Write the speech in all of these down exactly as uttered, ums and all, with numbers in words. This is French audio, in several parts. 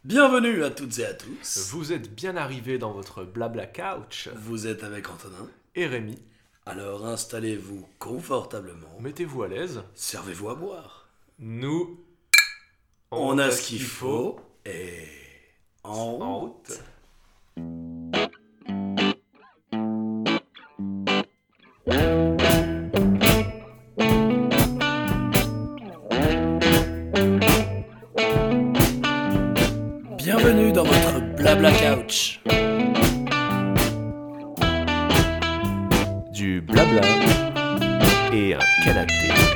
Bienvenue à toutes et à tous. Vous êtes bien arrivés dans votre blabla couch. Vous êtes avec Antonin. Et Rémi. Alors installez-vous confortablement. Mettez-vous à l'aise. Servez-vous à boire. Nous, on, on a, a ce qu'il faut. Et en, en route. route. Bienvenue dans votre blabla couch. Du blabla et un canapé.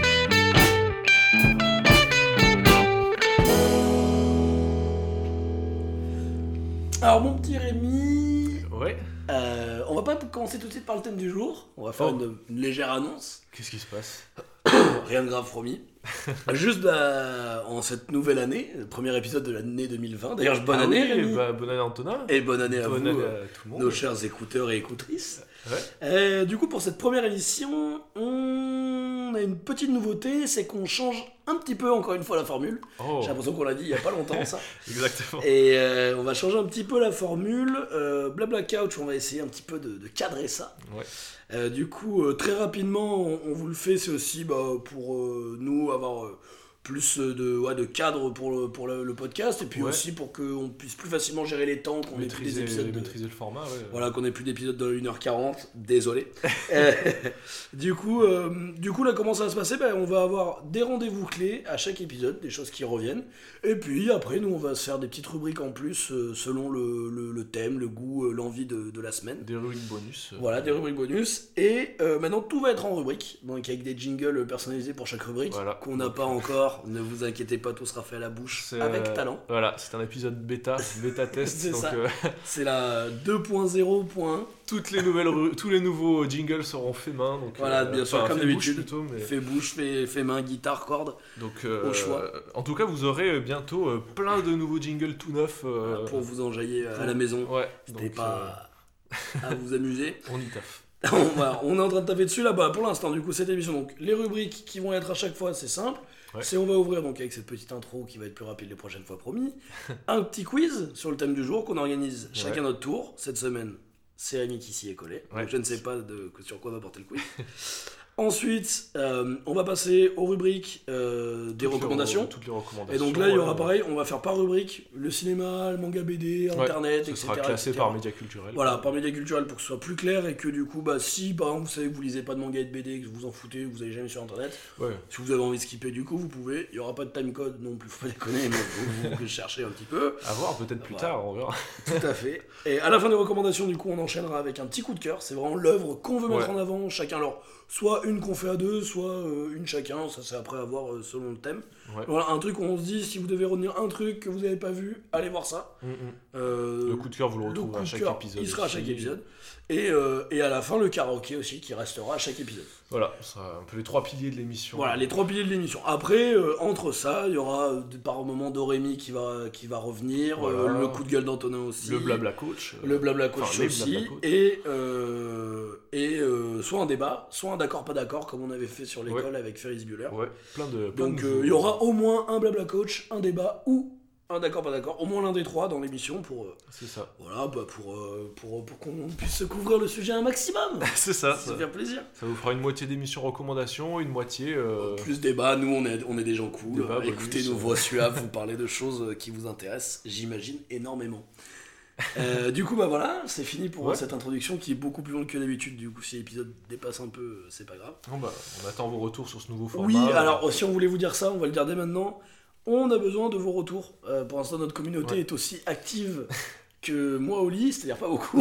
Alors mon petit Rémi, Ouais. euh, on va pas commencer tout de suite par le thème du jour. On va faire Oh. une, une légère annonce. Qu'est-ce qui se passe? Rien de grave promis. Juste bah, en cette nouvelle année, le premier épisode de l'année deux mille vingt. D'ailleurs, bonne Ah année oui, Rémi. bah, bonne année Antonin. Et bonne année à bonne vous, année euh, à tout le monde. nos chers écouteurs et écoutrices. Ouais. Euh, du coup, pour cette première émission, on a une petite nouveauté, c'est qu'on change un petit peu encore une fois la formule. Oh. J'ai l'impression qu'on l'a dit il y a pas longtemps ça. Exactement. Et euh, on va changer un petit peu la formule. Euh, Blabla Couch, on va essayer un petit peu de, de cadrer ça. Ouais. Euh, du coup, euh, très rapidement, on, on vous le fait, c'est aussi bah, pour euh, nous avoir euh, plus de, ouais, de cadre pour le, pour le, le podcast, et puis Ouais. aussi pour qu'on puisse plus facilement gérer les temps, qu'on ait plus des Maîtriser, épisodes de... maîtriser le format, ouais. Voilà, qu'on ait plus d'épisodes de une heure quarante, désolé. Euh, du, coup, euh, du coup, là, comment ça va se passer? Ben, on va avoir des rendez-vous clés à chaque épisode, des choses qui reviennent. Et puis après, nous, on va se faire des petites rubriques en plus, euh, selon le, le, le thème, le goût, euh, l'envie de, de la semaine. Des rubriques bonus. euh, Voilà, des rubriques bonus. Et euh, maintenant, tout va être en rubrique, donc avec des jingles personnalisés pour chaque rubrique, Voilà. qu'on n'a pas encore. Ne vous inquiétez pas, tout sera fait à la bouche, C'est, avec euh, talent. Voilà, c'est un épisode bêta, bêta test. C'est donc ça. euh, C'est la deux point zéro. toutes les nouvelles, ru- tous les nouveaux jingles seront faits main. Donc, Voilà, euh, bien sûr, enfin, comme fait bouche d'habitude. plutôt, mais... Fait bouche, fait, fait main, guitare, corde. Donc, euh, Au choix. En tout cas, vous aurez euh, bientôt euh, plein de nouveaux jingles tout neufs. euh, Pour vous enjailler euh, pour- à la maison. Ouais. C'était donc, pas à vous amuser. euh, on y taffe. on, voilà, on est en train de taper dessus là bah, pour l'instant, du coup, cette émission. Donc, les rubriques qui vont être à chaque fois, c'est simple. Ouais. C'est on va ouvrir donc avec cette petite intro qui va être plus rapide les prochaines fois, promis. Un petit quiz sur le thème du jour qu'on organise chacun Ouais. notre tour. Cette semaine, c'est Rémi qui s'y est collé. Ouais. Donc, je ne sais pas de, sur quoi va porter le quiz. Ensuite, euh, on va passer aux rubriques euh, des Toutes les recommandations. re- toutes les recommandations. Et donc là, il y aura euh, pareil, on va faire par rubrique le cinéma, le manga B D, ouais, internet, Ce et cetera sera classé et cetera. par médias culturels. Voilà, par médias culturels pour que ce soit plus clair et que du coup, bah, si par exemple vous savez que vous lisez pas de manga et de B D, que vous en foutez, vous allez jamais sur internet, Ouais. si vous avez envie de skipper, du coup, vous pouvez. Il y aura pas de timecode non plus, faut pas déconner, mais vous, vous, vous cherchez un petit peu. À voir peut-être plus Voilà. tard, on verra. Tout à fait. Et à la fin des recommandations, du coup, on enchaînera avec un petit coup de cœur. C'est vraiment l'œuvre qu'on veut mettre Ouais. en avant, chacun leur. Soit une qu'on fait à deux, soit euh, une chacun, ça c'est après à voir euh, selon le thème. Ouais. Voilà, un truc où on se dit, si vous devez retenir un truc que vous n'avez pas vu, allez voir ça. Mm, mm. Euh, Le coup de cœur, vous le le retrouvez coup à de chaque cœur, épisode. il sera à aussi. chaque épisode. Et, euh, et à la fin, le karaoké aussi, qui restera à chaque épisode. Voilà, ce sera un peu les trois piliers de l'émission. Voilà, les trois piliers de l'émission. Après, euh, entre ça, il y aura euh, par moment Dorémy qui va, qui va revenir, Voilà. euh, le coup de gueule d'Antonin aussi. Le blabla coach. euh, Le blabla coach Enfin, les aussi, blabla coach. et, euh, et euh, soit un débat, soit un d'accord pas d'accord, comme on avait fait sur l'école avec Ferris Bueller. Ouais, plein de. plein Donc de euh, nouveaux- il y aura au moins un blabla coach, un débat ou un d'accord pas d'accord, au moins l'un des trois dans l'émission pour, euh, C'est ça. voilà, bah, pour, euh, pour, pour qu'on puisse couvrir le sujet un maximum. C'est ça. Ça Ça, fait plaisir. ça vous fera une moitié d'émission recommandation, une moitié. euh, Plus débat, nous on est, on est des gens cool. Débat, Écoutez bonus, nos euh. voix suaves, vous parlez de choses qui vous intéressent, j'imagine, énormément. Euh, du coup, bah voilà, c'est fini pour Ouais. cette introduction qui est beaucoup plus longue que d'habitude. Du coup, si l'épisode dépasse un peu, c'est pas grave. Bon, bah, on attend vos retours sur ce nouveau format. Oui, euh, alors si on voulait vous dire ça, on va le dire dès maintenant. On a besoin de vos retours. Euh, pour l'instant, notre communauté Ouais. est aussi active que moi au lit, c'est-à-dire pas beaucoup.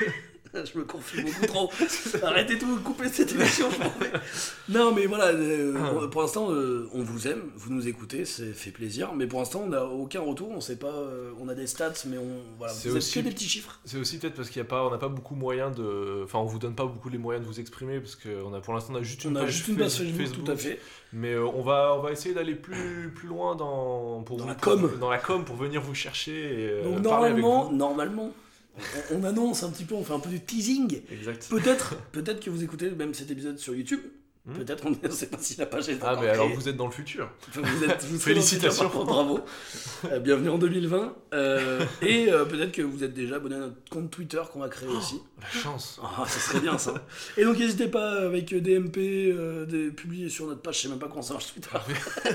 Je me confie beaucoup trop. Arrêtez tout, coupez cette émission, je m'en vais. Non, mais voilà, euh, pour l'instant, euh, on vous aime, vous nous écoutez, ça fait plaisir. Mais pour l'instant, on n'a aucun retour, on sait pas, euh, on a des stats, mais on, voilà, C'est vous êtes aussi- que des petits chiffres. C'est aussi peut-être parce qu'il y a pas, on n'a pas beaucoup moyen de, enfin on vous donne pas beaucoup les moyens de vous exprimer parce que on a pour l'instant on a juste une On a page juste une page Facebook, Facebook, tout à fait. Mais euh, on va, on va essayer d'aller plus, plus loin dans, pour Dans vous- la com. dans la com pour venir vous chercher et euh, Donc parler avec normalement, vous. normalement, on, on annonce un petit peu, on fait un peu de teasing. Exact. Peut-être, peut-être que vous écoutez même cet épisode sur YouTube. Hmm. Peut-être, on ne sait pas si la page est encore Ah, mais créée. alors vous êtes dans le futur. Enfin, vous êtes, vous serez Félicitations. dans le futur, par contre, bravo. Euh, bienvenue en deux mille vingt. Euh, et euh, peut-être que vous êtes déjà abonné à notre compte Twitter qu'on va créer Oh, aussi. La chance. Ah, ça serait bien ça. Et donc n'hésitez pas avec D M P, euh, des, publier sur notre page, je sais même pas comment ça marche Twitter.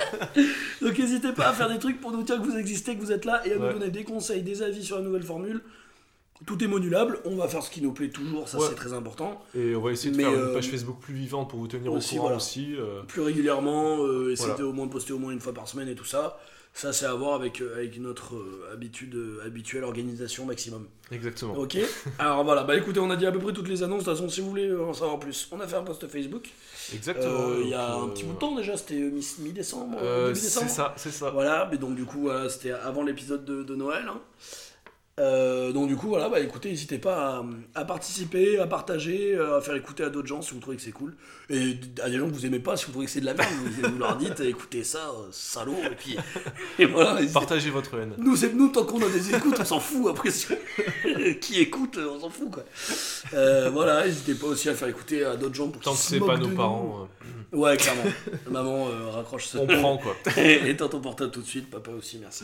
Donc n'hésitez pas à faire des trucs pour nous dire que vous existez, que vous êtes là, et à nous Ouais. donner des conseils, des avis sur la nouvelle formule. Tout est modulable, on va faire ce qui nous plaît toujours, ça Ouais. c'est très important. Et on va essayer de Mais, faire euh, une page Facebook plus vivante pour vous tenir aussi, au courant voilà. aussi. euh. Plus régulièrement, euh, essayer Voilà. de au moins poster au moins une fois par semaine et tout ça. Ça c'est à voir avec, euh, avec notre euh, habitude euh, habituelle organisation maximum. Exactement. Ok. Alors voilà, bah écoutez, on a dit à peu près toutes les annonces. De toute façon, si vous voulez en savoir plus, on a fait un post Facebook. Exactement. Euh, Il y a Donc, un euh, petit bout de temps déjà, c'était euh, mi- mi-décembre, euh, début c'est décembre. ça, c'est ça. Voilà, mais donc du coup, voilà, c'était avant l'épisode de, de Noël. hein. Euh, donc du coup, voilà, bah écoutez, n'hésitez pas à, à participer, à partager, à faire écouter à d'autres gens si vous trouvez que c'est cool. Et à des gens que vous aimez pas, si vous trouvez que c'est de la merde, vous, vous leur dites, écoutez ça, euh, salaud, et puis... Et voilà, n'hésitez- Partagez votre haine. nous, c'est nous, tant qu'on a des écoutes, on s'en fout. Après, si- qui écoute, on s'en fout, quoi. Euh, voilà, n'hésitez pas aussi à le faire écouter à d'autres gens pour Tant qu'ils que se c'est moquent pas de nos nous. parents, Ouais, clairement. Maman, euh, raccroche ce... euh, on prend quoi. Et éteins ton portable tout de suite, papa aussi, merci.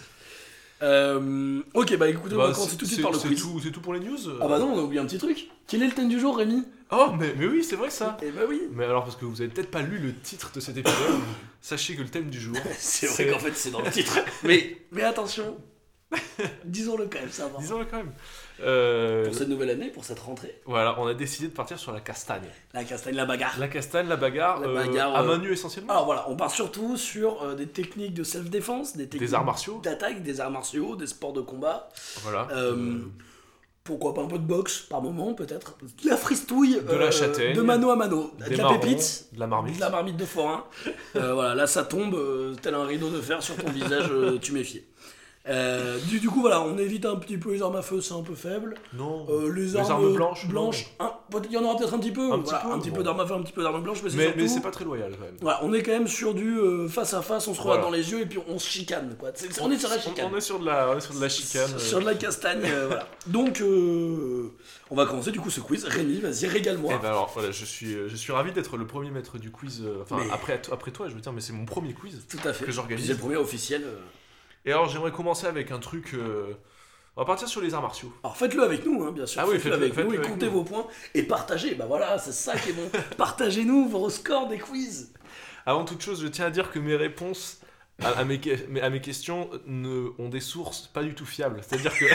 Euh, ok, bah écoutez, on Bah, va commencer tout de suite c'est- par le c'est quiz. tout, c'est tout pour les news. Ah bah non, on a oublié un petit truc. Quel est le thème du jour, Rémi? Oh, mais, mais oui, c'est vrai ça. Eh bah oui. Mais alors, parce que vous avez peut-être pas lu le titre de cet épisode, sachez que le thème du jour. C'est vrai qu'en fait, c'est dans le titre. Mais, mais attention, disons-le quand même, ça va. Disons-le quand même. Euh, Pour cette nouvelle année, pour cette rentrée, Voilà, on a décidé de partir sur la castagne. la castagne, la bagarre. La castagne, la bagarre, La euh, bagarre, à euh, main nue essentiellement. Alors voilà, on part surtout sur euh, des techniques de self-défense, des techniques Des arts martiaux. d'attaque, des arts martiaux, des sports de combat. Voilà. Euh, Euh, Pourquoi pas un peu de boxe par moment, peut-être. De la fristouille. De la châtaigne. De mano à mano. De des la marrons, pépite. de la marmite. De la marmite de forain. Euh, voilà, là ça tombe euh, tel un rideau de fer sur ton visage, euh, tu méfies. Euh, du, du coup, voilà, on évite un petit peu les armes à feu, c'est un peu faible. Non. Euh, les, Les armes, armes blanches, blanches un- peut-être il y en aura peut-être un petit peu. Un voilà, petit peu, un petit bon. peu d'armes à feu, un petit peu d'armes blanches, mais c'est mais, surtout. mais c'est pas très loyal quand même. Voilà, on est quand même sur du euh, face à face, on se regarde Voilà. dans les yeux et puis on se chicane. Quoi. C'est- on est sur la chicane. On, on est sur de la, on est sur de la chicane. Sur de la castagne, euh, voilà. Donc, euh, on va commencer du coup ce quiz. Rémi, vas-y, régale-moi. Eh ben alors voilà, je suis, je suis ravi d'être le premier maître du quiz. euh, Enfin, Mais- après, après toi, je veux dire, mais c'est mon premier quiz. Tout à fait. que j'organise. Puis c'est le premier officiel. euh. Et alors, j'aimerais commencer avec un truc. euh, On va partir sur les arts martiaux. Alors faites-le avec nous, hein, bien sûr. Ah oui, faites-le faites-le- avec nous faites-le et avec comptez nous. vos points et partagez. Bah voilà, c'est ça qui est bon. Partagez-nous vos scores des quiz. Avant toute chose, je tiens à dire que mes réponses à, à mes, que- à mes questions ne, ont des sources pas du tout fiables. C'est-à-dire que.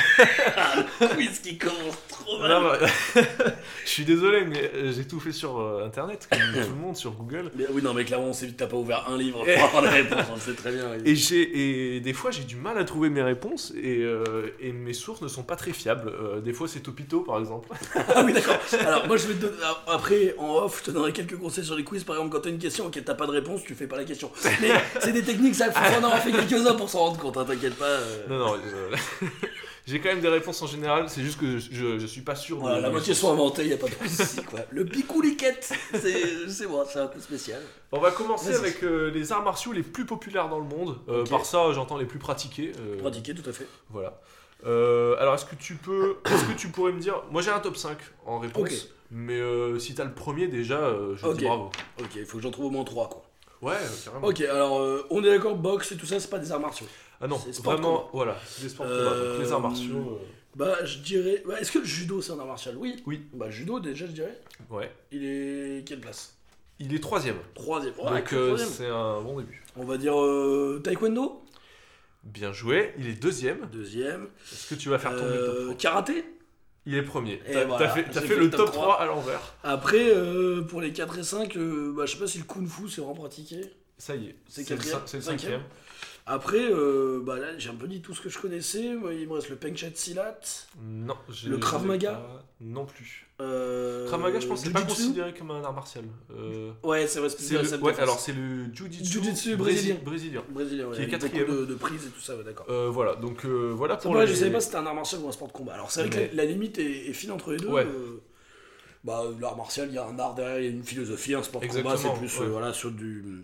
Quiz qui commence trop mal. Non, mais- je suis désolé, mais euh, j'ai tout fait sur euh, internet, comme tout le monde, sur Google. Mais, oui, non, mais clairement, on sait que t'as pas ouvert un livre Et- pour avoir les réponses. On le sait très bien. oui. Et, j'ai, et des fois, j'ai du mal à trouver mes réponses et, euh, et mes sources ne sont pas très fiables. Euh, des fois, c'est Topito, par exemple. Ah oui, d'accord. Alors, moi, je vais te donner. Après, en off, je te donnerai quelques conseils sur les quiz. Par exemple, quand t'as une question auquel t'as pas de réponse, tu fais pas la question. Mais c'est des techniques, ça, faut en avoir fait quelques-uns pour s'en rendre compte, hein, t'inquiète pas. euh. Non, non, euh, j'ai quand même des réponses en général, c'est juste que je, je, je suis pas sûr. de- Voilà, la de mes moitié sources. sont inventées, y a pas de soucis, quoi. Le picouliquette, c'est c'est moi, c'est un coup spécial. On va commencer Vas-y. avec euh, les arts martiaux les plus populaires dans le monde. Euh, Ok. Par ça, j'entends les plus pratiqués. euh, Pratiqué, tout à fait. Voilà. Euh, alors, est-ce que tu peux. Est-ce que tu pourrais me dire. Moi, j'ai un top cinq en réponse. Ok. Mais euh, si t'as le premier, déjà, euh, je te Ok. dis bravo. Ok, il faut que j'en trouve au moins trois, quoi. Ouais, carrément. Ok, alors, euh, on est d'accord, boxe et tout ça, c'est pas des arts martiaux. Ah non, C'est sport de vraiment, combat. voilà, c'est des sports de Euh, combat. Donc, les arts martiaux. Bah, je dirais. Bah, est-ce que le judo, c'est un art martial? Oui. Oui. Bah, judo, déjà, je dirais. euh, ouais. Il est. Quelle place? Il est troisième. Troisième. Ouais, Donc, que euh, troisième. c'est un bon début. On va dire euh, taekwondo. Bien joué. Il est deuxième. Deuxième. Est-ce que tu vas faire tomber le top Euh, trois? karaté. Il est premier. Et T'as voilà, t'as fait, t'as j'ai fait fait le le top top trois à l'envers. Après, euh, pour les quatre et cinq, euh, bah, je sais pas si le kung-fu c'est vraiment pratiqué. Ça y est. C'est C'est le, quatrième cin- c'est le Cinquième cinquième. Après, euh, bah là, j'ai un peu dit tout ce que je connaissais. Moi, il me reste le Pengchat Silat. Non. je- Le Krav je l'ai Maga pas. Non plus. Euh, Krav Maga, je pense que c'est pas Jiu-Jitsu. considéré comme un art martial. Euh, Ouais, c'est vrai, c'est c'est le, le ouais, alors c'est le Jiu-Jitsu, Jiu-Jitsu brésil- brésilien. brésilien. brésilien, ouais, qui est avec beaucoup quatrième. de, de prises et tout ça, ouais, d'accord. Euh, voilà, donc euh, voilà C'est pour vrai, les... je savais pas si c'était un art martial ou un sport de combat. Alors, c'est vrai Mais- que la, la limite est, est fine entre les deux. Ouais. euh, bah, l'art martial, il y a un art derrière, il y a une philosophie. Un sport de combat, Exactement, c'est plus ouais. euh, voilà, sur du.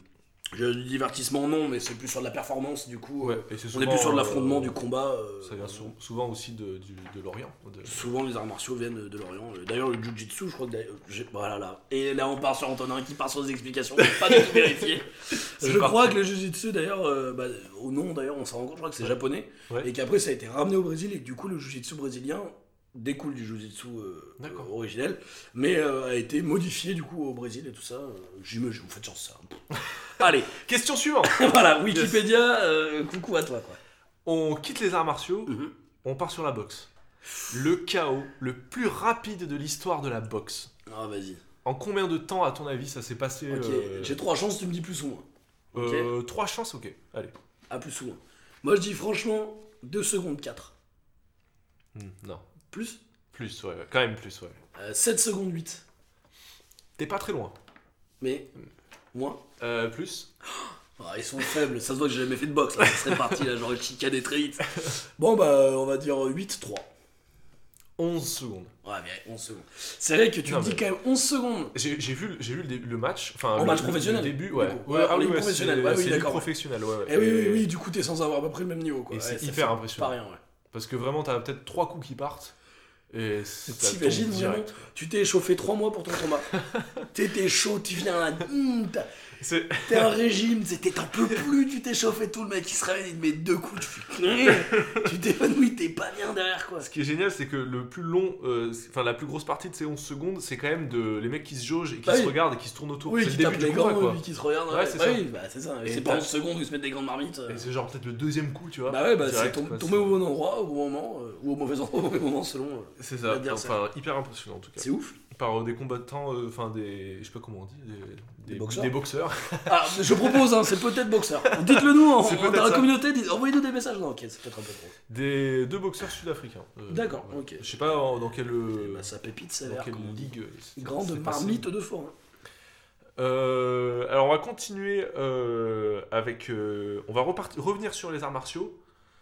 J'ai du divertissement, non, mais c'est plus sur de la performance, du coup. Ouais, et c'est On souvent, est plus sur de l'affrontement euh, du combat. euh, Ça vient sou- souvent aussi de, du- de l'Orient. de- Souvent, les arts martiaux viennent de l'Orient. D'ailleurs, le Jiu-Jitsu, je crois que. d'ailleurs, j'ai- Voilà, là. Et là, on part sur Antonin qui part sur des explications. Pas du tout vérifié. C'est Je parti. crois que le Jiu-Jitsu, d'ailleurs, euh, bah, au nom, d'ailleurs, on s'en rend compte, je crois que c'est japonais. Ouais. Et qu'après, ça a été ramené au Brésil. Et que du coup, le Jiu-Jitsu brésilien découle du Jiu-Jitsu euh, D'accord. euh, originel. Mais euh, a été modifié, du coup, au Brésil et tout ça. Euh, J'imagine, vous faites chance, ça. Allez, Question suivante. voilà, Wikipédia, euh, coucou à toi, quoi. On quitte les arts martiaux, Mhm. on part sur la boxe. Le K O le plus rapide de l'histoire de la boxe. Ah, vas-y. En combien de temps, à ton avis, ça s'est passé Ok, euh, j'ai trois chances, tu me dis plus ou moins. Ok. euh, Trois chances, ok. Allez. À plus ou moins. Moi, je dis franchement, deux secondes quatre. Hmm, non. Plus Plus, ouais, ouais. Quand même plus, ouais. euh, sept secondes huit. T'es pas très loin. Mais, moins. Euh, plus. Ah, ils sont faibles, ça se voit que j'ai jamais fait de boxe, là. Ça serait parti, là, j'aurais chicané très vite. Bon, bah, on va dire huit trois. onze secondes. Ouais, mais onze secondes. C'est vrai que tu Non, me dis mais- quand même onze secondes. J'ai j'ai vu, j'ai vu le, dé- le match. Enfin, En le, match le- professionnel, Le début, du ouais. coup. ouais Ouais, ah en oui, ligue ouais, professionnelle, c'est ouais, oui, c'est ligue d'accord, ouais. professionnelle, ouais, ouais. Eh oui, oui, Et- oui, du coup, t'es sans avoir à peu près le même niveau, quoi. Et c'est Ouais, ça hyper fait impressionnant. Pas rien, ouais. Parce que vraiment, t'as peut-être trois coups qui partent. Et ça T'imagines tombe vraiment, direct. tu t'es échauffé trois mois pour ton combat. T'étais chaud, tu viens là, hum, t'as- C'est- t'es un régime, t'es- t'en peux plus, tu t'es chauffé, tout le mec qui se réveille, il te met deux coups, tu fais tu t'évanouis, t'es pas bien derrière, quoi. Ce qui est génial, c'est que le plus long, euh, c'est- enfin la plus grosse partie de ces onze secondes, c'est quand même de les mecs qui se jaugent et qui Bah se oui. regardent et qui se tournent autour. Oui, c'est qui le début tapent du les combat, gants, quoi. et puis qui se regardent. Ouais, c'est bah ça. oui, bah c'est ça. Et Et c'est pas t'as- onze secondes où ils se mettent des gants de marmite. euh. Et c'est genre peut-être le deuxième coup, tu vois. Bah ouais, bah c'est direct, tom- quoi, tombé au bon endroit, au bon moment, euh, ou au mauvais endroit, au mauvais moment, selon. euh. C'est ça. l'adversaire. Enfin, hyper impressionnant en tout cas. C'est ouf. Par euh, des combattants, euh, enfin des, je sais pas comment on dit, des, Des boxeurs. Des boxeurs. Ah, je propose, hein, c'est peut-être boxeur. Dites-le nous en, C'est en- peut-être dans la ça. communauté, dites- envoyez-nous des messages. Non, ok, c'est peut-être un peu trop. Des deux boxeurs sud-africains. Euh, D'accord, ouais. ok. Je sais pas en- dans quelle, euh, Bah, ça pépite, ça a dans l'air. quelle comme on dit. ligue. euh, c'est- Grande c'est passé. marmite de foin. Euh, alors on va continuer euh, avec. euh, on va repartir, revenir sur les arts martiaux.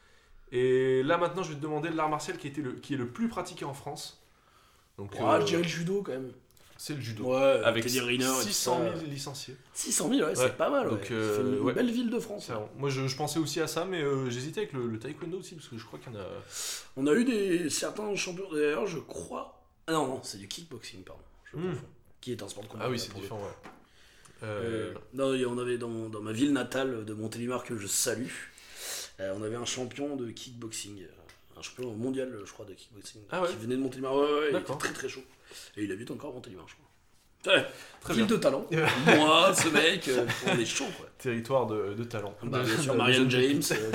Et là maintenant, je vais te demander l'art martial qui, était le, qui est le plus pratiqué en France. Donc, Ah, euh, je dirais le judo quand même. c'est le judo. Ouais, avec Teddy Riner et tout six cent ça. mille licenciés. six cent mille, ouais, Ouais. c'est pas mal. Ouais. Donc, euh, C'est une ouais. belle ville de France. Ça, moi je, je pensais aussi à ça, mais euh, j'hésitais avec le, le taekwondo aussi, parce que je crois qu'il y en a. On a eu des certains champions, d'ailleurs, je crois. Ah non, non, c'est du kickboxing, pardon. Je Hmm. confonds. Qui est un sport de combat. Ah oui, là, c'est pour le différent, ouais. Euh, Euh, non, il y en avait dans, dans ma ville natale de Montélimar que je salue. Euh, on avait un champion de kickboxing, euh, un champion mondial, je crois, de kickboxing, Ah ouais. qui venait de Montélimar. Ouais, ouais, ouais, il était D'accord. très très chaud. Et il habite encore à Montélimar, je crois. Ouais, Très ville bien. de talent. Moi, ce mec, euh, on est chaud, quoi. Territoire de, de talent. Bah, De- bien sûr, de- Marianne de- James, euh,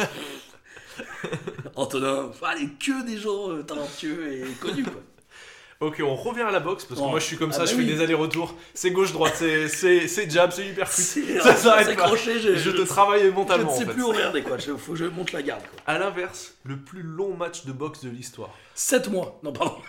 Antonin, allez, que des gens euh, talentueux et connus, quoi. Ok, on revient à la boxe, parce que Oh. moi je suis comme Ah ça, bah je oui. fais des allers-retours. C'est gauche-droite, c'est- c'est c'est jab, c'est hyper C'est Ça s'arrête c'est pas. accroché, je, Je je, te travaille je mentalement ne sais en fait. plus où regarder, quoi. Il faut que je monte la garde, quoi. À l'inverse, le plus long match de boxe de l'histoire. sept mois. Non, pardon.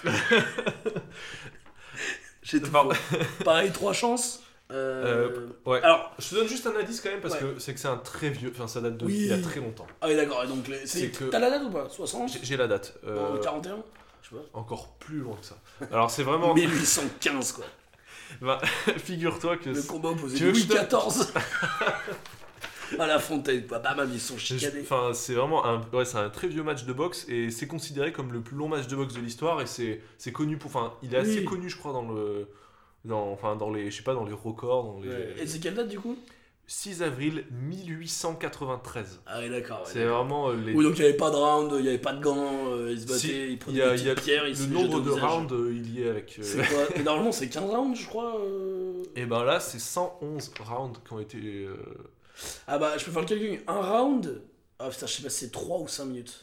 J'ai tout Pardon. faux. Pareil, trois chances. Euh, Euh, ouais. Alors, Je te donne juste un indice quand même, parce Ouais. que c'est que c'est un très vieux, enfin ça date de Oui. il y a très longtemps. ah oui, d'accord. et Donc, les- c'est- C'est que- t'as la date ou pas soixante J'ai- J'ai la date. euh, euh, quarante et un Je sais pas. encore plus loin que ça. Alors c'est vraiment. mille huit cent quinze, quoi. Bah, figure-toi que. Le c'est- combat opposé Tu veux que Louis je te- quatorze. À la fontaine, quoi. Bam, bam, ils sont je- chicanés. Enfin, c'est vraiment un, ouais, c'est un très vieux match de boxe et c'est considéré comme le plus long match de boxe de l'histoire et c'est, c'est connu pour, enfin, il est assez Oui. connu, je crois, dans le, dans, enfin, dans les, je sais pas, dans les records, dans les. Ouais. Et c'est quelle date, du coup six avril mille huit cent quatre-vingt-treize. Ah oui, d'accord. ouais, C'est d'accord. vraiment euh, les. Oui, donc il n'y avait pas de round, il n'y avait pas de gants, euh, ils se battaient, Si, ils il prenaient y a, des il y a petites pierres, ils se le les nombre jetaient au de visage. rounds, euh, il y est avec. euh, C'est quoi Et normalement, c'est quinze rounds, je crois. euh. Et ben là, c'est cent onze rounds qui ont été. euh, Ah bah, je peux faire le calcul. Un round. Ah putain, je sais pas si c'est trois ou cinq minutes.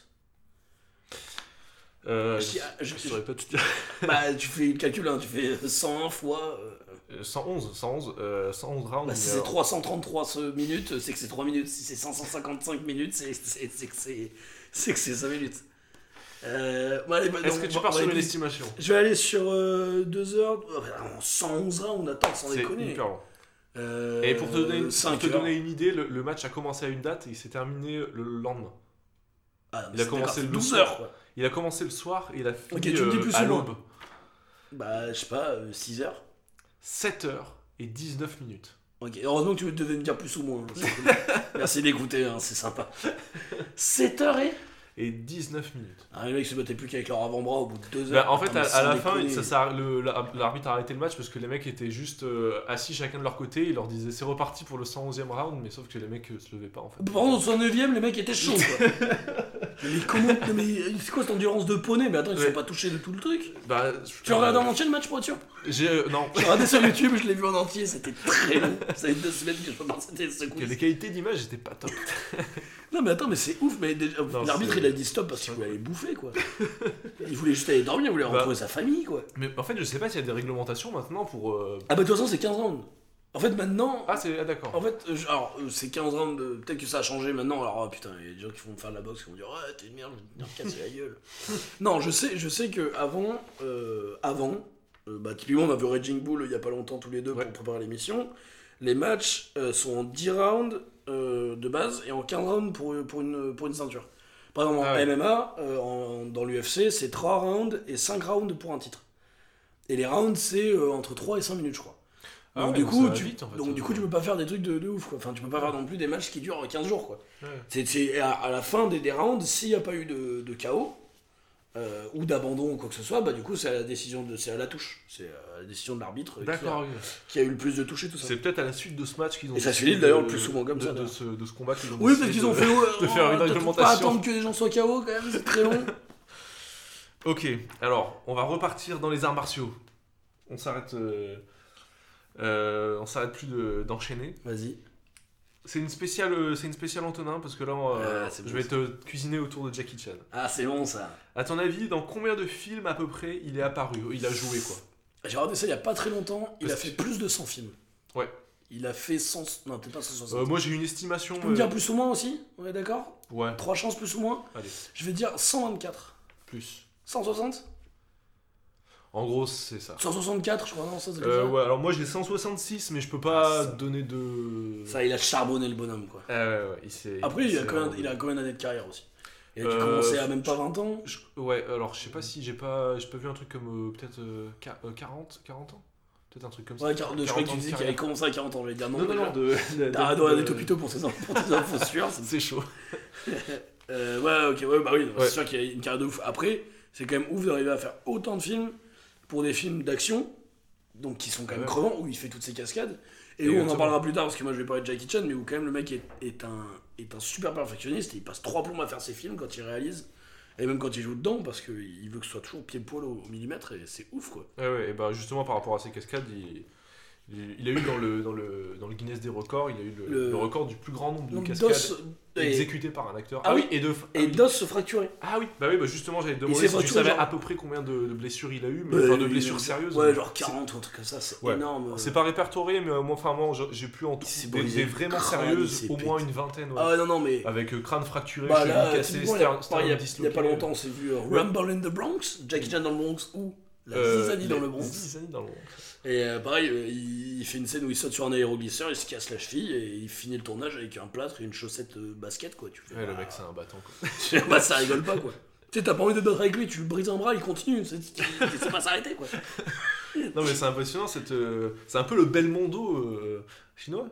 euh, Je- je, je- je saurais pas te dire. Bah, tu fais le calcul, hein, tu fais cent un fois. euh, Euh, cent onze, cent onze, euh, cent onze rounds. Bah, si mais c'est alors- trois cent trente-trois ce- minutes, c'est que c'est trois minutes. Si c'est cinq cent cinquante-cinq minutes, c'est c'est- c'est que c'est c'est que c'est cinq minutes. Euh, bon, allez, bah, Est-ce donc, que tu on pars va- sur on va une aller- estimation? Je vais aller sur deux heures. Oh, bah, non, cent onze rounds, attends, sans C'est déconner. hyper long. Euh, Et pour te donner, une- pour cinq te heures. donner une idée, le, le match a commencé à une date et il s'est terminé le lendemain. Ah, il a c'est commencé d'accord, le douze soir. heures, quoi. Il a commencé le soir et il a fini Ok, tu me dis euh, plus à ou moins. l'aube. Bah, je sais pas, six heures. sept heures et dix-neuf minutes. Ok, heureusement que tu devais me dire plus ou moins. C'est cool. Merci d'écouter, hein, c'est sympa. sept heures et Et dix-neuf minutes. Ah, les mecs se battaient plus qu'avec leur avant-bras au bout de deux Bah, heures. en fait, Ah, à, mais à sans la fin, déconner. ça, ça- le- la- l'arbitre a arrêté le match parce que les mecs étaient juste euh, assis chacun de leur côté. Il leur disait c'est reparti pour le cent onzième round, mais sauf que les mecs euh, se levaient pas en fait. Par contre, au cent neuvième, les mecs étaient chauds, quoi. mais comment. non, mais c'est quoi cette endurance de poney? Mais attends, ils Ouais. sont pas touchés de tout le truc. Bah, Tu as regardé en entier le match pour être sûr? J'ai euh, non. J'ai regardé sur YouTube, je l'ai vu en entier, c'était très long. Ça fait deux semaines que je me c'était ce coup. Que les qualités d'image étaient pas top. Non mais attends, mais c'est ouf, mais déjà, Non, l'arbitre c'est- il a dit stop parce qu'il voulait aller bouffer, quoi. Il voulait juste aller dormir, il voulait Bah. retrouver sa famille, quoi. Mais en fait, je sais pas s'il y a des réglementations maintenant pour. euh, Ah bah de toute façon c'est quinze rounds. En fait maintenant... Ah, c'est ah, d'accord. En fait, euh, je- alors euh, c'est quinze rounds, de- peut-être que ça a changé maintenant, alors oh, putain, il y a des gens qui vont me faire de la boxe qui vont dire ouais t'es une merde, je vais te casser la gueule. Non, je sais, je sais que avant, euh, avant, euh, bah typiquement on a vu Raging Bull il y a pas longtemps tous les deux Ouais. pour préparer l'émission, les matchs euh, sont en dix rounds euh, de base et en quinze rounds pour, pour, une, pour une ceinture. Par exemple en Ah ouais. M M A, euh, en- dans l'U F C, c'est trois rounds et cinq rounds pour un titre. Et les rounds c'est euh, entre trois et cinq minutes je crois. Ah Donc, ouais, du, donc coup, ça va tu, vite, en fait, donc ça. du coup, tu peux pas faire des trucs de, de ouf, quoi. Enfin, tu peux pas faire non plus des matchs qui durent quinze jours, quoi. Ouais. C'est, c'est à, à la fin des, des rounds, s'il n'y a pas eu de, de K O euh, ou d'abandon ou quoi que ce soit, bah du coup, c'est à la décision de, c'est à la touche, c'est à la décision de l'arbitre qui a, D'accord. ok. qui a eu le plus de touches et tout ça. C'est peut-être à la suite de ce match qu'ils ont. Et ça se décidé finit d'ailleurs de- le plus souvent comme de, ça, De, d'ailleurs. ce, de ce combat qu'ils ont Oui, décidé parce qu'ils de- ont fait ouais, de faire une oh, t'as réglementation. pas attendre que les gens soient K O quand même, c'est très long. Ok, alors on va repartir dans les arts martiaux. On s'arrête. euh, euh, on s'arrête plus de- d'enchaîner. Vas-y. C'est une spéciale, euh, c'est une spéciale Antonin parce que là, euh, Ah, c'est je bon, vais ça. te cuisiner autour de Jackie Chan. Ah, c'est bon ça. À ton avis, dans combien de films à peu près il est apparu, il a joué quoi? J'ai regardé ça il y a pas très longtemps, il a Parce fait que- plus de cent films. Ouais. Il a fait cent... Non, peut-être pas cent soixante. Euh, moi j'ai une estimation. Tu peux me euh, dire plus ou moins aussi? On est d'accord? Ouais. Trois chances plus ou moins? Allez, Je vais dire cent vingt-quatre. plus. cent soixante? En gros, c'est ça. cent soixante-quatre, je crois, non, ça c'est Euh, ça. ouais, alors moi j'ai cent soixante-six, mais je peux pas Ah, ça. donner de. Ça, il a charbonné le bonhomme, quoi. Ah ouais, ouais, il s'est- Après, il a, s'est combien, vraiment- il a combien d'années de carrière aussi? Il a dû Euh, commencer à même pas vingt ans. Je- Ouais, alors je sais pas si j'ai pas, j'ai pas vu un truc comme euh, peut-être euh, qua- euh, quarante, quarante ans? Peut-être un truc comme ça. Ouais, quarante, je croyais que ans tu de disais qu'il carrière. avait commencé à quarante ans. Je vais dire non, Non, non, non, de. de- Ah, de- non, de- des topito pour tes infos, pour tes infos sûres. c'est- C'est chaud. Euh, ouais, ok, ouais, bah oui, Ouais. c'est sûr qu'il a une carrière de ouf. Après, c'est quand même ouf d'arriver à faire autant de films pour des films d'action, donc qui sont quand même Ouais. crevants, où il fait toutes ces cascades, et où on Exactement. en parlera plus tard, parce que moi je vais parler de Jackie Chan, mais où quand même le mec est, est, un, est un super perfectionniste, et il passe trois plombs à faire ses films quand il réalise, et même quand il joue dedans, parce qu'il veut que ce soit toujours pied-poil au, au millimètre, et c'est ouf quoi. Ouais, ouais, et bah justement par rapport à ces cascades, il, il, il a eu dans le, dans, le, dans le Guinness des records, il a eu le, Le- le record du plus grand nombre de Donc cascades Dos, et, exécutées par un acteur. Ah oui, et de. ah et oui. Dos se fracturer. Ah oui, bah oui, bah justement j'allais te Il demander s'est si tu fracturé, savais genre- à peu près combien de, de blessures il a eu, mais Bah, enfin de il- blessures sérieuses. Ouais, mais genre c'est- quarante ou un truc comme ça, c'est Ouais. énorme. C'est pas répertorié, mais euh, moi, enfin, moi j'ai- j'ai pu en Il s'est trouver des, brisé des vraiment le crâne, il sérieuses, s'est au moins pété. une vingtaine. Ouais. Ah ouais, non, non, mais. Avec euh, crâne fracturé, Bah cheville là, cassée, typiquement, il y a, sternum pareil, il y a- il y a disloqué. pas longtemps, on s'est vu euh, Ouais. Rumble in the Bronx, Jackie Chan dans le Bronx ou la Euh, zizanie dans les le Bronx. zizanies dans le Bronx. Et euh, pareil, euh, il, il fait une scène où il saute sur un aéroglisseur, il se casse la cheville et il finit le tournage avec un plâtre et une chaussette euh, basket quoi. Tu fais, Ouais, le bah, mec, c'est un bâton quoi. bah ça rigole pas quoi. Tu sais, t'as pas envie de te battre avec lui, tu lui brises un bras, il continue, c'est, il sait pas s'arrêter quoi. Non, mais c'est impressionnant, cette, euh, c'est un peu le Belmondo euh, chinois.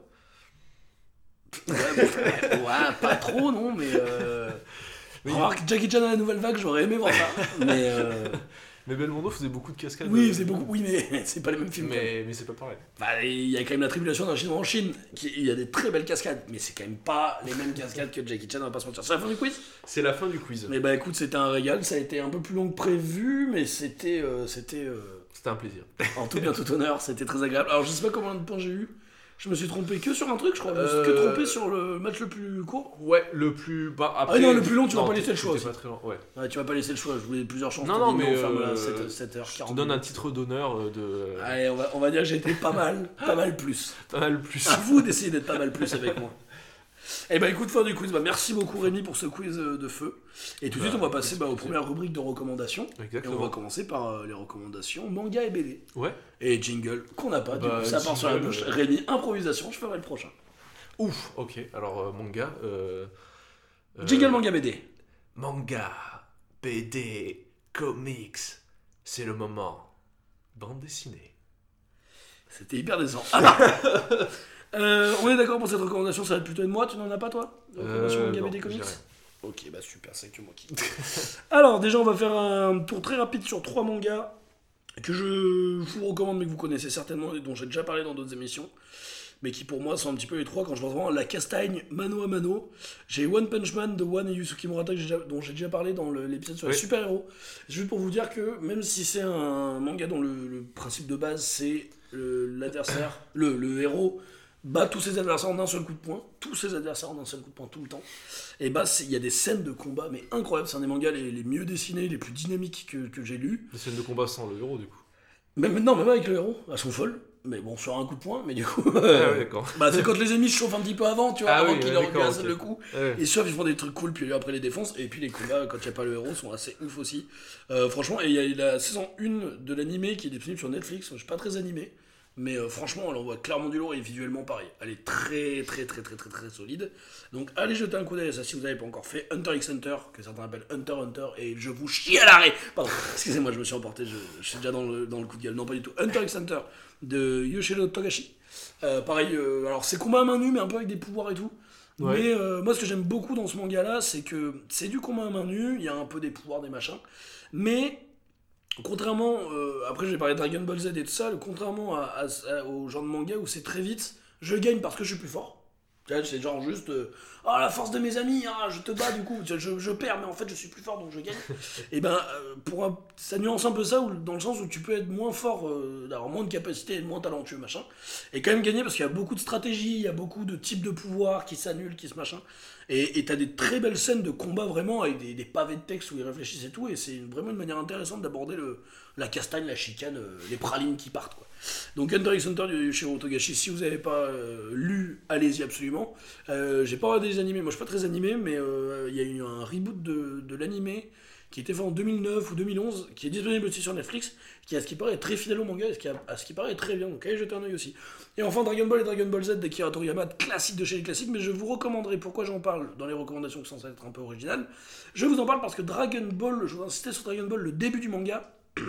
Ouais, mais- ouais, pas trop non, mais. Euh... Oui. Remarque, Jackie Chan à la nouvelle vague, j'aurais aimé voir ça. Mais. Euh... Mais Belmondo faisait beaucoup de cascades. Oui, euh, c'est beaucoup. Oui, mais c'est pas les mêmes films. quoi. Mais, mais c'est pas pareil. Bah, il y a quand même la tribulation d'un Chinois en Chine. Qui, il y a des très belles cascades, mais c'est quand même pas les mêmes cascades que Jackie Chan, on va pas se mentir. C'est la fin du quiz? C'est la fin du quiz. Mais bah écoute, c'était un régal. Ça a été un peu plus long que prévu, mais c'était. euh, c'était euh, C'était un plaisir. en tout bien tout honneur, c'était très agréable. Alors je sais pas combien de points j'ai eu. Je me suis trompé que sur un truc, je crois. Je me suis que Euh, trompé sur le match le plus court. Ouais, le plus. Bah, après... Ah non, le plus long, tu vas Non, pas laisser le t'es- choix t'es aussi. pas très long, ouais. Ouais, tu vas pas laisser le choix, je voulais plusieurs chances. Non, t'as non, dit mais, on ferme euh, à sept heures Je quarante. te donne un titre d'honneur euh, de. Allez, on va, on va dire que j'ai été pas mal, pas mal plus. Pas mal plus. À vous d'essayer d'être pas mal plus avec moi. Eh ben écoute, fin du quiz. Bah, merci beaucoup Rémi pour ce quiz euh, de feu. Et tout de Bah, suite, on va passer bah, aux plaisir. premières rubriques de recommandations. Et on Exactement. va commencer par euh, les recommandations manga et B D. Ouais. Et jingle qu'on n'a pas, du Bah, coup ça part sur la jingle, bouche. euh, Rémi, improvisation, je ferai le prochain. Ouf, ok. Alors, euh, manga. Euh, euh, Jingle manga B D. Manga, B D, comics. C'est le moment. Bande dessinée. C'était hyper décent. Alors, Euh, on est d'accord pour cette recommandation, ça va être plutôt de moi, tu n'en as pas toi? Recommandation Euh, manga non, B D Comics. je dirais. Ok, bah super, c'est que moi qui. Alors, déjà, on va faire un tour très rapide sur trois mangas que je vous recommande, mais que vous connaissez certainement et dont j'ai déjà parlé dans d'autres émissions. Mais qui pour moi sont un petit peu les trois quand je pense vraiment à la castagne mano à mano. J'ai One Punch Man de One et Yusuke Murata que j'ai déjà- dont j'ai déjà parlé dans le- l'épisode sur les Oui. super-héros. Juste pour vous dire que même si c'est un manga dont le, le principe de base c'est le- l'adversaire, le, le héros bat tous ses adversaires en un seul coup de poing, tous ses adversaires en un seul coup de poing tout le temps, et bah c'est- il y a des scènes de combat mais incroyables, c'est un des mangas les, les mieux dessinés, les plus dynamiques que, que j'ai lus. Des scènes de combat sans le héros, du coup. Même, non, même avec le héros, elles sont folles. Mais bon, sur un coup de poing, mais du coup. Ah ouais, d'accord. Bah, c'est quand les ennemis se chauffent un petit peu avant, tu vois, Ah avant oui, qu'ils ouais, leur d'accord, cassent ok. le coup. Ouais. Et soit ils font des trucs cool, puis après les défoncent. Et puis les combats, quand il n'y a pas le héros, sont assez ouf aussi. Euh, franchement, et il y a la saison un de l'animé qui est disponible sur Netflix. Je suis pas très animé, mais euh, franchement, elle envoie clairement du lourd et visuellement pareil. Elle est très, très, très, très, très, très solide. Donc allez jeter un coup d'œil à ça si vous n'avez pas encore fait. Hunter x Hunter, que certains appellent Hunter x Hunter, et je vous chie à l'arrêt. Pardon, excusez-moi, je me suis emporté, je, je suis déjà dans le, dans le coup de gueule. Non, pas du tout. Hunter x Hunter de Yoshiro Togashi. Euh, pareil, euh, alors c'est combat à main nue, mais un peu avec des pouvoirs et tout. Ouais. Mais euh, moi, ce que j'aime beaucoup dans ce manga-là, c'est que c'est du combat à main nue, il y a un peu des pouvoirs, des machins. Mais, contrairement, euh, après j'ai parlé de Dragon Ball Z et tout ça, contrairement à, à- à- au genre de manga où c'est très vite, je gagne parce que je suis plus fort. Tu vois, c'est genre juste, euh, ah la force de mes amis, ah, je te bats du coup, je, je- je perds, mais en fait je suis plus fort donc je gagne. Et ben, euh, pour un- ça nuance un peu ça, où- dans le sens où tu peux être moins fort, euh, d'avoir moins de capacité, être moins talentueux, machin, et quand même gagner parce qu'il y a beaucoup de stratégies, il y a beaucoup de types de pouvoirs qui s'annulent, qui se machin. Et et t'as des très belles scènes de combat vraiment avec des, des pavés de texte où ils réfléchissent et tout, et c'est vraiment une manière intéressante d'aborder le, la castagne, la chicane, euh, les pralines qui partent quoi. Donc Hunter x Hunter de Yoshiro Togashi, si vous n'avez pas euh, lu, allez-y absolument. Euh, j'ai pas regardé les animés, moi je suis pas très animé, mais euh, il y a eu un reboot de, de l'animé qui était fait en deux mille neuf ou deux mille onze, qui est disponible aussi sur Netflix, qui à ce qui paraît est très fidèle au manga, et ce qui a- à ce qui paraît est très bien, donc allez jeter un oeil aussi. Et enfin Dragon Ball et Dragon Ball Z d'Akira Toriyama, classique de chez les classiques, mais je vous recommanderai, pourquoi j'en parle dans les recommandations qui sont censées être un peu originales, je vous en parle parce que Dragon Ball, je vous insiste sur Dragon Ball, le début du manga,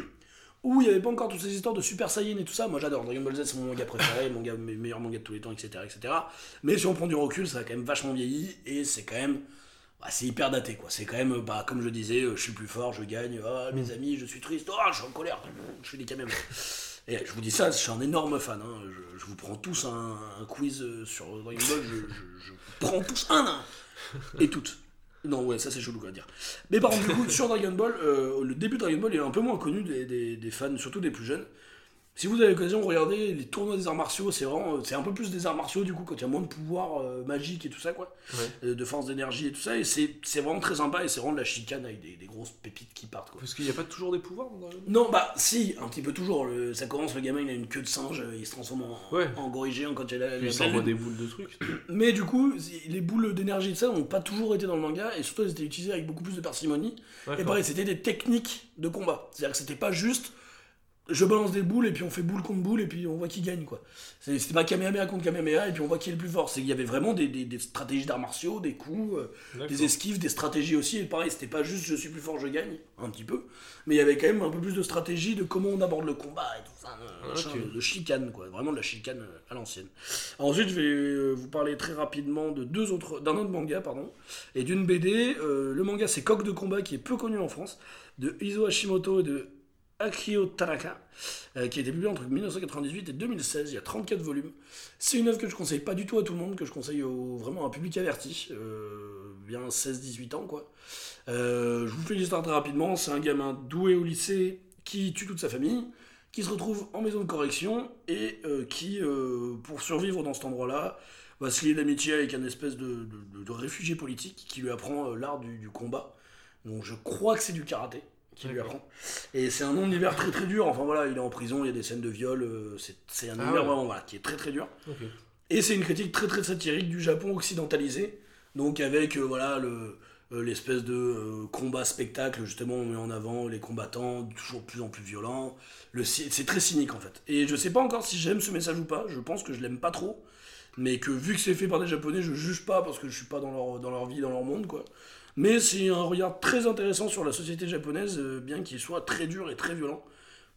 où il n'y avait pas encore toutes ces histoires de Super Saiyan et tout ça. Moi j'adore, Dragon Ball Z c'est mon manga préféré, mon manga, mes meilleurs mangas de tous les temps, et cetera, et cetera. Mais si on prend du recul, ça a quand même vachement vieilli et c'est quand même. Bah, c'est hyper daté quoi. C'est quand même, bah, comme je disais, euh, je suis plus fort, je gagne, ah, mes amis, je suis triste, ah, je suis en colère, je fais des caméras. Et je vous dis ça, je suis un énorme fan. Hein. Je, je vous prends tous un, un quiz euh, sur Dragon Ball, je, je, je prends tous un, un et toutes. Non, ouais, ça c'est chelou à dire. Mais par contre, du coup, sur Dragon Ball, euh, le début de Dragon Ball est un peu moins connu des, des, des fans, surtout des plus jeunes. Si vous avez l'occasion de regarder les tournois des arts martiaux, c'est vraiment, c'est un peu plus des arts martiaux du coup, quand il y a moins de pouvoir euh, magique et tout ça, quoi, Ouais. euh, de force d'énergie et tout ça, et c'est, c'est vraiment très sympa et c'est vraiment de la chicane avec des, des grosses pépites qui partent, quoi. Parce qu'il n'y a pas toujours des pouvoirs dans Dragon Ball. Non, bah si, un petit peu toujours. Le- ça commence, le gamin il a une queue de singe, euh, il se transforme en, Ouais. en gorille géant quand il a la, Puis la- il s'envoie des boules de trucs. Mais du coup, les boules d'énergie de ça n'ont pas toujours été dans le manga, et surtout elles étaient utilisées avec beaucoup plus de parcimonie. Et D'accord. pareil, c'était des techniques de combat. C'est-à-dire que c'était pas juste je balance des boules et puis on fait boule contre boule et puis on voit qui gagne quoi. C'est- C'était pas Kamehameha contre Kamehameha et puis on voit qui est le plus fort. C'est qu'il y avait vraiment des, des- des stratégies d'arts martiaux, des coups, euh, D'accord. des esquives, des stratégies aussi. Et pareil, c'était pas juste je suis plus fort, je gagne, un petit peu. Mais il y avait quand même un peu plus de stratégie de comment on aborde le combat et tout ça. euh, machin, Ok. de, de chicane quoi. Vraiment de la chicane euh, à l'ancienne. Ensuite, je vais euh, vous parler très rapidement de deux autres, d'un autre manga, pardon, et d'une B D. Euh, le manga, c'est Coq de combat, qui est peu connu en France, de Izo Hashimoto et de Akio Tanaka, euh, qui a été publié entre dix-neuf cent quatre-vingt-dix-huit et deux mille seize. Il y a trente-quatre volumes. C'est une œuvre que je conseille pas du tout à tout le monde, que je conseille au, vraiment à un public averti, euh, bien seize dix-huit ans, quoi. Euh, je vous fais l'histoire très rapidement. C'est un gamin doué au lycée qui tue toute sa famille, qui se retrouve en maison de correction et euh, qui, euh, pour survivre dans cet endroit-là, va se lier d'amitié avec un espèce de, de, de- de réfugié politique qui lui apprend euh, l'art du, du combat. Donc je crois que c'est du karaté qui lui D'accord. apprend. Et c'est un univers très très dur. Enfin voilà, il est en prison, il y a des scènes de viol. euh, c'est, c'est un Ah univers ouais. vraiment voilà, qui est très très dur. Ok. Et c'est une critique très très satirique du Japon occidentalisé, donc avec euh, voilà le, euh, l'espèce de euh, combat spectacle, justement on met en avant les combattants toujours de plus en plus violents, le, ci- c'est très cynique en fait. Et je sais pas encore si j'aime ce message ou pas, je pense que je l'aime pas trop, mais que vu que c'est fait par des japonais, je juge pas parce que je suis pas dans leur, dans leur vie, dans leur monde quoi. Mais c'est un regard très intéressant sur la société japonaise, euh, bien qu'il soit très dur et très violent.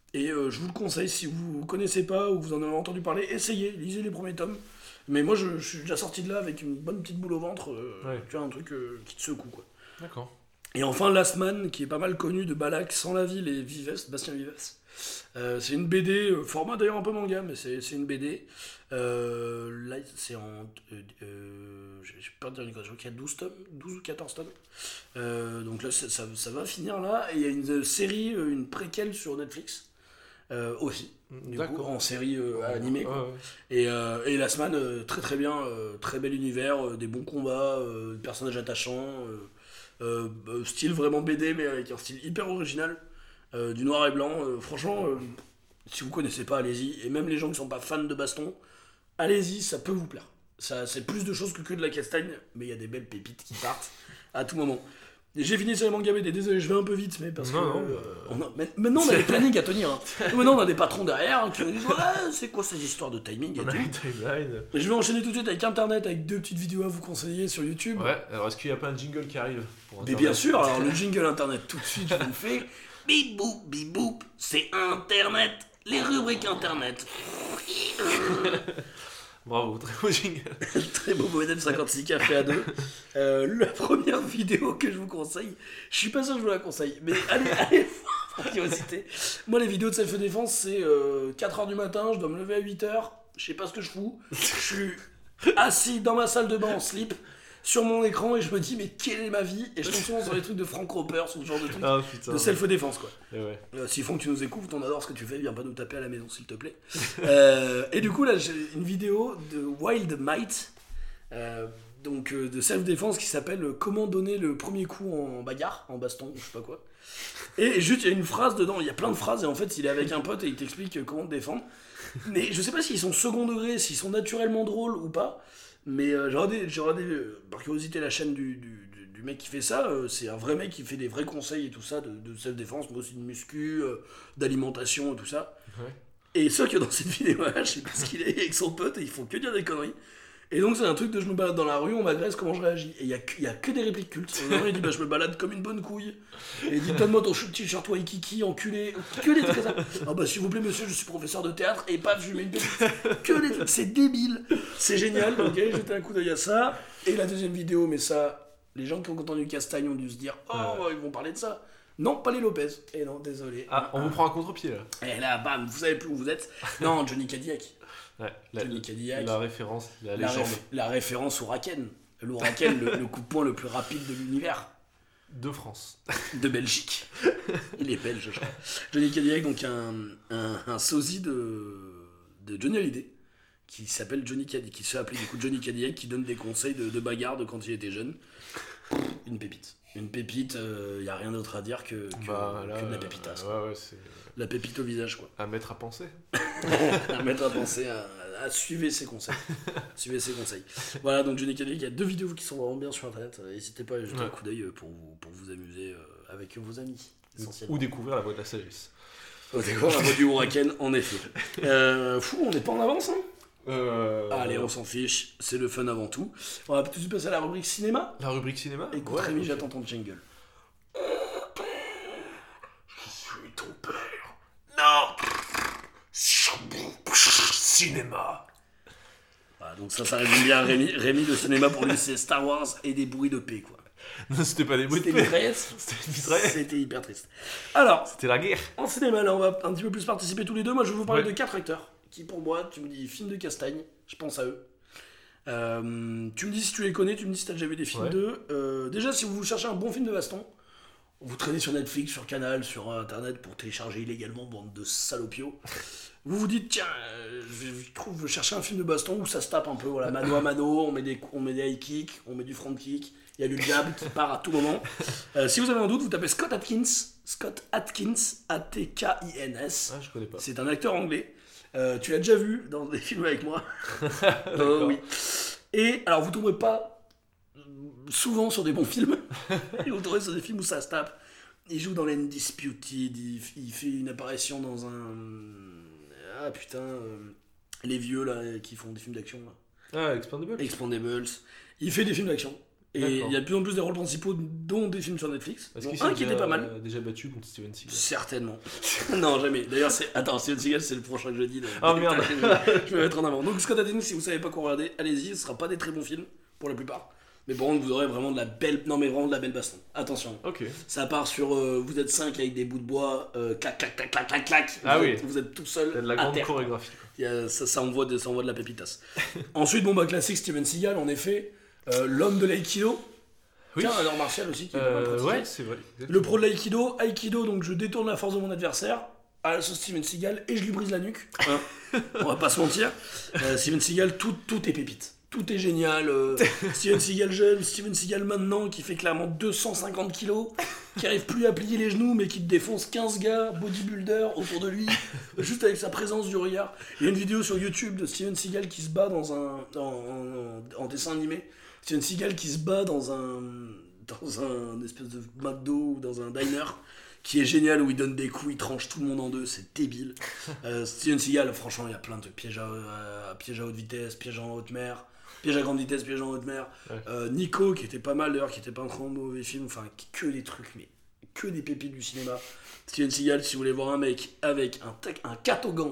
Et euh, je vous le conseille, si vous ne connaissez pas ou vous en avez entendu parler, essayez, lisez les premiers tomes. Mais moi, je, je suis déjà sorti de là avec une bonne petite boule au ventre. Euh, Ouais. Tu vois, un truc euh, qui te secoue, quoi. D'accord. Et enfin, Last Man, qui est pas mal connu de Balak, Sans la ville et Vives, Bastien Vives. Euh, c'est une B D, euh, format d'ailleurs un peu manga, mais c'est, c'est une B D. Euh, là, c'est en. Euh, euh, je vais pas dire une chose, je crois qu'il y a douze tomes, douze ou quatorze tomes. Euh, donc là, ça, ça, ça va finir là. Et il y a une série, euh, une préquelle sur Netflix euh, aussi. Du coup, D'accord. en série euh, animée. Quoi. Ouais, ouais. Et, euh, et Last Man, euh, très très bien, euh, très bel univers, euh, des bons combats, euh, personnages attachants, euh, euh, euh, style vraiment B D, mais avec un style hyper original, euh, du noir et blanc. Euh, franchement, euh, si vous connaissez pas, allez-y. Et même les gens qui sont pas fans de baston, allez-y, ça peut vous plaire. Ça, c'est plus de choses que que de la castagne, mais il y a des belles pépites qui partent à tout moment. Et j'ai fini sur les mangas B D, désolé, je vais un peu vite, mais parce Non, que. non, euh, on a- mais- maintenant, on a des plannings à tenir. Hein. Maintenant, on a des patrons derrière hein, qui nous disent ouais, c'est quoi ces histoires de timing et On a tout. une timeline. Et je vais enchaîner tout de suite avec Internet, avec deux petites vidéos à vous conseiller sur YouTube. Ouais, alors est-ce qu'il n'y a pas un jingle qui arrive pour Mais Internet bien sûr, alors le jingle Internet, tout de suite, je vous le fais. Bip boop, bip boop, c'est Internet, les rubriques Internet. Bravo, très beau jingle. Très beau modem cinquante-six café à deux. Euh, la première vidéo que je vous conseille, je suis pas sûr que je vous la conseille, mais allez, allez, par curiosité. Moi, les vidéos de self-défense, c'est euh, quatre heures du matin, je dois me lever à huit heures, je sais pas ce que je fous, je suis assis dans ma salle de bain en slip, sur mon écran, et je me dis, mais quelle est ma vie? Et je tombe souvent sur les trucs de Frank Roper, ce genre de trucs Ah putain. de self-défense, quoi. Et ouais. Euh, S'il faut que tu nous écoutes, on adore ce que tu fais, viens pas nous taper à la maison s'il te plaît. Euh, et du coup là j'ai une vidéo de Wild Might, euh, donc euh, de self-défense qui s'appelle euh, Comment donner le premier coup en bagarre, en baston, je sais pas quoi. Et juste il y a une phrase dedans, il y a plein de phrases et en fait il est avec un pote et il t'explique euh, comment te défendre. Mais je sais pas s'ils sont second degré, s'ils sont naturellement drôles ou pas. Mais euh, j'ai regardé, j'ai regardé euh, par curiosité la chaîne du, du, du- du mec qui fait ça. euh, c'est un vrai mec qui fait des vrais conseils et tout ça de, de self-défense, mais aussi de muscu, euh, d'alimentation et tout ça. Ouais. Et sauf que dans cette vidéo-là, je sais pas ce qu'il est avec son pote et ils font que dire des conneries. Et donc c'est un truc de je me balade dans la rue, on m'agresse, comment je réagis. Et il y, a que- il y a que des répliques cultes. Et il dit bah je me balade comme une bonne couille. Et il dit donne-moi ton t-shirt Waikiki, enculé. Que des trucs comme ça. Ah bah s'il vous plaît monsieur, je suis professeur de théâtre. Et paf, je lui mets une petite. Que des trucs, c'est débile. C'est génial. Donc allez jeter un coup d'œil à ça. Et la deuxième vidéo, mais ça, les gens qui ont entendu Castagne ont dû se dire oh Ouais. ils vont parler de ça. Non, pas les Lopez. Et non, désolé. Ah, on vous prend un contre-pied là. Et là, bam, vous savez plus où vous êtes. Non, Johnny Cadillac. Ouais, la, Johnny Cadillac. la référence, la La, légende réf- la référence au Raken. L'Ouraken, le, le coup de poing le plus rapide de l'univers. de France. De Belgique. Il est belge, je crois. Johnny Cadillac, donc un, un, un sosie de, de Johnny Hallyday, qui s'appelle Johnny Cadillac, qui se fait appeler du coup Johnny Cadillac, qui donne des conseils de, de bagarre de quand il était jeune. Une pépite. Une pépite, il euh, n'y a rien d'autre à dire que, que, Bah, là, que de la euh, pépitasse. ouais, ouais, c'est La pépite au visage, quoi. à mettre à penser. À mettre à penser, à, à suivre ses conseils. Suivez ses conseils. Voilà, donc Johnny Cadillac, il y a deux vidéos qui sont vraiment bien sur internet. Euh, N'hésitez pas à jeter Ouais. un coup d'œil euh, pour vous, pour vous amuser euh, avec vos amis, essentiellement. Ou découvrir la voie de la sagesse. Au décor, la voix du Huracan, en effet. Euh, fou, on n'est pas en avance, hein. Euh... Allez, on s'en fiche, c'est le fun avant tout. On va tout de suite passer à la rubrique cinéma. La rubrique cinéma. Écoute, Ouais, Rémi, ok. j'attends ton jingle. Je suis ton père. Non. Cinéma. Voilà, donc ça, ça résume bien Rémi. Rémi, le cinéma pour lui, c'est Star Wars et des bruits de paix, quoi. Non, c'était pas des bruits de C'était une paix. mitraillette. C'était une mitraillette. C'était hyper triste. Alors, C'était la guerre. en cinéma, là, on va un petit peu plus participer tous les deux. Moi, je vais vous parler Ouais. de quatre acteurs qui, pour moi, tu me dis film de Castagne, je pense à eux. Euh, tu me dis si tu les connais, tu me dis si tu as déjà vu des films Ouais. d'eux. Euh, déjà, si vous cherchez un bon film de baston, vous traînez sur Netflix, sur Canal, sur Internet pour télécharger illégalement, bande de salopios. Vous vous dites, tiens, euh, je, je trouve, je chercher un film de baston où ça se tape un peu, voilà, mano à mano, on met des, on met des high kicks, on met du front kick, il y a du jab qui part à tout moment. Euh, si vous avez un doute, vous tapez Scott Atkins, Scott Atkins, A T K I N S. Ah, je connais pas. C'est un acteur anglais. Euh, tu l'as déjà vu dans des films avec moi. D'accord. Euh, oui. Et alors, vous tomberez pas souvent sur des bons films. Et vous tomberez sur des films où ça se tape. Il joue dans l'Undisputed. Il, il fait une apparition dans un. Ah putain. euh, les vieux là qui font des films d'action. Là. Ah, Expandable. Expandables. Il fait des films d'action. Et D'accord. il y a de plus en plus des rôles principaux, dont des films sur Netflix. Est-ce Bon, qu'il un s'est qui déjà, était pas mal. euh, déjà battu contre Steven Seagal? Certainement. Non, jamais. D'ailleurs, c'est. Attends, Steven Seagal, c'est le prochain que je dis. Ah, merde. Je vais me mettre en avant. Donc, Scott Adkins, si vous savez pas quoi regarder, allez-y. Ce sera pas des très bons films, pour la plupart. Mais par contre, vous aurez vraiment de la belle. Non, mais vraiment de la belle baston. Attention. Ok. Ça part sur. euh, vous êtes cinq avec des bouts de bois. Euh, clac, clac, clac, clac, clac, clac. Ah vous oui. Êtes, vous êtes tout seul. Il y a de la à grande terre. chorégraphie. Il y a- ça, ça, envoie de, ça envoie de la pépitasse. Ensuite, bon, bah, classique Steven Seagal, en effet. Euh, l'homme de l'aïkido. Oui. Tiens, un art martial aussi qui est pas mal Euh, pratiqué. ouais, c'est vrai. Le pro de l'aïkido, aïkido, donc je détourne la force de mon adversaire à la sauce Steven Seagal et je lui brise la nuque. Hein. On va pas se mentir. Euh, Steven Seagal, tout, tout est pépite. Tout est génial. Euh, Steven Seagal jeune, Steven Seagal maintenant qui fait clairement deux cent cinquante kilos, qui arrive plus à plier les genoux mais qui défonce quinze gars, bodybuilder autour de lui, juste avec sa présence du regard. Il y a une vidéo sur YouTube de Steven Seagal qui se bat dans un, en, en, en dessin animé. Steven Seagal qui se bat dans un, dans un espèce de McDo ou dans un diner qui est génial où il donne des coups, il tranche tout le monde en deux, c'est débile. Euh, Steven Seagal, franchement, il y a plein de pièges à, à, pièges à haute vitesse, pièges en haute mer, pièges à grande vitesse, pièges en haute mer. Ouais. Euh, Nico, qui était pas mal d'ailleurs, qui était pas un trop mauvais film, enfin, que des trucs, mais que des pépites du cinéma. Steven Seagal, si vous voulez voir un mec avec un, tac, un catogan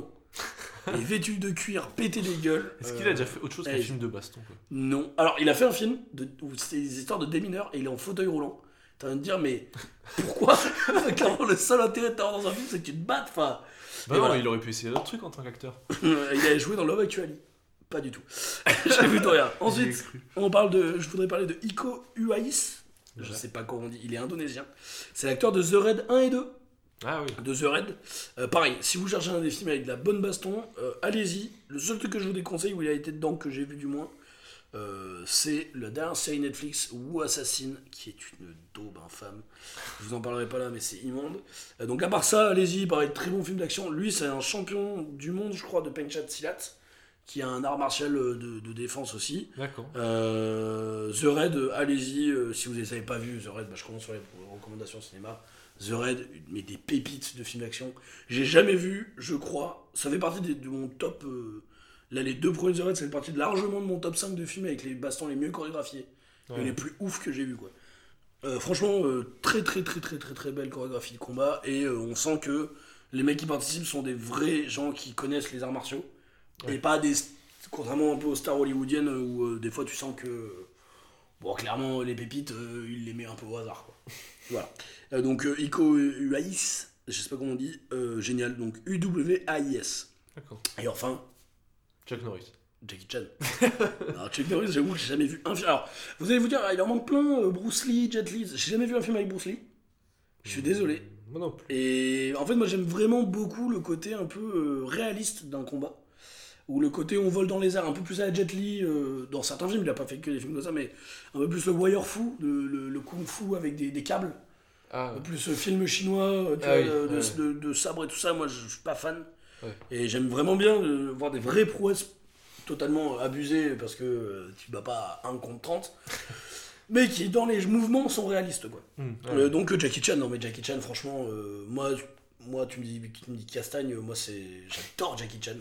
et vêtu de cuir, pété des gueules. Est-ce euh, qu'il a déjà fait autre chose qu'un hey. film de baston quoi? Non. Alors, il a fait un film de, où c'est des histoires de démineurs et il est en fauteuil roulant. T'as envie de dire, mais pourquoi? Clairement, le seul intérêt de t'avoir dans un film, c'est que tu te battes. Enfin, Bah et non, voilà. il aurait pu essayer d'autres trucs en tant qu'acteur. il a joué dans Love Actually. Pas du tout. J'ai vu de rien. J'y ai Ensuite, cru. on parle de. Je voudrais parler de Iko Uwais. Je Ouais. sais pas comment on dit. Il est indonésien. C'est l'acteur de The Raid un et deux. Ah oui. De The Raid. Euh, pareil, si vous cherchez un des films avec de la bonne baston, euh, allez-y. Le seul truc que je vous déconseille, où il a été dedans, que j'ai vu du moins, euh, c'est la dernière série Netflix, Wu Assassin, qui est une daube infâme. Je vous en parlerai pas là, mais c'est immonde. Euh, donc à part ça, allez-y, pareil, très bon film d'action. Lui, c'est un champion du monde, je crois, de Penchat Silat, qui a un art martial de, de défense aussi. D'accord. Euh, The Raid, euh, allez-y, euh, si vous ne les avez pas vus, The Raid, bah, je commence sur les recommandations cinéma. The Raid, mais des pépites de films d'action. J'ai jamais vu, je crois, ça fait partie des- de mon top. euh, là, les deux premiers The Raid, ça fait partie de largement de mon top cinq de films avec les bastons les mieux chorégraphiés Ouais. et les plus ouf que j'ai vu quoi. Euh, franchement, euh, très très très très très très belle chorégraphie de combat et euh, on sent que les mecs qui participent sont des vrais gens qui connaissent les arts martiaux Ouais. et pas des. Contrairement un peu aux stars hollywoodiennes où euh, des fois tu sens que. Bon, clairement, les pépites, euh, il les met un peu au hasard quoi. Voilà. Euh, donc, euh, Iko Uwais, je sais pas comment on dit, euh, génial, donc U W A I S. D'accord. Et enfin, Chuck Norris. Jackie Chan. Alors, Chuck Norris, j'avoue que j'ai jamais vu un film. Alors, vous allez vous dire, ah, il en manque plein, euh, Bruce Lee, Jet Li. J'ai jamais vu un film avec Bruce Lee. Je suis désolé. Moi non plus. Et en fait, moi, j'aime vraiment beaucoup le côté un peu euh, réaliste d'un combat. Ou le côté on vole dans les airs, un peu plus à la Jet Li, euh, dans certains films, il a pas fait que des films comme ça, mais un peu plus le wire fu, le, le, le kung fu avec des, des câbles. Ah, Un peu plus euh, film chinois, euh, tu Ah vois, oui, de, ouais. de, de, de sabre et tout ça, moi je, je suis pas fan. Ouais. Et j'aime vraiment bien euh, voir des vraies prouesses totalement abusées parce que euh, tu bats pas à un contre trente, mais qui dans les mouvements sont réalistes quoi. hum, ouais. Euh, donc euh, Jackie Chan, non mais Jackie Chan franchement, euh, moi, moi tu me dis, tu me dis Castagne, moi c'est, j'adore Jackie Chan.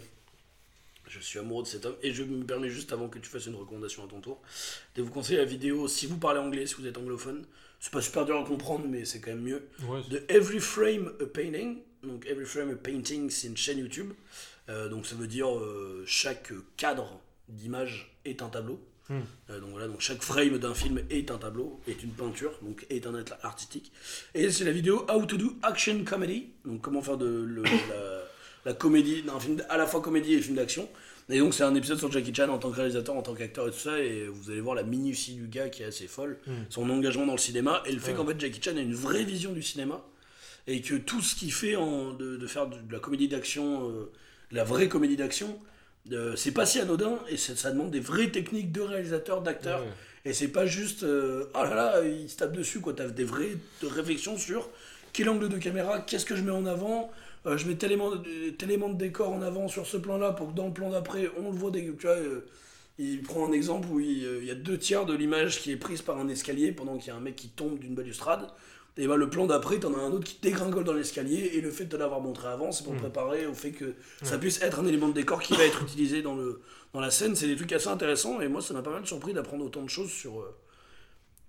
Je suis amoureux de cet homme et je me permets juste avant que tu fasses une recommandation à ton tour de vous conseiller la vidéo si vous parlez anglais, si vous êtes anglophone. C'est pas super dur à comprendre mais c'est quand même mieux. Ouais, c'est- De Every Frame a Painting. Donc Every Frame a Painting, c'est une chaîne YouTube. Euh, donc ça veut dire euh, chaque cadre d'image est un tableau. Hmm. Euh, donc voilà, donc chaque frame d'un film est un tableau, est une peinture, donc est un art artistique. Et c'est la vidéo How to do Action Comedy. Donc comment faire de le- la, la comédie d'un film à la fois comédie et film d'action. Et donc c'est un épisode sur Jackie Chan en tant que réalisateur, en tant qu'acteur et tout ça, et vous allez voir la minutie du gars qui est assez folle, Mm. son engagement dans le cinéma, et le fait Ouais. qu'en fait Jackie Chan a une vraie vision du cinéma, et que tout ce qu'il fait en, de, de faire de, de la comédie d'action, euh, de la vraie comédie d'action, euh, c'est pas si anodin, et c'est- ça demande des vraies techniques de réalisateur, d'acteur, Ouais. et c'est pas juste euh, oh là là, il se tape dessus, quoi. T'as des vraies réflexions sur quel angle de caméra, qu'est-ce que je mets en avant. Euh, je mets tel élément, de, tel élément de décor en avant sur ce plan-là pour que dans le plan d'après, on le voit. Des, tu vois, euh, il prend un exemple où il, euh, il y a deux tiers de l'image qui est prise par un escalier pendant qu'il y a un mec qui tombe d'une balustrade. Et ben, le plan d'après, t'en as un autre qui dégringole dans l'escalier. Et le fait de te l'avoir montré avant, c'est pour Mm. préparer au fait que ça puisse être un élément de décor qui va être utilisé dans, le, dans la scène. C'est des trucs assez intéressants. Et moi, ça m'a pas mal surpris d'apprendre autant de choses sur, euh,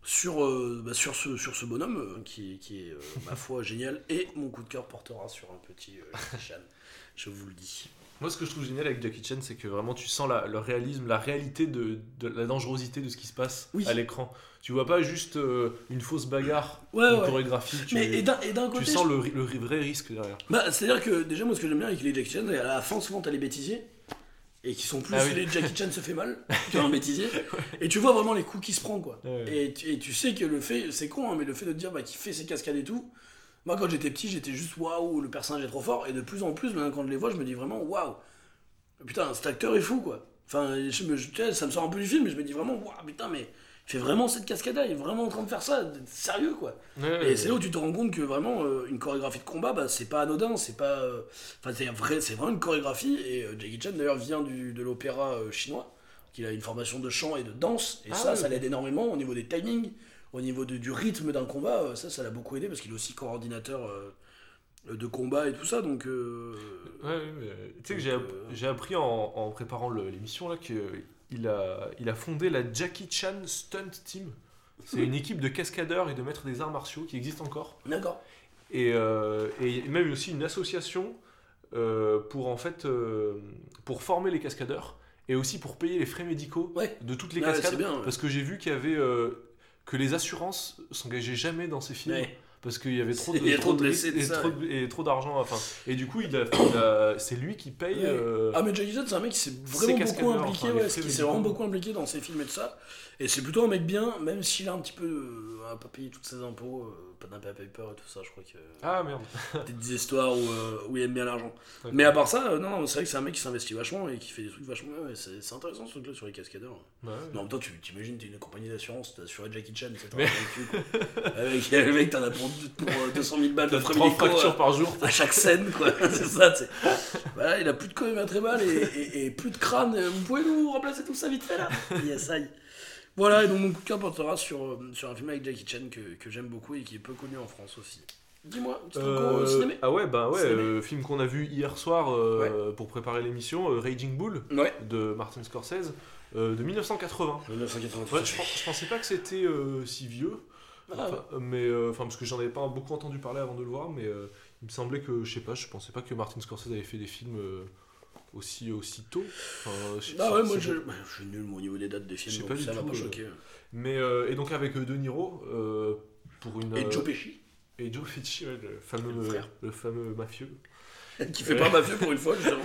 sur, euh, bah, sur, ce, sur ce bonhomme euh, qui, qui est, euh, ma foi, génial. Et mon coup de cœur portera sur un petit euh, Jackie Chan, je vous le dis. Moi, ce que je trouve génial avec Jackie Chan, c'est que vraiment tu sens la, le réalisme, la réalité de, de la dangerosité de ce qui se passe oui. à l'écran. Tu vois pas juste euh, une fausse bagarre, ouais, une ouais. chorégraphie. Tu, Mais, et d'un, et d'un côté, tu sens je... le, le vrai risque derrière. Bah, c'est-à-dire que déjà, moi, ce que j'aime bien avec les Jackie Chan, c'est à la fin, souvent, t'as les bêtisiers. Et qui sont plus ah oui. les Jackie Chan se fait mal qu'un bêtisier. ouais. Et tu vois vraiment les coups qu'il se prend, quoi. Ouais. Et, tu, et tu sais que le fait, c'est con, hein, mais le fait de te dire bah, qu'il fait ses cascades et tout. Moi, quand j'étais petit, j'étais juste waouh, le personnage est trop fort. Et de plus en plus, maintenant, quand je les vois, je me dis vraiment waouh. Putain, cet acteur est fou, quoi. Enfin, je me, je, ça me sort un peu du film, mais je me dis vraiment waouh, putain, mais il fait vraiment cette cascade-là, il est vraiment en train de faire ça, sérieux, quoi. Ouais, et ouais, c'est là où tu te rends compte que vraiment, euh, une chorégraphie de combat, bah, c'est pas anodin, c'est pas. Enfin, euh, c'est, vrai, c'est vraiment une chorégraphie. Et euh, Jackie Chan, d'ailleurs, vient du, de l'opéra euh, chinois, qu'il a une formation de chant et de danse, et ah, ça, ouais, ça l'aide énormément au niveau des timings, au niveau de, du rythme d'un combat, euh, ça, ça l'a beaucoup aidé, parce qu'il est aussi coordinateur euh, de combat et tout ça, donc. Euh, ouais, ouais, tu sais que j'ai, euh, j'ai appris en, en préparant le, l'émission, là, que. Il a, il a fondé la Jackie Chan Stunt Team. C'est une équipe de cascadeurs et de maîtres des arts martiaux qui existe encore. D'accord. Et, euh, et même aussi une association euh, pour, en fait, euh, pour former les cascadeurs et aussi pour payer les frais médicaux ouais. de toutes les ouais, cascades. C'est bien, ouais. Parce que j'ai vu qu'il y avait, euh, que les assurances s'engageaient jamais dans ces films. Ouais. Parce qu'il y avait trop de, il y a trop trop de, de, de, et, ça, trop, ouais. et trop d'argent. Enfin, et du coup, il a, il a, c'est lui qui paye. Ouais. Euh, ah, mais Jackie Chan, c'est un mec qui s'est vraiment beaucoup impliqué, enfin, ouais, qui s'est vraiment beaucoup impliqué dans ses films et tout ça. Et c'est plutôt un mec bien, même s'il a un petit peu euh, pas payé toutes ses impôts, euh, pas d'un paper et tout ça, je crois que. Ah merde. Des histoires où, euh, où il aime bien l'argent. Okay. Mais à part ça, euh, non, non, c'est vrai que c'est un mec qui s'investit vachement et qui fait des trucs vachement bien. C'est, c'est intéressant ce truc-là sur les cascadeurs. Ouais, ouais. Non, en même temps, tu t'imagines, t'es une compagnie d'assurance, t'as assuré Jackie Chan, c'est un cul, quoi. Avec le mec, t'en as pour, pour deux cent mille balles de frais médicaux. trois fractures par jour. À chaque scène, quoi. C'est ça, tu sais. Voilà, il a plus de côte très mal et, et, et plus de crâne. Vous pouvez nous remplacer tout ça vite fait là? Yes, aïe. Voilà, et donc mon coup de cœur portera sur, sur un film avec Jackie Chan que, que j'aime beaucoup et qui est peu connu en France aussi. Dis-moi, tu t'es encore au cinéma? Ah ouais, bah ouais, euh, film qu'on a vu hier soir euh, ouais. pour préparer l'émission, euh, Raging Bull, ouais. de Martin Scorsese, euh, de dix-neuf cent quatre-vingts. dix-neuf cent quatre-vingts. Ouais, je, je pensais pas que c'était euh, si vieux, ah, enfin, ouais. mais euh, enfin parce que j'en avais pas beaucoup entendu parler avant de le voir, mais euh, il me semblait que, je sais pas, je pensais pas que Martin Scorsese avait fait des films euh, aussi, aussi tôt. Enfin, je, ah ouais, moi je, bah, je suis nul au niveau des dates des films, je sais donc pas ça du m'a tout, pas choqué. Euh, mais, euh, et donc avec euh, De Niro, euh, pour une... Et euh, Joe Pesci. Et Joe Pesci, ouais, le, fameux, le, frère. le fameux mafieux. Qui fait pas mafieux pour une fois, justement.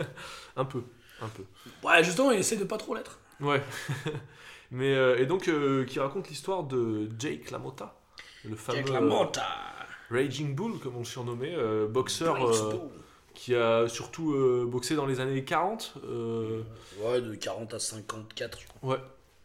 un peu, un peu. Ouais, justement, il essaie de pas trop l'être. Ouais. mais, euh, et donc, euh, qui raconte l'histoire de Jake LaMotta. Le fameux Jake LaMotta. Raging Bull, comme on le surnommait, euh, boxeur euh, qui a surtout euh, boxé dans les années quarante. Euh, ouais, de quarante à cinquante-quatre, je crois. Ouais.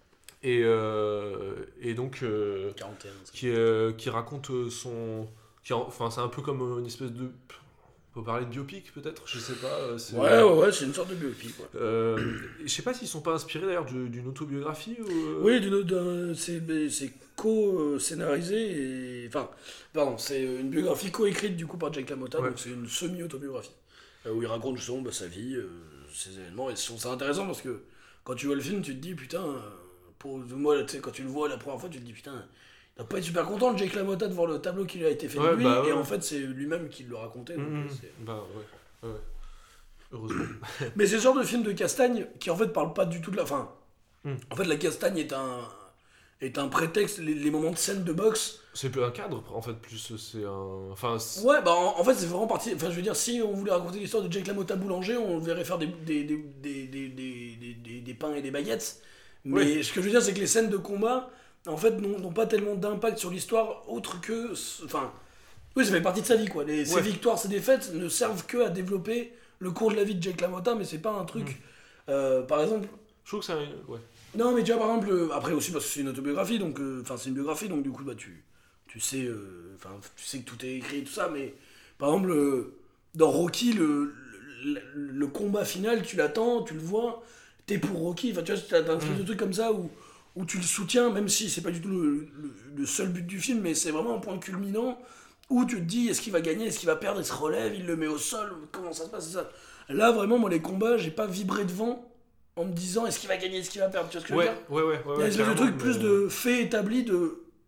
Et, euh, et donc, euh, quarante et un, qui, euh, qui raconte son... Qui, enfin, c'est un peu comme une espèce de... On peut parler de biopic, peut-être? Je sais pas. C'est, ouais, ouais, ouais, c'est une sorte de biopic. Ouais. Euh, je sais pas s'ils sont pas inspirés d'ailleurs d'une autobiographie ou... Euh... Oui, d'une, d'un, c'est, c'est co-scénarisé et... Enfin, pardon, c'est une biographie co-écrite du coup par Jake LaMotta, ouais. Donc c'est une semi-autobiographie. Euh, où il raconte justement bah, sa vie, euh, ses événements, et je trouve ça intéressant parce que quand tu vois le film, tu te dis, putain... Pour moi, tu sais, quand tu le vois la première fois, tu te dis, putain... Il doit pas être super content, le Jake LaMotta, de voir le tableau qui lui a été fait ouais, de lui, bah, ouais. Et en fait, c'est lui-même qui le racontait. Donc mmh, c'est... Bah ouais, ouais. Heureusement. Mais c'est ce genre de film de Castagne qui en fait parle pas du tout de la fin. Mmh. En fait, la Castagne est un, est un prétexte, les, les moments de scène de boxe. C'est un cadre, en fait, plus c'est un. Enfin, c'est... Ouais, bah en, en fait, c'est vraiment parti. Enfin, je veux dire, si on voulait raconter l'histoire de Jake LaMotta boulanger, on verrait faire des, des, des, des, des, des, des, des pains et des baguettes. Mais oui. Ce que je veux dire, c'est que les scènes de combat. En fait, n'ont, n'ont pas tellement d'impact sur l'histoire autre que... Enfin, oui, ça fait partie de sa vie, quoi. Les, ouais. Ses victoires, ses défaites ne servent que à développer le cours de la vie de Jake LaMotta, mais c'est pas un truc... Mmh. Euh, par exemple... Je trouve que c'est un... Ouais. Non, mais tu vois, par exemple... Après aussi, parce que c'est une autobiographie, donc... Enfin, euh, c'est une biographie, donc du coup, bah, tu... Tu sais... Enfin, euh, tu sais que tout est écrit et tout ça, mais... Par exemple, euh, dans Rocky, le, le, le combat final, tu l'attends, tu le vois, t'es pour Rocky. Enfin, tu vois, t'as un mmh. de truc comme ça où... où tu le soutiens, même si c'est pas du tout le, le, le seul but du film, mais c'est vraiment un point culminant où tu te dis est-ce qu'il va gagner, est-ce qu'il va perdre, il se relève, il le met au sol, comment ça se passe, c'est ça. Là vraiment, moi les combats, j'ai pas vibré devant en me disant est-ce qu'il va gagner, est-ce qu'il va perdre, tu vois ce que ouais, je veux dire ouais, ouais, ouais, il y a ouais, des trucs mais... plus de faits établis de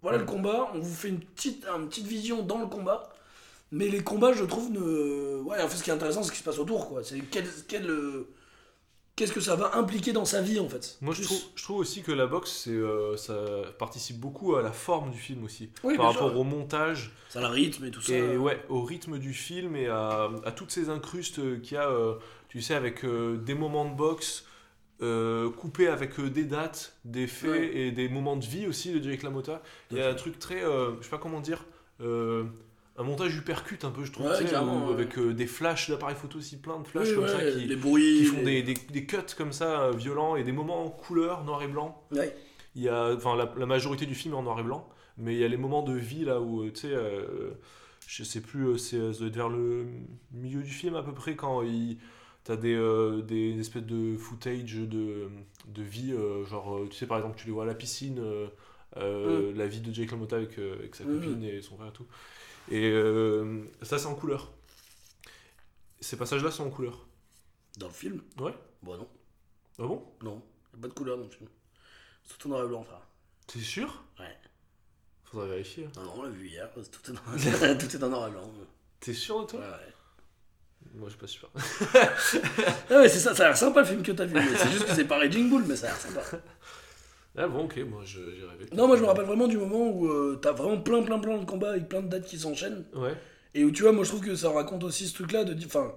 voilà le combat, on vous fait une petite, une petite vision dans le combat, mais les combats, je trouve, ne... ouais, en fait, ce qui est intéressant, c'est ce qui se passe autour, quoi. C'est quel, quel, euh, qu'est-ce que ça va impliquer dans sa vie, en fait. Moi, je trouve, je trouve aussi que la boxe, c'est, euh, ça participe beaucoup à la forme du film aussi. Oui, par bien rapport sûr. au montage. Ça a le rythme et tout ça. Et ouais, au rythme du film et à, à toutes ces incrustes qu'il y a, euh, tu sais, avec euh, des moments de boxe euh, coupés avec euh, des dates, des faits Ouais. et des moments de vie aussi de Jake LaMotta. Il y a un truc très, euh, je sais pas comment dire, euh, un montage hypercute un peu, je trouve, Ouais, tu sais, carrément, où- ouais. avec euh, des flashs d'appareils photo aussi, plein de flashs Oui, comme ouais, ça qui, les bruits. qui font les- des, des, des cuts comme ça euh, violents et des moments en couleur, noir et blanc. Ouais. Il y a, enfin, la, la majorité du film est en noir et blanc, mais il y a les moments de vie là où, tu sais, euh, je sais plus, euh, c'est, ça doit être vers le milieu du film à peu près quand il, t'as des, euh, des espèces de footage de, de vie, euh, genre, euh, tu sais, par exemple, tu les vois à la piscine, euh, euh, la vie de Jake LaMotta avec, euh, avec sa Mm. copine et son frère et tout. Et euh, ça, c'est en couleur. Ces passages-là sont en couleur. Dans le film? Ouais. Bon, non. Ah bon? Non. Il n'y a pas de couleur dans le film. C'est tout en noir et blanc, frère. T'es sûr? Ouais. Faudrait vérifier. Non, non, on l'a vu hier. c'est Tout est dans, tout est en noir et blanc. T'es sûr de toi? Ouais, ouais. Moi, je suis pas sûr. Ah ouais, c'est ça, ça a l'air sympa le film que t'as vu. mais C'est juste que c'est pas Raging Bull, mais ça a l'air sympa. Ah bon, ok, moi je- j'ai rêvé. Non, moi je me rappelle vraiment du moment où euh, t'as vraiment plein, plein, plein de combats avec plein de dates qui s'enchaînent. Ouais. Et où tu vois, moi je trouve que ça raconte aussi ce truc-là de. Enfin.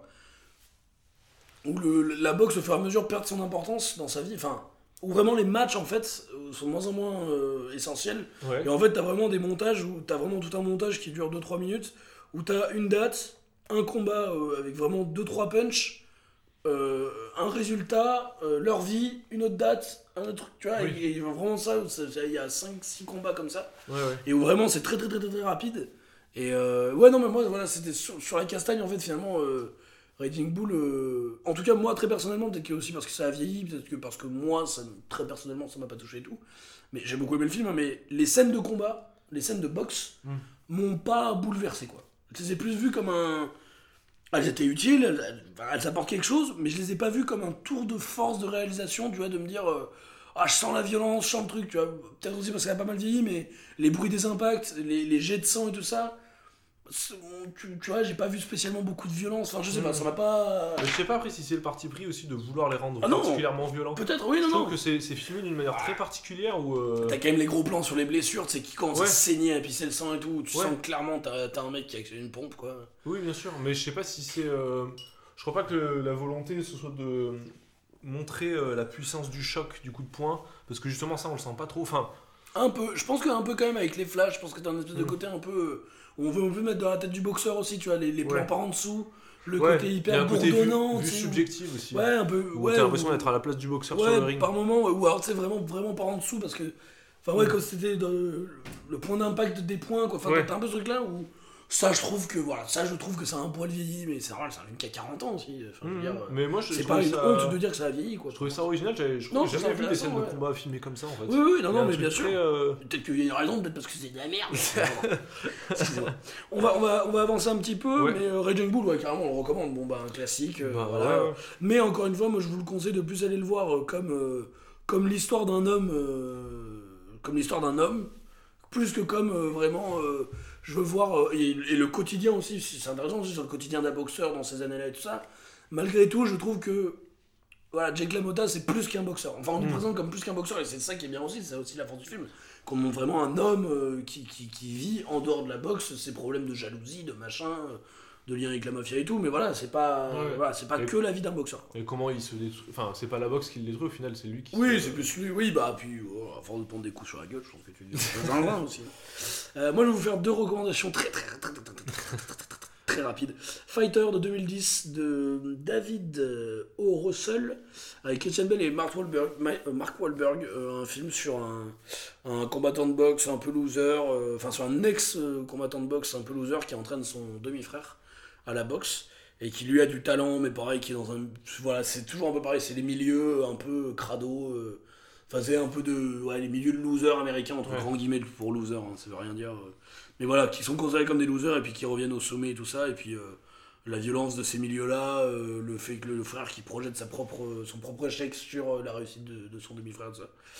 Où le, la boxe au fur et à mesure perd son importance dans sa vie. Enfin. Où vraiment les matchs en fait euh, sont de moins en moins euh, essentiels. Ouais. Et en fait, t'as vraiment des montages où t'as vraiment tout un montage qui dure deux trois minutes, où t'as une date, un combat euh, avec vraiment deux trois punchs, euh, un résultat, euh, leur vie, une autre date, un autre truc, tu vois, Oui. et, et vraiment ça, ça- ça- il y a cinq six combats comme ça, Ouais, ouais. et où vraiment c'est très très très très, très rapide. Et euh, ouais, non, mais moi, voilà, c'était sur, sur la castagne en fait, finalement. Euh, Raging Bull, euh, en tout cas moi très personnellement, peut-être que aussi parce que ça a vieilli, peut-être que parce que moi, ça, très personnellement, ça m'a pas touché et tout. Mais j'ai beaucoup aimé le film, hein, mais les scènes de combat, les scènes de boxe, Mm. m'ont pas bouleversé quoi. Je les ai plus vues comme un. Elles étaient utiles, elles, elles- enfin, elles apportent quelque chose, mais je les ai pas vues comme un tour de force de réalisation, tu vois, de me dire. euh, ah, je sens la violence, je sens le truc, tu vois. Peut-être aussi parce qu'elle a pas mal vieilli, mais les bruits des impacts, les, les jets de sang et tout ça. c'est- Tu, tu vois, j'ai pas vu spécialement beaucoup de violence. Enfin, je sais pas, Mm. ça m'a pas. Mais je sais pas après si c'est le parti pris aussi de vouloir les rendre Ah non. particulièrement violents. Peut-être, oui, Je non, trouve non. que c'est, c'est filmé d'une manière très particulière où. euh, T'as quand même les gros plans sur les blessures, tu sais, qui commencent Ouais. à saigner, à pisser le sang et tout. Tu Ouais. sens que clairement, t'as, t'as un mec qui a une pompe, quoi. Oui, bien sûr, mais je sais pas si c'est. euh, Je crois pas que la volonté ce soit de montrer euh, la puissance du choc du coup de poing, parce que justement ça on le sent pas trop. Enfin, Un peu, je pense qu'un peu quand même avec les flashs, je pense que t'as un espèce de Mm. côté un peu. euh, où on veut, on veut mettre dans la tête du boxeur aussi, tu vois, les, les plans Ouais. par en dessous, le ouais, côté il y a hyper un côté vue, bourdonnant. vue tu sais, où- subjective aussi. Ouais, un peu. Où Ouais, t'as l'impression où- d'être à la place du boxeur ouais, sur le ring. par moment, ouais, ou alors tu sais, vraiment, vraiment par en dessous, parce que. Enfin, ouais, Mm. comme c'était dans le, le point d'impact des points, quoi. Enfin, Ouais. t'as un peu ce truc-là où. Ça, je trouve que, voilà, ça, je trouve que ça a un poil vieilli, mais c'est normal, c'est un film qui a quarante ans aussi. Enfin, je veux Mhm. dire, euh, Mais moi je, je c'est pas trouvais une ça... honte de dire que ça a vieilli, quoi. Je trouvais ça original, j'avais, je Non, crois que je j'ai trouve jamais ça vu des scènes de intéressant, combat filmées comme ça en fait. Oui, oui, non, Il y a non, un mais truc bien très, sûr. euh, Peut-être qu'il y a une raison, peut-être parce que c'est de la merde. Excusez-moi. on, va, on, va, on va avancer un petit peu, Ouais. mais euh, Raging Bull, ouais, carrément, on le recommande. Bon, bah, un classique. euh, bah, voilà. ouais, ouais. Mais encore une fois, moi, je vous le conseille de plus aller le voir euh, comme, euh, comme l'histoire d'un homme. euh, comme l'histoire d'un homme, plus que comme euh, vraiment. euh, je veux voir. euh, et, et le quotidien aussi, c'est intéressant aussi sur le quotidien d'un boxeur dans ces années-là et tout ça. Malgré tout, je trouve que. Voilà, Jake LaMotta, c'est plus qu'un boxeur. Enfin, on nous Mm. présente comme plus qu'un boxeur, et c'est ça qui est bien aussi, c'est aussi la force du film. Qu'on montre vraiment un homme euh, qui, qui, qui vit en dehors de la boxe, ses problèmes de jalousie, de machin, euh, de lien avec la mafia et tout, mais voilà, c'est pas, Ouais. voilà, c'est pas Et- que la vie d'un boxeur. quoi. Et comment il se détruit. Enfin, c'est pas la boxe qui le détruit au final, c'est lui qui. Oui, se- c'est plus lui, oui, bah, puis, oh, à force de prendre des coups sur la gueule, je pense que tu dis un vin aussi. Euh, moi, je vais vous faire deux recommandations très, très, très, très, très, très, très, très, très, très, très rapides. Fighter de deux mille dix de David euh, O. Russell, avec Christian Bale et Mark Wahlberg, Ma- euh, Mark Wahlberg euh, un film sur un, un combattant de boxe un peu loser, euh, enfin sur un ex-combattant de boxe un peu loser qui entraîne son demi-frère à la boxe et qui lui a du talent, mais pareil, qui est dans un. Voilà, c'est toujours un peu pareil, c'est les milieux un peu crado. euh, Enfin, c'est un peu de. Ouais, les milieux de losers américains, entre Ouais. grands guillemets pour loser, hein, ça veut rien dire. euh. Mais voilà, qui sont considérés comme des losers et puis qui reviennent au sommet et tout ça. Et puis euh, la violence de ces milieux-là, euh, le fait que le, le frère qui projette sa propre, son propre échec sur euh, la réussite de, de son demi-frère, tout ça.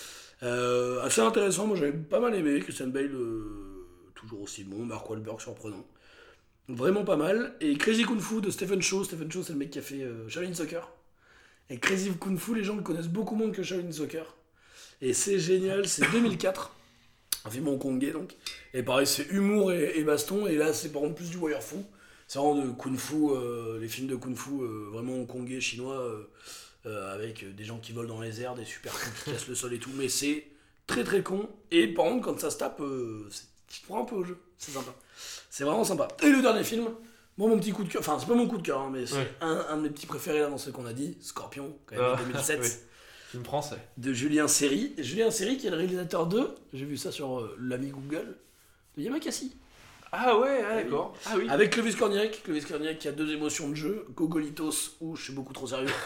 Euh, assez intéressant, moi j'avais pas mal aimé. Christian Bale, euh, toujours aussi bon. Mark Wahlberg, surprenant. Vraiment pas mal. Et Crazy Kung Fu de Stephen Chow. Stephen Chow, c'est le mec qui a fait euh, Shaolin Soccer. Et Crazy Kung Fu, les gens le connaissent beaucoup moins que Shaolin Soccer. Et c'est génial, c'est deux mille quatre. Un film hongkongais donc. Et pareil, c'est humour et, et baston. Et là, c'est par contre plus du warrior fu. C'est vraiment de kung fu, euh, les films de kung fu euh, vraiment hongkongais, chinois, euh, euh, avec des gens qui volent dans les airs, des super coups qui cassent le sol et tout. Mais c'est très très con. Et par contre, quand ça se tape, euh, tu te prends un peu au jeu. C'est sympa. C'est vraiment sympa. Et le dernier film, moi mon petit coup de cœur, enfin c'est pas mon coup de cœur, hein, mais c'est ouais. un, un de mes petits préférés là dans ce qu'on a dit, Scorpion, quand même, ah, deux mille sept. Oui. Film français. De Julien Seri. Julien Seri qui est le réalisateur de, j'ai vu ça sur euh, l'ami Google, de Yamakasi. Ah ouais, ah, d'accord. Ah, oui. Avec Clovis Cornillac. Clovis Cornillac qui a deux émotions de jeu, Gogolitos ou je suis beaucoup trop sérieux.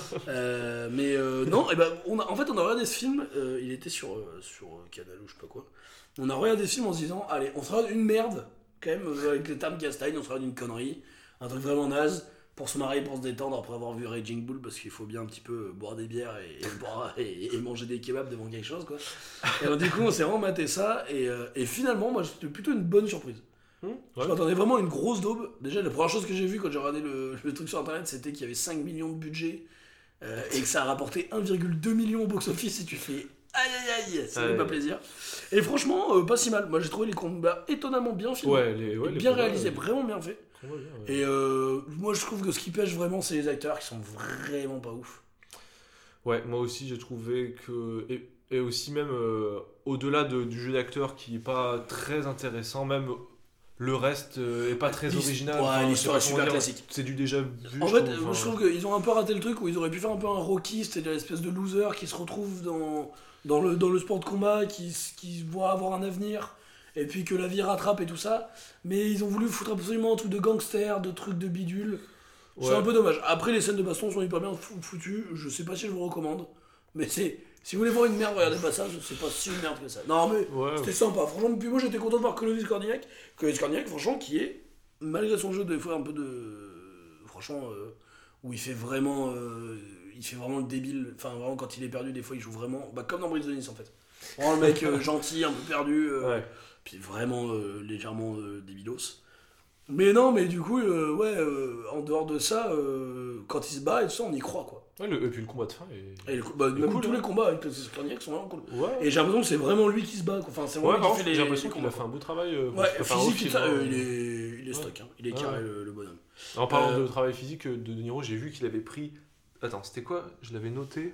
euh, mais euh, non, et ben, on a, en fait on a regardé ce film, euh, il était sur, euh, sur Canal ou je sais pas quoi. On a regardé ce film en se disant, allez, on fera une merde, quand même, euh, avec les termes Gastein, on fera une connerie, un truc vraiment naze. Pour se marrer, pour se détendre après avoir vu Raging Bull, parce qu'il faut bien un petit peu boire des bières et, et, boire, et, et manger des kebabs devant quelque chose, quoi. Et alors, du coup, on s'est vraiment maté ça, et, euh, et finalement, moi, c'était plutôt une bonne surprise. Mmh, ouais. Je m'attendais vraiment à une grosse daube. Déjà, la première chose que j'ai vue quand j'ai regardé le, le truc sur internet, c'était qu'il y avait cinq millions de budget, euh, et que ça a rapporté un virgule deux million au box-office, et tu fais aïe aïe aïe, ça fait ouais, pas ouais. plaisir. Et franchement, euh, pas si mal. Moi, j'ai trouvé les combats étonnamment bien filmés, ouais, les, ouais, bien les réalisés, ouais. vraiment bien faits. Ouais, ouais. Et euh, moi je trouve que ce qui pêche vraiment c'est les acteurs qui sont vraiment pas ouf. Ouais, moi aussi j'ai trouvé que et, et aussi même euh, au-delà de, du jeu d'acteur qui est pas très intéressant, même le reste euh, est pas très L'histoire, original. Ouais, enfin, l'histoire est super dire, classique. C'est du déjà vu. En fait, je trouve, je trouve qu'ils ont un peu raté le truc où ils auraient pu faire un peu un Rocky, c'est-à-dire l'espèce de loser qui se retrouve dans, dans, le, dans le sport de combat, qui, qui voit avoir un avenir. Et puis que la vie rattrape et tout ça, mais ils ont voulu foutre absolument un truc de gangster, de trucs de bidule. Ouais. C'est un peu dommage. Après, les scènes de baston sont hyper bien foutues, je sais pas si je vous recommande, mais c'est, si vous voulez voir une merde, regardez pas ça, c'est pas si une merde que ça. Non mais ouais, c'était ouais. sympa, franchement, puis moi j'étais content de voir Clovis Cornillac, Clovis Cornillac, franchement, qui est, malgré son jeu des fois un peu de... Franchement, euh, où il fait vraiment... Euh, il fait vraiment le débile, enfin vraiment quand il est perdu, des fois il joue vraiment... Bah, comme dans Brise de Nice en fait. Vraiment le mec euh, gentil, un peu perdu... Euh, ouais. Puis vraiment euh, légèrement euh, débilos. Mais non, mais du coup, euh, ouais, euh, en dehors de ça, euh, quand il se bat et tout ça, on y croit, quoi. Ouais, le, et puis le combat de fin est... Et le, bah, même cool, tous hein. les combats avec les Cornillac sont vraiment cool. Ouais. Et j'ai l'impression que c'est vraiment lui qui se bat, quoi. Enfin, c'est ouais, vraiment fait les, j'ai l'impression qu'il a fait un beau travail. Euh, ouais, physique, et ça, euh, il est, il est stock, hein. Il est carré, ouais. le, le bonhomme. En parlant euh, de travail physique de De Niro, j'ai vu qu'il avait pris... Attends, c'était quoi ? Je l'avais noté.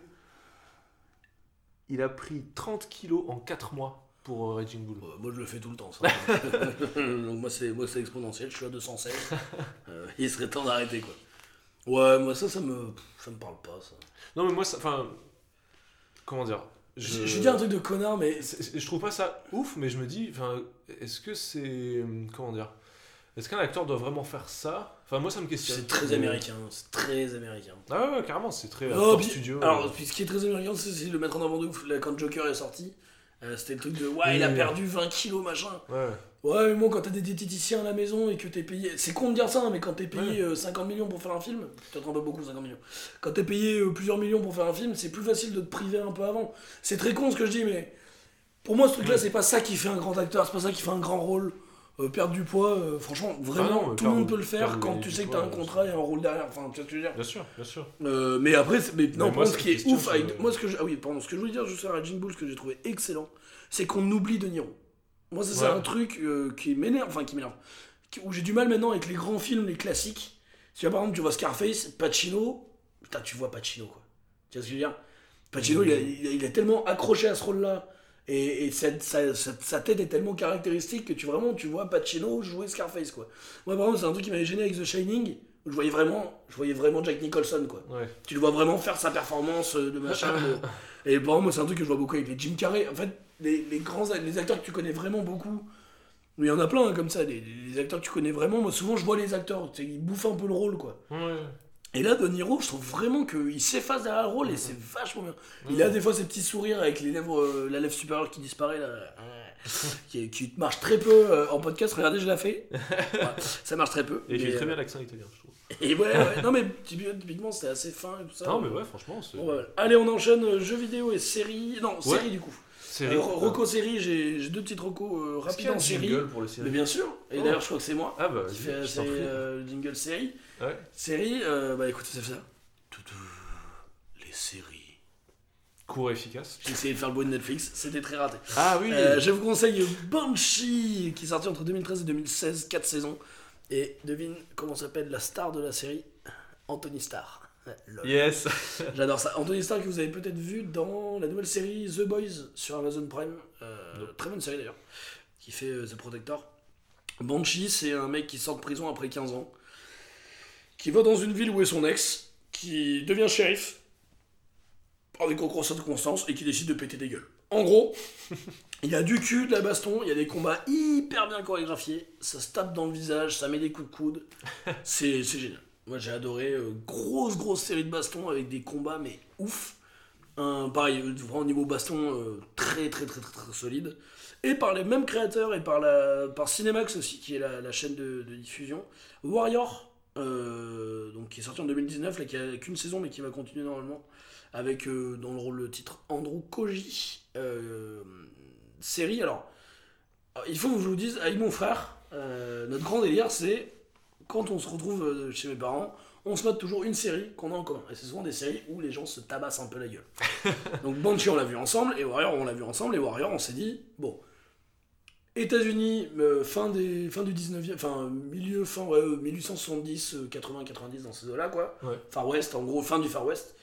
Il a pris trente kilos en quatre mois. Pour euh, Raging Bull. Euh, moi je le fais tout le temps ça. Donc moi c'est, moi c'est exponentiel, je suis à deux cent seize. euh, il serait temps d'arrêter quoi. Ouais, moi ça, ça me, ça me parle pas ça. Non mais moi ça, enfin, comment dire je... je dis un truc de connard mais... C'est, je trouve pas ça ouf mais je me dis, enfin, est-ce que c'est, comment dire, est-ce qu'un acteur doit vraiment faire ça ? Enfin moi ça me questionne. C'est très américain, c'est très américain. Ah ouais, ouais carrément, c'est très oh, puis, studio. Alors, puis ce qui est très américain c'est, c'est le mettre en avant de ouf, là, quand Joker est sorti. Euh, c'était le truc de ouais, il a perdu vingt kilos machin. Ouais. Ouais, mais bon, quand t'as des diététiciens à la maison et que t'es payé. C'est con de dire ça, hein, mais quand t'es payé ouais. euh, cinquante millions pour faire un film, peut-être un peu beaucoup cinquante millions. Quand t'es payé euh, plusieurs millions pour faire un film, c'est plus facile de te priver un peu avant. C'est très con ce que je dis, mais pour moi, ce truc-là, ouais. c'est pas ça qui fait un grand acteur, c'est pas ça qui fait un grand rôle. Euh, perdre du poids, euh, franchement, vraiment, ah non, tout le monde peut le faire quand tu sais que t'as un contrat et un rôle derrière. Enfin, tu vois ce que je veux dire ? Bien sûr, bien sûr. Euh, mais après, mais, non, mais moi, ce qui est ouf, avec, euh... moi, ce que je, ah oui, pardon, ce que je voulais dire, juste sur Raging Bull, ce que j'ai trouvé excellent, c'est qu'on oublie De Niro. Moi, ça, c'est ouais. un truc euh, qui m'énerve, enfin, qui m'énerve, qui, où j'ai du mal maintenant avec les grands films, les classiques. Si par exemple, tu vois Scarface, Pacino, putain, tu vois Pacino, quoi. Tu vois ce que je veux dire ? Pacino, mmh. il, a, il, a, il a tellement accroché à ce rôle-là. Et, et sa, sa, sa, sa tête est tellement caractéristique que tu vraiment tu vois Pacino jouer Scarface quoi. Moi par exemple c'est un truc qui m'avait gêné avec The Shining où je voyais vraiment je voyais vraiment Jack Nicholson quoi. Ouais. Tu le vois vraiment faire sa performance de machin. de... Et par exemple moi c'est un truc que je vois beaucoup avec les Jim Carrey. En fait les, les grands les acteurs que tu connais vraiment beaucoup. Il y en a plein hein, comme ça les, les acteurs que tu connais vraiment. Moi souvent je vois les acteurs ils bouffent un peu le rôle quoi. Ouais. Et là, De Niro, je trouve vraiment qu'il s'efface derrière le rôle et c'est vachement bien. Il a des fois ces petits sourires avec les lèvres, euh, la lèvre supérieure qui disparaît, là, qui, qui marche très peu euh, en podcast. Regardez, je l'ai fait. Ouais, ça marche très peu. Et j'ai très bien l'accent italien, je trouve. Et ouais, ouais, non mais typiquement, c'était assez fin et tout ça. Non, mais ouais, franchement. C'est... Bon, ouais. Allez, on enchaîne jeux vidéo et séries. Non, ouais. séries du coup. Série. Euh, Rocco série, j'ai, j'ai deux petites recos euh, rapides en série. Jingle pour les séries. Mais bien sûr. Et Oh. d'ailleurs, je crois que c'est moi Ah bah, qui vas-y, fait la je t'en série, prie. euh, le jingle série. Ouais. Série, euh, bah écoutez, c'est ça. Toutou, les séries. Court et efficace. J'ai essayé de faire le bruit de Netflix, c'était très raté. Ah oui. Euh, je vous conseille Banshee, qui est sorti entre deux mille treize et deux mille seize, quatre saisons. Et devine comment s'appelle la star de la série, Anthony Starr. Ouais, lol. Yes. J'adore ça. Anthony Starr que vous avez peut-être vu dans la nouvelle série The Boys sur Amazon Prime. Euh, Non. très bonne série d'ailleurs. Qui fait euh, The Protector. Banshee, c'est un mec qui sort de prison après quinze ans. Qui va dans une ville où est son ex. Qui devient shérif. Par des concours de circonstances. Et qui décide de péter des gueules. En gros, il y a du cul, de la baston. Il y a des combats hyper bien chorégraphiés. Ça se tape dans le visage. Ça met des coups de coude. C'est, c'est génial. Moi j'ai adoré, euh, grosse grosse série de baston avec des combats mais ouf. Un, pareil, euh, vraiment au niveau baston euh, très, très très très très solide. Et par les mêmes créateurs et par, la, par Cinemax aussi qui est la, la chaîne de, de diffusion. Warrior, euh, donc, qui est sorti en deux mille dix-neuf, là, qui a qu'une saison mais qui va continuer normalement. Avec euh, dans le rôle le titre Andrew Koji. Euh, série, alors, alors, il faut que je vous dise, avec mon frère, euh, notre grand délire c'est... Quand on se retrouve chez mes parents, on se mate toujours une série qu'on a en commun. Et c'est souvent des séries où les gens se tabassent un peu la gueule. Donc Banshee, on l'a vu ensemble, et Warrior, on l'a vu ensemble, et Warrior, on s'est dit, bon, États-Unis, euh, fin, des, fin du dix-neuvième, enfin, milieu, fin, ouais, mille huit cent soixante-dix, quatre-vingts, quatre-vingt-dix, dans ces eaux-là, quoi. Ouais. Far West, en gros, fin du Far West.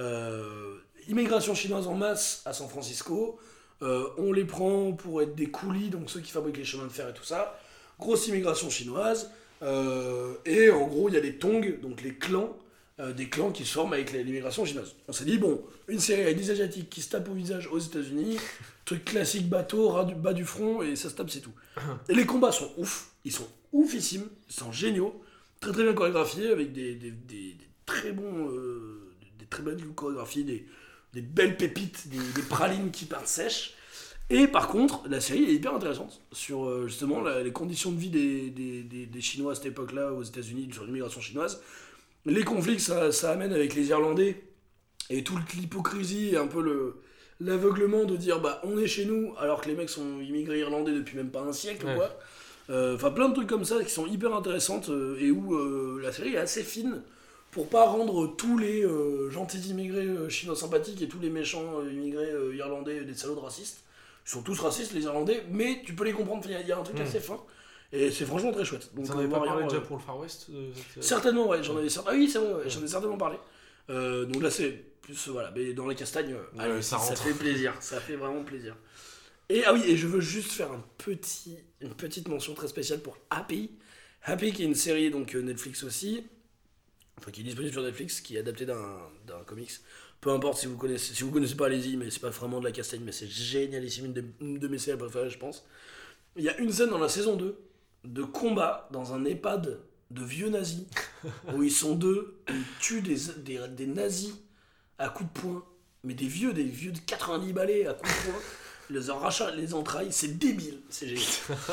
Euh, immigration chinoise en masse à San Francisco. Euh, on les prend pour être des coulis, donc ceux qui fabriquent les chemins de fer et tout ça. Grosse immigration chinoise. Euh, et en gros, il y a des tongs, donc les clans, euh, des clans qui se forment avec l'immigration chinoise. On s'est dit, bon, une série avec des Asiatiques qui se tapent au visage aux États-Unis, truc classique bateau, ras du, bas du front, et ça se tape, c'est tout. Et les combats sont ouf, ils sont oufissimes, ils sont géniaux, très très bien chorégraphiés, avec des, des, des, des très bons, euh, des très belles chorégraphies, des, des belles pépites, des, des pralines qui partent sèches. Et par contre, la série est hyper intéressante sur euh, justement la, les conditions de vie des, des, des, des Chinois à cette époque-là aux États-Unis, sur l'immigration chinoise. Les conflits que ça, ça amène avec les Irlandais et toute l'hypocrisie et un peu le, l'aveuglement de dire bah on est chez nous alors que les mecs sont immigrés irlandais depuis même pas un siècle Ouais. ou quoi. Enfin euh, plein de trucs comme ça qui sont hyper intéressantes euh, et où euh, la série est assez fine pour pas rendre tous les euh, gentils immigrés euh, chinois sympathiques et tous les méchants euh, immigrés euh, irlandais des salauds de racistes. Ils sont tous racistes, les Irlandais, mais tu peux les comprendre, il y, y a un truc Mm. assez fin, et c'est franchement très chouette. Donc, Vous en avez euh, pas Warrior, parlé euh, déjà pour le Far West euh, cette- certainement, ouais, j'en avais cer- ah oui, c'est vrai, ouais, j'en ai certainement parlé. Euh, donc là, c'est plus, euh, voilà, mais dans les castagnes, euh, Ouais, allez, ça ça, rentre. fait plaisir, ça fait vraiment plaisir. Et ah oui, et je veux juste faire un petit, une petite mention très spéciale pour Happy. Happy, qui est une série, donc euh, Netflix aussi, enfin qui est disponible sur Netflix, qui est adaptée d'un, d'un comics. Peu importe si vous connaissez, si vous connaissez pas, allez-y, mais c'est pas vraiment de la castagne, mais c'est génialissime, une de, une de mes séries préférées, je pense. Il y a une scène dans la saison deux de combat dans un EHPAD de vieux nazis, où ils sont deux, et ils tuent des, des, des nazis à coups de poing, mais des vieux, des vieux de quatre-vingt-dix balais à coups de poing, ils les arrachent les entrailles, c'est débile, c'est génial.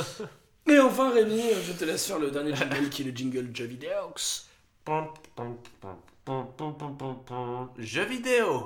Et enfin, Rémi, je te laisse faire le dernier jingle qui est le jingle Jeux vidéo. Jeux vidéo.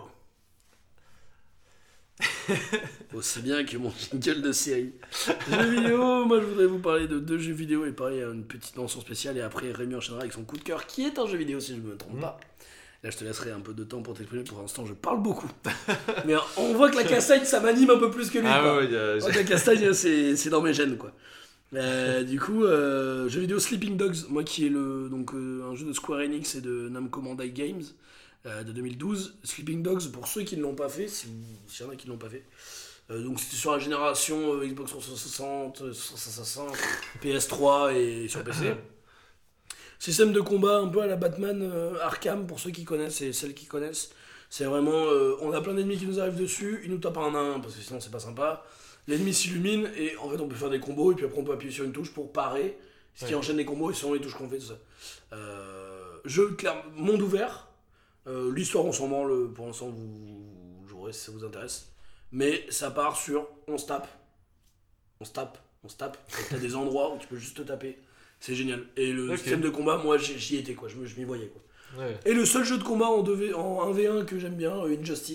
Aussi bien que mon jingle de série. Jeux vidéo, moi je voudrais vous parler de deux jeux vidéo et pareil, une petite mention spéciale. Et après, Rémi enchaînera avec son coup de cœur, qui est un jeu vidéo si je ne me trompe Mmh. pas. Là, je te laisserai un peu de temps pour t'exprimer. Pour l'instant, je parle beaucoup. Mais on voit que la castagne, ça m'anime un peu plus que lui. Ah quoi. ouais, ouais, y a- On voit que la castagne, c'est, c'est dans mes gènes, quoi. Euh, du coup, euh, jeu vidéo Sleeping Dogs, moi qui est le, donc, euh, un jeu de Square Enix et de Namco Bandai Games euh, de deux mille douze. Sleeping Dogs, pour ceux qui ne l'ont pas fait, si vous- s'il y en a qui ne l'ont pas fait, euh, donc c'était sur la génération euh, Xbox trois cent soixante, euh, trois cent soixante, P S trois et sur P C. Système de combat un peu à la Batman euh, Arkham, pour ceux qui connaissent et celles qui connaissent. C'est vraiment, euh, on a plein d'ennemis qui nous arrivent dessus, ils nous tapent un à un, parce que sinon c'est pas sympa. L'ennemi s'illumine et en fait on peut faire des combos et puis après on peut appuyer sur une touche pour parer, ce qui Ouais. enchaîne les combos et selon les touches qu'on fait, tout ça. Euh, jeu clair, monde ouvert, euh, l'histoire on s'en branle, pour l'instant vous, vous jouerez si ça vous intéresse. Mais ça part sur on se tape, on se tape, on se tape, et t'as des endroits où tu peux juste te taper, c'est génial. Et le Ok. système de combat, moi j'y j'y étais quoi, je, me- je m'y voyais quoi. Ouais. Et le seul jeu de combat en, deux v, en un v un que j'aime bien, euh, Injustice,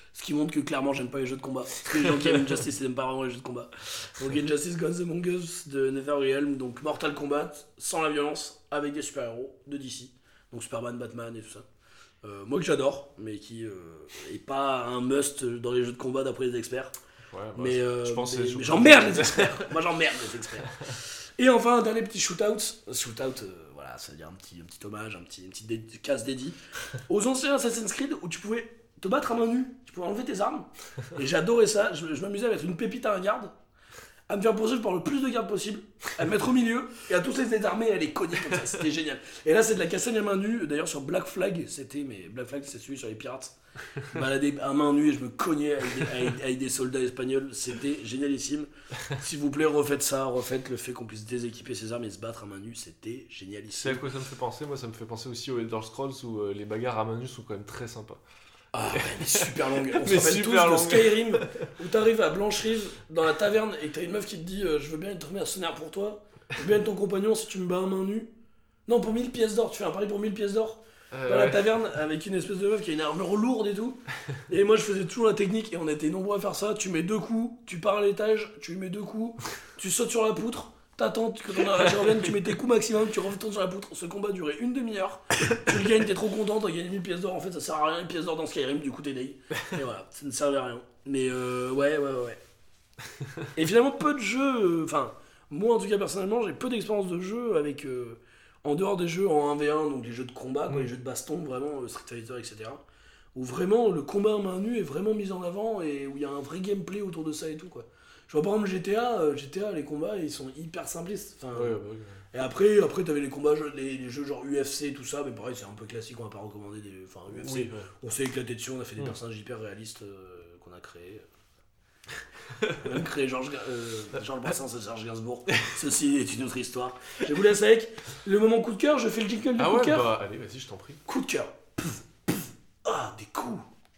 Ce qui montre que clairement j'aime pas les jeux de combat. Parce que les gens qui aiment Injustice, ils aiment pas vraiment les jeux de combat. Donc Injustice Gods Among Us de NetherRealm, donc Mortal Kombat, sans la violence, avec des super-héros de D C. Donc Superman, Batman et tout ça. Euh, moi que j'adore, mais qui euh, est pas un must dans les jeux de combat d'après les experts. Ouais, bah, mais, euh, je pense mais, que mais j'emmerde les experts. Moi j'emmerde les experts. Et enfin un dernier petit shootout. Shootout, euh, voilà, ça veut dire un petit, un petit hommage, un petit, une petite dé- case dédiée aux anciens Assassin's Creed où tu pouvais te battre à main nue, tu pouvais enlever tes armes. Et j'adorais ça. Je, je m'amusais à mettre une pépite à un garde, à me faire poursuivre par le plus de gardes possible, à me mettre au milieu et à tous les désarmer et à les cogner comme ça. C'était génial. Et là, c'est de la castagne à main nue. D'ailleurs, sur Black Flag, c'était. Mais Black Flag, c'est celui sur les pirates. Je me baladais à main nue et je me cognais avec des, avec, avec des soldats espagnols. C'était génialissime. S'il vous plaît, refaites ça. Refaites le fait qu'on puisse déséquiper ses armes et se battre à main nue. C'était génialissime. C'est à quoi ça me fait penser? Moi, ça me fait penser aussi aux Elder Scrolls où euh, les bagarres à main nue sont quand même très sympas. Ah ouais, mais super longue. On se Mais rappelle tous super de longue. Skyrim où t'arrives à Blancherive dans la taverne et que t'as une meuf qui te dit euh, je veux bien être mercenaire pour toi, je veux bien être ton compagnon si tu me bats à main nue. Non, pour mille pièces d'or, tu fais un pari pour mille pièces d'or Euh, dans la ouais. taverne avec une espèce de meuf qui a une armure lourde et tout. Et moi je faisais toujours la technique et on était nombreux à faire ça. Tu mets deux coups, tu pars à l'étage, tu lui mets deux coups, tu sautes sur la poutre. T'attends, quand on a la revienne, tu mets tes coups maximum, tu retournes sur la poutre. Ce combat durait une demi-heure. Tu le gagnes, t'es trop content, t'as gagné mille pièces d'or. En fait, ça sert à rien, une pièce d'or dans Skyrim, du coup t'es day. Et voilà, ça ne servait à rien. Mais euh, ouais, ouais, ouais. Et finalement, peu de jeux. Enfin, euh, moi en tout cas, personnellement, j'ai peu d'expérience de jeu avec. Euh, en dehors des jeux en un v un, donc les jeux de combat, quoi, Mm. les jeux de baston, vraiment, euh, Street Fighter, et cetera. Où vraiment le combat à main nue est vraiment mis en avant et où il y a un vrai gameplay autour de ça et tout, quoi. Je vois par exemple G T A, euh, G T A, les combats ils sont hyper simplistes. Enfin, Ouais, ouais, ouais. et après, après t'avais les combats, jeux- les, les jeux genre U F C, tout ça, mais pareil, c'est un peu classique, on va pas recommander des. Enfin, U F C, Oui, ouais. on s'est éclaté dessus, on a fait des Mm. personnages hyper réalistes euh, qu'on a créés. On a créé Georges Ga- euh, Georges Brassens et Serge Gainsbourg. Ceci est une autre histoire. Je vous laisse avec le moment coup de cœur, je fais le jingle du Ah coup ouais, de cœur. bah allez, vas-y, je t'en prie. Coup de cœur. Pff, pff. Ah, des coups.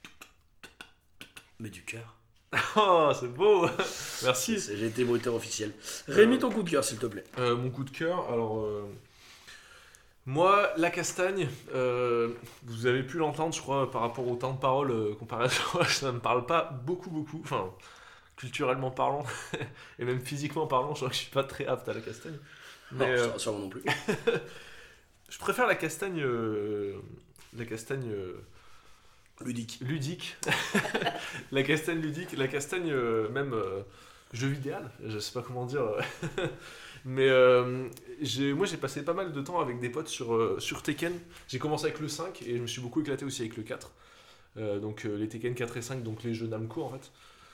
Mais du cœur. Oh, c'est beau. Merci. C'est- J'ai été bruiteur officiel. Rémi, ton coup de cœur, s'il te plaît. Euh, mon coup de cœur, alors euh, moi, la castagne, euh, vous avez pu l'entendre, je crois, par rapport au temps de parole euh, comparé à toi, ça ne me parle pas beaucoup, beaucoup, enfin, culturellement parlant, et même physiquement parlant, je crois que je suis pas très apte à la castagne. Mais Non, euh, sur- sûrement non plus. je préfère la castagne, euh, la castagne euh, Ludique. ludique, la castagne ludique, la castagne euh, même euh, jeu vidéo, je sais pas comment dire. Mais euh, j'ai, moi j'ai passé pas mal de temps avec des potes sur, euh, sur Tekken. J'ai commencé avec le cinq et je me suis beaucoup éclaté aussi avec le quatre. Euh, donc euh, les Tekken quatre et cinq, donc les jeux Namco en fait.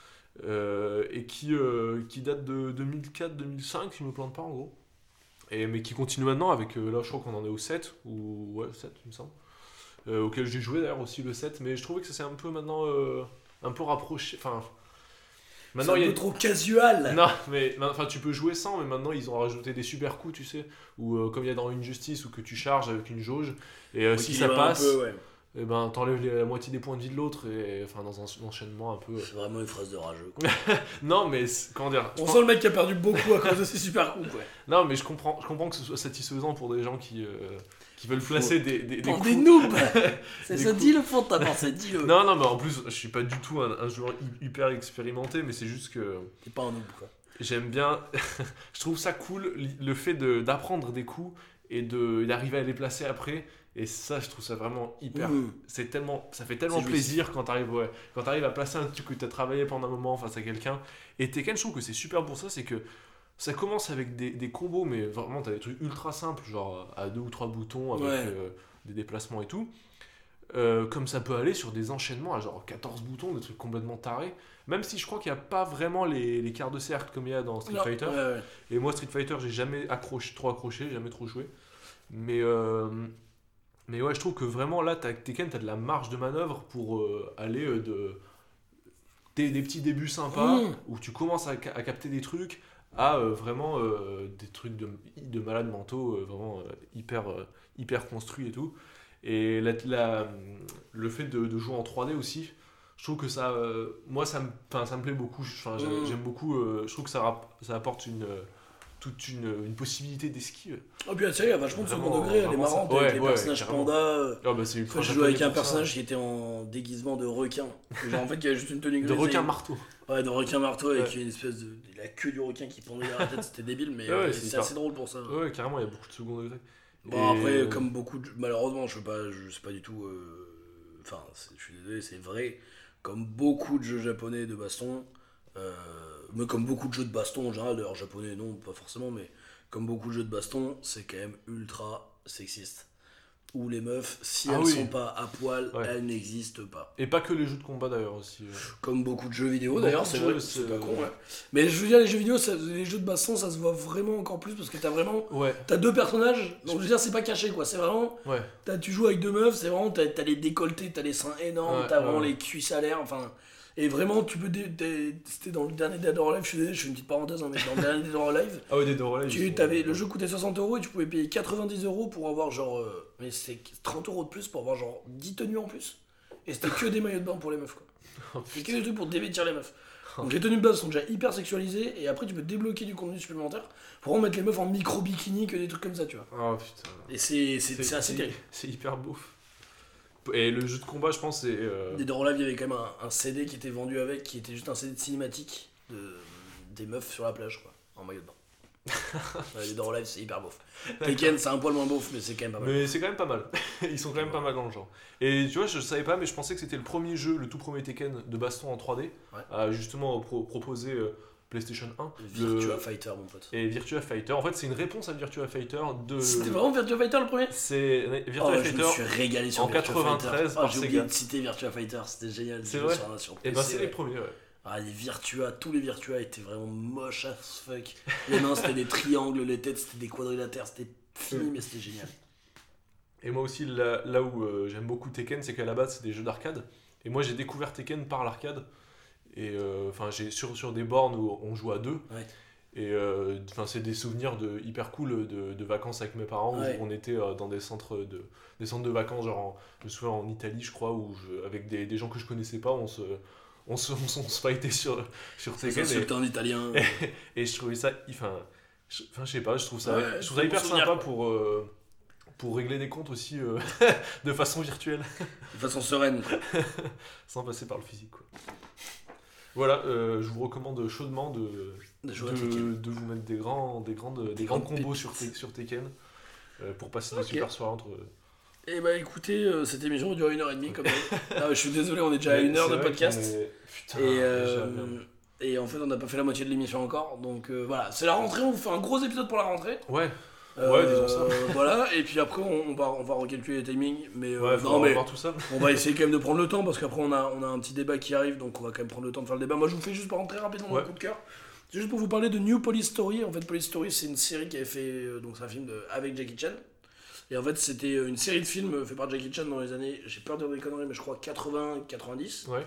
Euh, et qui, euh, qui datent de deux mille quatre deux mille cinq, si je me plante pas en gros. Et, mais qui continuent maintenant avec, euh, là je crois qu'on en est au sept, ou ouais sept il me semble. Euh, auquel j'ai joué d'ailleurs aussi le sept, mais je trouvais que ça s'est un peu maintenant euh, un peu rapproché. Enfin, Maintenant, c'est un il y a peu trop casual. non, mais enfin tu peux jouer sans, mais maintenant ils ont rajouté des super coups, tu sais, ou euh, comme il y a dans Injustice où que tu charges avec une jauge et euh, si ça Équilibre un passe, peu, ouais. et ben t'enlèves les- la moitié des points de vie de l'autre et enfin dans un enchaînement un peu. euh. C'est vraiment une phrase de rageux, quoi. Non mais c'est- comment dire je On pense- sent le mec qui a perdu beaucoup à cause de ses super coups, quoi. Non mais je comprends, je comprends que ce soit satisfaisant pour des gens qui euh, qui veulent placer des des, des Pour coups. des noobs. C'est Des ça, coups. dis le fond de ta pensée, dis-le. Non non mais en plus je suis pas du tout un, un joueur hy- hyper expérimenté, mais c'est juste que T'es pas un noob, quoi. j'aime bien, je trouve ça cool li- le fait de, d'apprendre des coups et de, d'arriver à les placer après. Et ça, je trouve ça vraiment hyper. Mmh. C'est tellement, ça fait tellement C'est plaisir quand t'arrives, ouais, quand t'arrives à placer un truc que t'as travaillé pendant un moment face à quelqu'un. Et Tekken, je trouve que c'est super pour ça, c'est que ça commence avec des, des combos, mais vraiment t'as des trucs ultra simples, genre à deux ou trois boutons avec Ouais. euh, des déplacements et tout. Euh, comme ça peut aller sur des enchaînements à genre quatorze boutons, des trucs complètement tarés. Même si je crois qu'il n'y a pas vraiment les, les quarts de cercle comme il y a dans Street Non, Fighter. ouais, ouais. Et moi, Street Fighter, j'ai jamais accroché, trop accroché, j'ai jamais trop joué. Mais, euh, mais ouais, je trouve que vraiment là, t'as, Tekken, t'as de la marge de manœuvre pour euh, aller euh, de des, des petits débuts sympas Mmh. où tu commences à, ca- à capter des trucs à euh, vraiment euh, des trucs de, de malades mentaux, euh, vraiment euh, hyper, euh, hyper construits et tout. Et la, la- le fait de, de jouer en trois D aussi, je trouve que ça, euh, moi, ça me, 'fin, ça me plaît beaucoup. Enfin, j'ai- Mmh. j'aime beaucoup. euh, je trouve que ça, rap- ça apporte une, euh, toute une, une possibilité d'esquive. Oh, puis la série a vachement de second degré, elle est marrante, ouais, avec les ouais, personnages carrément. panda. Ah bah c'est Enfin, j'ai joué avec un personnage qui était en déguisement de requin. Genre en fait, qui avait juste une tenue de grise. requin et- marteau. Ouais, de requin marteau avec Ouais. une espèce de. La queue du requin qui pendait derrière la tête, c'était débile, mais Ouais, ouais, euh, c'est c'est hyper- assez drôle pour ça. Ouais, carrément, il y a beaucoup de second degré. Bon, Et- après, comme beaucoup de. Malheureusement, je sais pas, je sais pas du tout. euh, Enfin, c'est- je suis désolé, c'est vrai. Comme beaucoup de jeux japonais de baston, euh, mais comme beaucoup de jeux de baston en général, d'ailleurs japonais non, pas forcément, mais comme beaucoup de jeux de baston, c'est quand même ultra sexiste. Où les meufs, si Ah elles oui. sont pas à poil, Ouais. elles n'existent pas. Et pas que les jeux de combat d'ailleurs aussi. euh. Comme beaucoup de jeux vidéo Beaucoup d'ailleurs, de c'est jeux, vrai, c'est- c'est pas con, ouais. Mais je veux dire, les jeux vidéo, ça- les jeux de baston, ça se voit vraiment encore plus parce que t'as vraiment. Ouais, T'as deux personnages, donc je veux dire, c'est pas caché quoi, c'est vraiment. ouais. T'as- tu joues avec deux meufs, c'est vraiment, t'as, t'as les décolletés, t'as les seins énormes, Ouais, t'as ouais, vraiment ouais. les cuisses à l'air, enfin. Et vraiment, tu peux. dé- dé- C'était dans le dernier Dead or Alive, je suis désolé, je fais une petite parenthèse, hein, mais dans le dernier Dead or Alive, Ah ouais, des Dora tu, t'avais, le jeu coûtait soixante euros et tu pouvais payer quatre-vingt-dix euros pour avoir genre. euh, mais c'est trente euros de plus pour avoir genre dix tenues en plus. Et c'était que des maillots de bain pour les meufs quoi. Oh, C'est que des trucs pour dévêtir les meufs. Donc les tenues de base sont déjà hyper sexualisées et après tu peux débloquer du contenu supplémentaire pour en mettre les meufs en micro-bikini que des trucs comme ça, tu vois. Oh putain. Et c'est, c'est, c'est assez terrible. C'est hyper beau. Et le jeu de combat, je pense, c'est. euh, Des Dead or Alive, il y avait quand même un, un C D qui était vendu avec, qui était juste un C D de cinématique de, des meufs sur la plage, quoi, en maillot de bain. Ouais, les Dead or Alive, c'est hyper beauf. Tekken, c'est un poil moins beauf, mais c'est quand même pas mal. Mais c'est quand même pas mal. Ils sont quand même pas mal dans le genre. Et tu vois, je savais pas, mais je pensais que c'était le premier jeu, le tout premier Tekken de baston en trois D, Ouais. à justement pro- proposer euh, PlayStation un. Virtua le- Fighter, mon pote. Et Virtua Fighter. En fait, c'est une réponse à Virtua Fighter de. C'était vraiment Virtua Fighter le premier? C'est Oh, Virtua ouais, je Fighter. me suis régalé sur en Virtua quatre-vingt-treize Fighter. Oh, par j'ai oublié Sega. de citer Virtua Fighter, c'était génial. C'est j'ai vrai joué sur- sur Et P C, ben c'est ouais. les premiers, ouais. Ah, les Virtua, tous les Virtua étaient vraiment moches as fuck. Les mains c'était des triangles, les têtes c'était des quadrilatères, c'était fini mais c'était génial. Et moi aussi, là, là où euh, j'aime beaucoup Tekken, c'est qu'à la base, c'est des jeux d'arcade. Et moi, j'ai découvert Tekken par l'arcade. Et euh, enfin, j'ai sur, sur des bornes où on joue à deux. Ouais. Et euh, enfin, c'est des souvenirs de, hyper cool de, de vacances avec mes parents. Ouais. Où on était euh, dans des centres de, des centres de vacances, genre en, je me souviens en Italie, je crois, où je- avec des, des gens que je connaissais pas, on se, on se, on se, on se fightait sur, sur C'est Tekken. Et, insulté en italien. et je trouvais ça. Enfin, je, enfin, je sais pas, je trouve ça, Ouais, je trouve ça c'est hyper bon souvenir, sympa quoi. pour. euh, pour régler des comptes aussi euh, de façon virtuelle, De façon sereine. quoi. sans passer par le physique. Quoi. Voilà, euh, je vous recommande chaudement de, De de, jouer à Tekken. de vous mettre des grands, des grandes, des Des grands grandes combos sur, pépites. Te- sur Tekken euh, pour passer Ok. des super soirées entre. Et bah écoutez, euh, cette émission dure une heure et demie comme ça. Ah, je suis désolé, on est déjà à Mais une heure c'est de vrai podcast. qu'on est- Putain, Et, euh, déjà, merde. et en fait, on n'a pas fait la moitié de l'émission encore. Donc euh, voilà, c'est la rentrée, on vous fait un gros épisode pour la rentrée. Ouais, Euh, Ouais, disons ça. Voilà, et puis après, on, on va, on va recalculer les timings. Mais, euh, ouais, faut non, mais voir tout ça. on va essayer quand même de prendre le temps parce qu'après, on a, on a un petit débat qui arrive. Donc on va quand même prendre le temps de faire le débat. Moi, je vous fais juste par exemple très rapidement mon Ouais. coup de cœur. C'est juste pour vous parler de New Police Story. En fait, Police Story, c'est une série qui avait fait. euh, donc, c'est un film de- avec Jackie Chan. Et en fait, c'était une série de films fait par Jackie Chan dans les années. J'ai peur de dire des conneries, mais je crois quatre-vingts quatre-vingt-dix. Ouais.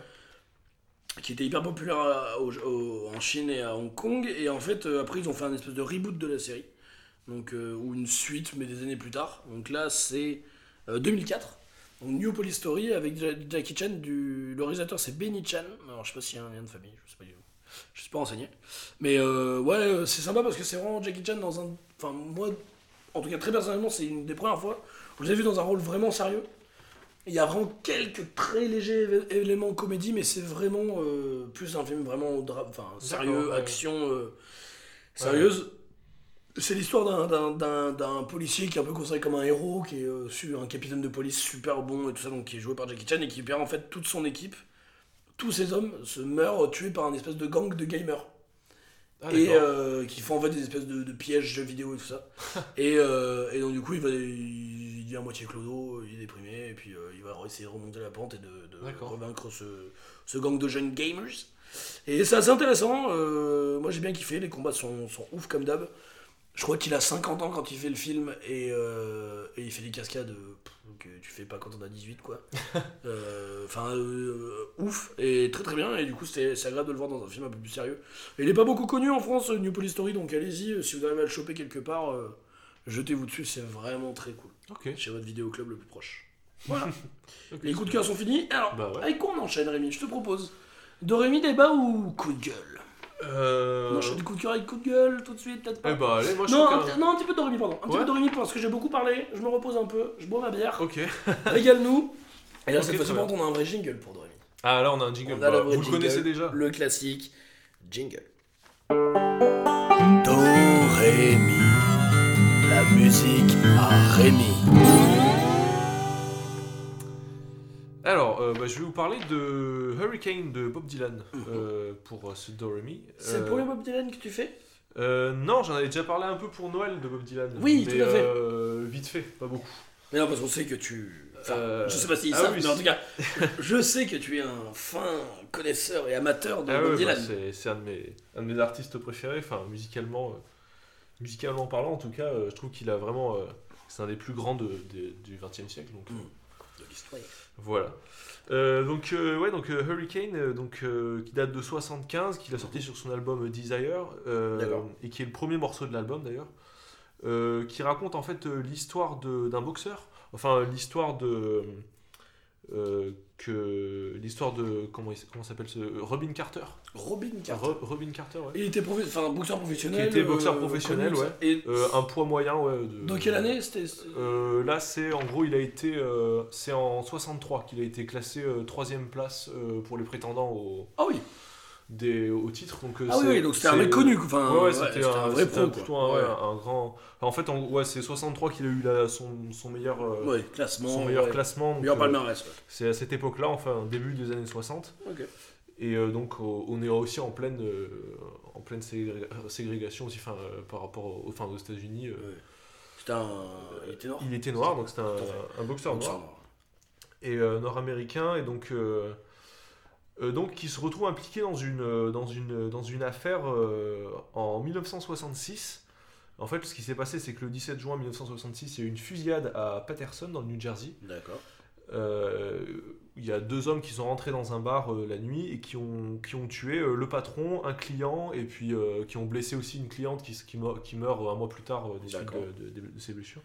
Qui était hyper populaire à- au- au- en Chine et à Hong Kong. Et en fait, euh, après, ils ont fait un espèce de reboot de la série. Donc, euh, ou une suite, mais des années plus tard. Donc là, c'est euh, deux mille quatre. Donc, New Police Story avec Ja- Jackie Chan. Du... Le réalisateur, c'est Benny Chan. Alors, je sais pas s'il y a un lien de famille. Je sais pas du tout. Je suis pas renseigné. Mais euh, ouais, euh, c'est sympa parce que c'est vraiment Jackie Chan dans un. Enfin, moi, en tout cas, très personnellement, c'est une des premières fois où je l'ai vu dans un rôle vraiment sérieux. Il y a vraiment quelques très légers éve- éléments comédie, mais c'est vraiment euh, plus un film vraiment dra- enfin, sérieux, ouais. action euh, sérieuse. C'est l'histoire d'un- d'un- d'un d'un policier qui est un peu considéré comme un héros, qui est euh, su- un capitaine de police super bon et tout ça, donc qui est joué par Jackie Chan et qui perd en fait toute son équipe. Tous ces hommes se meurent tués par un espèce de gang de gamers. Ah, et d'accord. euh, qui font en fait des espèces de, de pièges jeux vidéo et tout ça. et, euh, et donc du coup il va il, il est à moitié clodo, il est déprimé et puis euh, il va essayer de remonter la pente et de, de D'accord. revaincre ce, ce gang de jeunes gamers. Et c'est assez intéressant, euh, moi j'ai bien kiffé, les combats sont, sont ouf comme d'hab. Je crois qu'il a cinquante ans quand il fait le film et, euh, et il fait des cascades euh, pff, que tu fais pas quand on a dix-huit quoi. Euh, Enfin euh, ouf et très très bien et du coup c'était c'est agréable de le voir dans un film un peu plus sérieux. Et il est pas beaucoup connu en France, New Police Story, donc allez-y, euh, si vous arrivez à le choper quelque part, euh, jetez-vous dessus, c'est vraiment très cool. Ok. Chez votre vidéoclub le plus proche. Voilà, Ok, les coups de cœur sont finis. Alors, Bah ouais. avec quoi on enchaîne Rémi? Je te propose. Dorémy débat ou coup de gueule? Euh... Non, je fais du coup de cœur avec coup de gueule tout de suite, peut-être pas. Eh bah, allez, moi je non, trouve un, qu'un- petit- non, un petit peu de Doremi, pardon. Un petit Ouais. peu de Doremi parce que j'ai beaucoup parlé. Je me repose un peu, je bois ma bière. Ok. Régale-nous. Et là, Ok, cette fois-ci, très par contre, on a un vrai jingle pour Doremi. Ah, là, on a un jingle. On a Bah, le vrai vous le jingle, connaissez déjà. Le classique jingle. Do, Ré, Mi. La musique à Rémi. Alors, euh, bah, je vais vous parler de Hurricane de Bob Dylan euh, pour euh, ce Do Re Mi. C'est Euh, le premier Bob Dylan que tu fais? euh, Non, j'en avais déjà parlé un peu pour Noël de Bob Dylan. Oui, mais, tout à fait. euh, vite fait, pas beaucoup. Mais non, parce qu'on sait que tu. Enfin, Euh, je sais pas s'ils ah savent, oui, mais en si. tout cas, je sais que tu es un fin connaisseur et amateur de Ah Bob ouais, Dylan. bah, c'est c'est un, de mes- un de mes artistes préférés, enfin musicalement, euh, musicalement parlant en tout cas, euh, je trouve qu'il a vraiment, euh, c'est un des plus grands de, de- du vingtième siècle. Donc, euh, De l'histoire. Voilà. Euh, donc euh, ouais donc euh, Hurricane euh, donc euh, qui date de soixante-quinze, qu'il a sorti sur son album euh, Desire euh, D'accord. et qui est le premier morceau de l'album d'ailleurs, euh, qui raconte en fait euh, l'histoire de- d'un boxeur, enfin l'histoire de euh, que l'histoire de comment il s- comment s'appelle ce Robin Carter. Robin Carter. Ro- Robin Carter ouais. Il était profe- enfin, boxeur professionnel. Qui était boxeur euh, professionnel, connu, ouais. ça. Et Euh, un poids moyen ouais. De, dans quelle année c'était c'était- Euh, là, c'est en gros, il a été, euh, c'est en soixante-trois qu'il a été classé euh, troisième place euh, pour les prétendants au, Ah oui. des, au titre. Donc, euh, Ah oui, c'est- oui, donc c'était un c'est- mec connu. quoi. Enfin, Ouais, ouais, ouais, c'était un, vrai c'était pro. un- quoi. plutôt un, ouais, Ouais. un grand. Enfin, en fait, en- ouais, c'est soixante-trois qu'il a eu la- son, son meilleur, euh, Ouais, classement. son meilleur ouais. classement. donc, Meilleur euh, palmarès. Ouais. c'est à cette époque-là, enfin début des années soixante. Ok. Et euh, donc, euh, on est aussi en pleine, euh, en pleine ségré- ségrégation aussi, enfin, euh, par rapport aux, enfin, aux États-Unis. euh, Ouais. C'était un. Il était noir. Il était noir, donc c'était un, Tout à fait. un boxeur Boxeur noir. noir. Et euh, nord-américain, et donc, euh, euh, donc qui se retrouve impliqué dans une, euh, dans une, dans une affaire euh, en mille neuf cent soixante-six. En fait, ce qui s'est passé, c'est que le dix-sept juin mille neuf cent soixante-six, il y a eu une fusillade à Patterson, dans le New Jersey. D'accord. Euh, Il y a deux hommes qui sont rentrés dans un bar euh, la nuit et qui ont, qui ont tué euh, le patron, un client, et puis euh, qui ont blessé aussi une cliente qui, qui, meurt, qui meurt un mois plus tard euh, des suites D'accord. de, de- de- de ses blessures.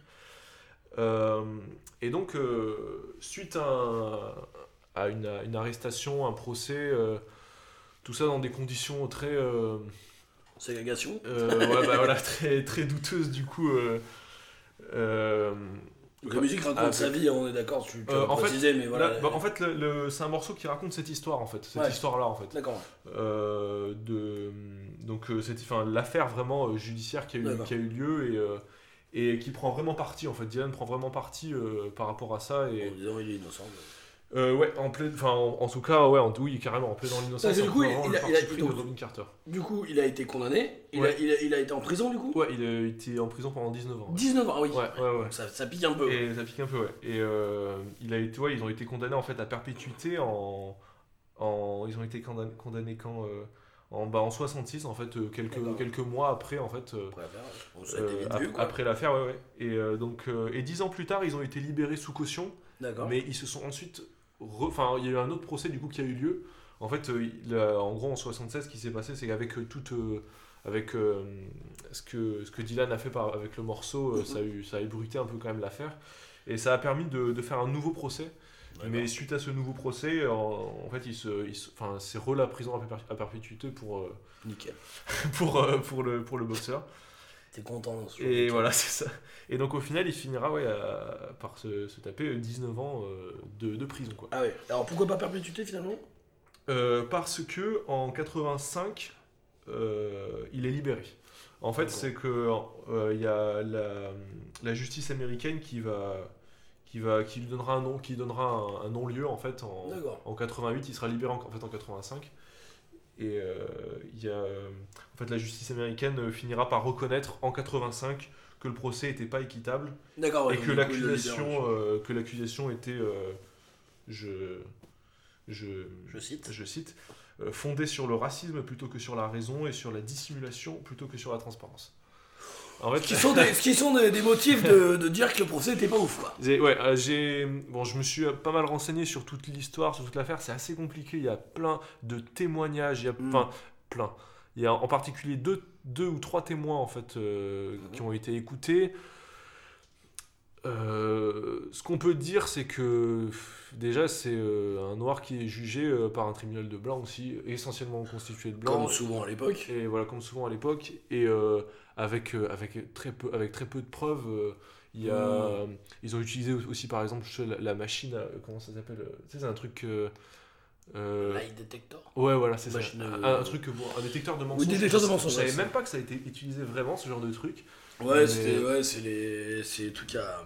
Euh, et donc, euh, suite à, un- à une, à une arrestation, un procès, euh, tout ça dans des conditions très, euh, Ségrégation. euh, ouais, bah, voilà, très, très douteuses du coup. euh, euh, Donc la musique raconte avec- sa vie, on est d'accord, tu, tu Euh, l'as en fait, précisé, mais voilà. Là, bah, en fait, le- le- c'est un morceau qui raconte cette histoire, en fait, cette Ouais. histoire-là, en fait. D'accord. Euh, de, donc, euh, c'était, enfin, l'affaire vraiment euh, judiciaire qui a eu, D'accord. qui a eu lieu et, euh, et qui prend vraiment parti, en fait. Dylan prend vraiment parti euh, par rapport à ça. Et, En disant il est innocent. euh, ouais, en plein, enfin, en, en tout cas, ouais, en, oui, carrément, en plein dans l'innocence. Parce que du en coup, prenant il- le il a- parti il a- pris donc- de Robin Carter. Du coup, il a été condamné. Il, Ouais. a, il, a, il a été en prison, du coup Ouais, il a été en prison pendant dix-neuf ans. Ouais. dix-neuf ans, ah oui. Ouais, ouais, ouais. Donc ça, ça pique un peu. Et ça pique un peu, ouais. Et euh, il a été, ouais, ils ont été condamnés en fait à perpétuité en, en ils ont été condamnés, condamnés quand euh, en, bah, en soixante-six en fait, euh, quelques, D'accord. quelques mois après en fait. euh, Après l'affaire, bon, ça a été euh, vite ap- vu, quoi. après l'affaire, ouais, ouais. Et euh, donc, euh, et dix ans plus tard, ils ont été libérés sous caution, D'accord. mais ils se sont ensuite, re- enfin, il y a eu un autre procès du coup qui a eu lieu. En fait, euh, il a- en gros, en soixante-seize, ce qui s'est passé, c'est qu'avec euh, toute, euh, avec euh, ce que ce que Dylan a fait par, avec le morceau, euh, Mhm. ça a eu, ça a ébruité un peu quand même l'affaire, et ça a permis de, de faire un nouveau procès. D'accord. Mais suite à ce nouveau procès, en, en fait, il se, il se- enfin, c'est re la prison à, perpé- à perpétuité pour, euh, Nickel. pour, euh, pour le pour le boxeur. T'es content dans ce genre Et de voilà, c'est ça. Et donc au final, il finira ouais, à- par se, se taper dix-neuf ans euh, de, de prison, quoi. Ah ouais. Alors pourquoi pas perpétuité finalement Euh, parce que en quatre-vingt-cinq, euh, il est libéré. En fait, D'accord. c'est que euh, il y a la, la justice américaine qui va qui va qui lui donnera un nom, qui donnera un, un non-lieu en fait en, D'accord. en quatre-vingt-huit. Il sera libéré en, en fait en quatre-vingt-cinq. Et euh, il y a euh, en fait la justice américaine euh, finira par reconnaître en quatre-vingt-cinq que le procès n'était pas équitable. D'accord, ouais, Et donc que du coup, il le l'accusation libère. euh, que l'accusation était euh, je je Je cite. je cite euh, fondée sur le racisme plutôt que sur la raison et sur la dissimulation plutôt que sur la transparence. En fait, Ce qui sont des, ce qui sont des, des motifs de, de dire que le procès était pas ouf, quoi. j'ai- ouais, euh, j'ai bon, je me suis euh, pas mal renseigné sur toute l'histoire, sur toute l'affaire. C'est assez compliqué. Il y a plein de témoignages. Il y a Mm. enfin plein. Il y a en particulier deux, deux ou trois témoins en fait euh, Mhm. qui ont été écoutés. Euh, ce qu'on peut dire, c'est que déjà, c'est euh, un noir qui est jugé euh, par un tribunal de blancs aussi, essentiellement constitué de blancs. Comme souvent à l'époque. Et voilà, comme souvent à l'époque. Et euh, avec, euh, avec, très peu, avec très peu de preuves, euh, il y a, Mm. ils ont utilisé aussi, par exemple, je sais, la, la machine, à- comment ça s'appelle euh, Tu sais, c'est un truc. Euh, euh, Lie detector. ouais, voilà, c'est ça. Machine, Un, euh, un truc, bon, un détecteur de mensonges. Oui, détecteur de Je- mensonges, Je savais ouais, même pas que ça a été utilisé vraiment, ce genre de truc. Ouais, Mais- c'était, ouais, c'est les, c'est les trucs à.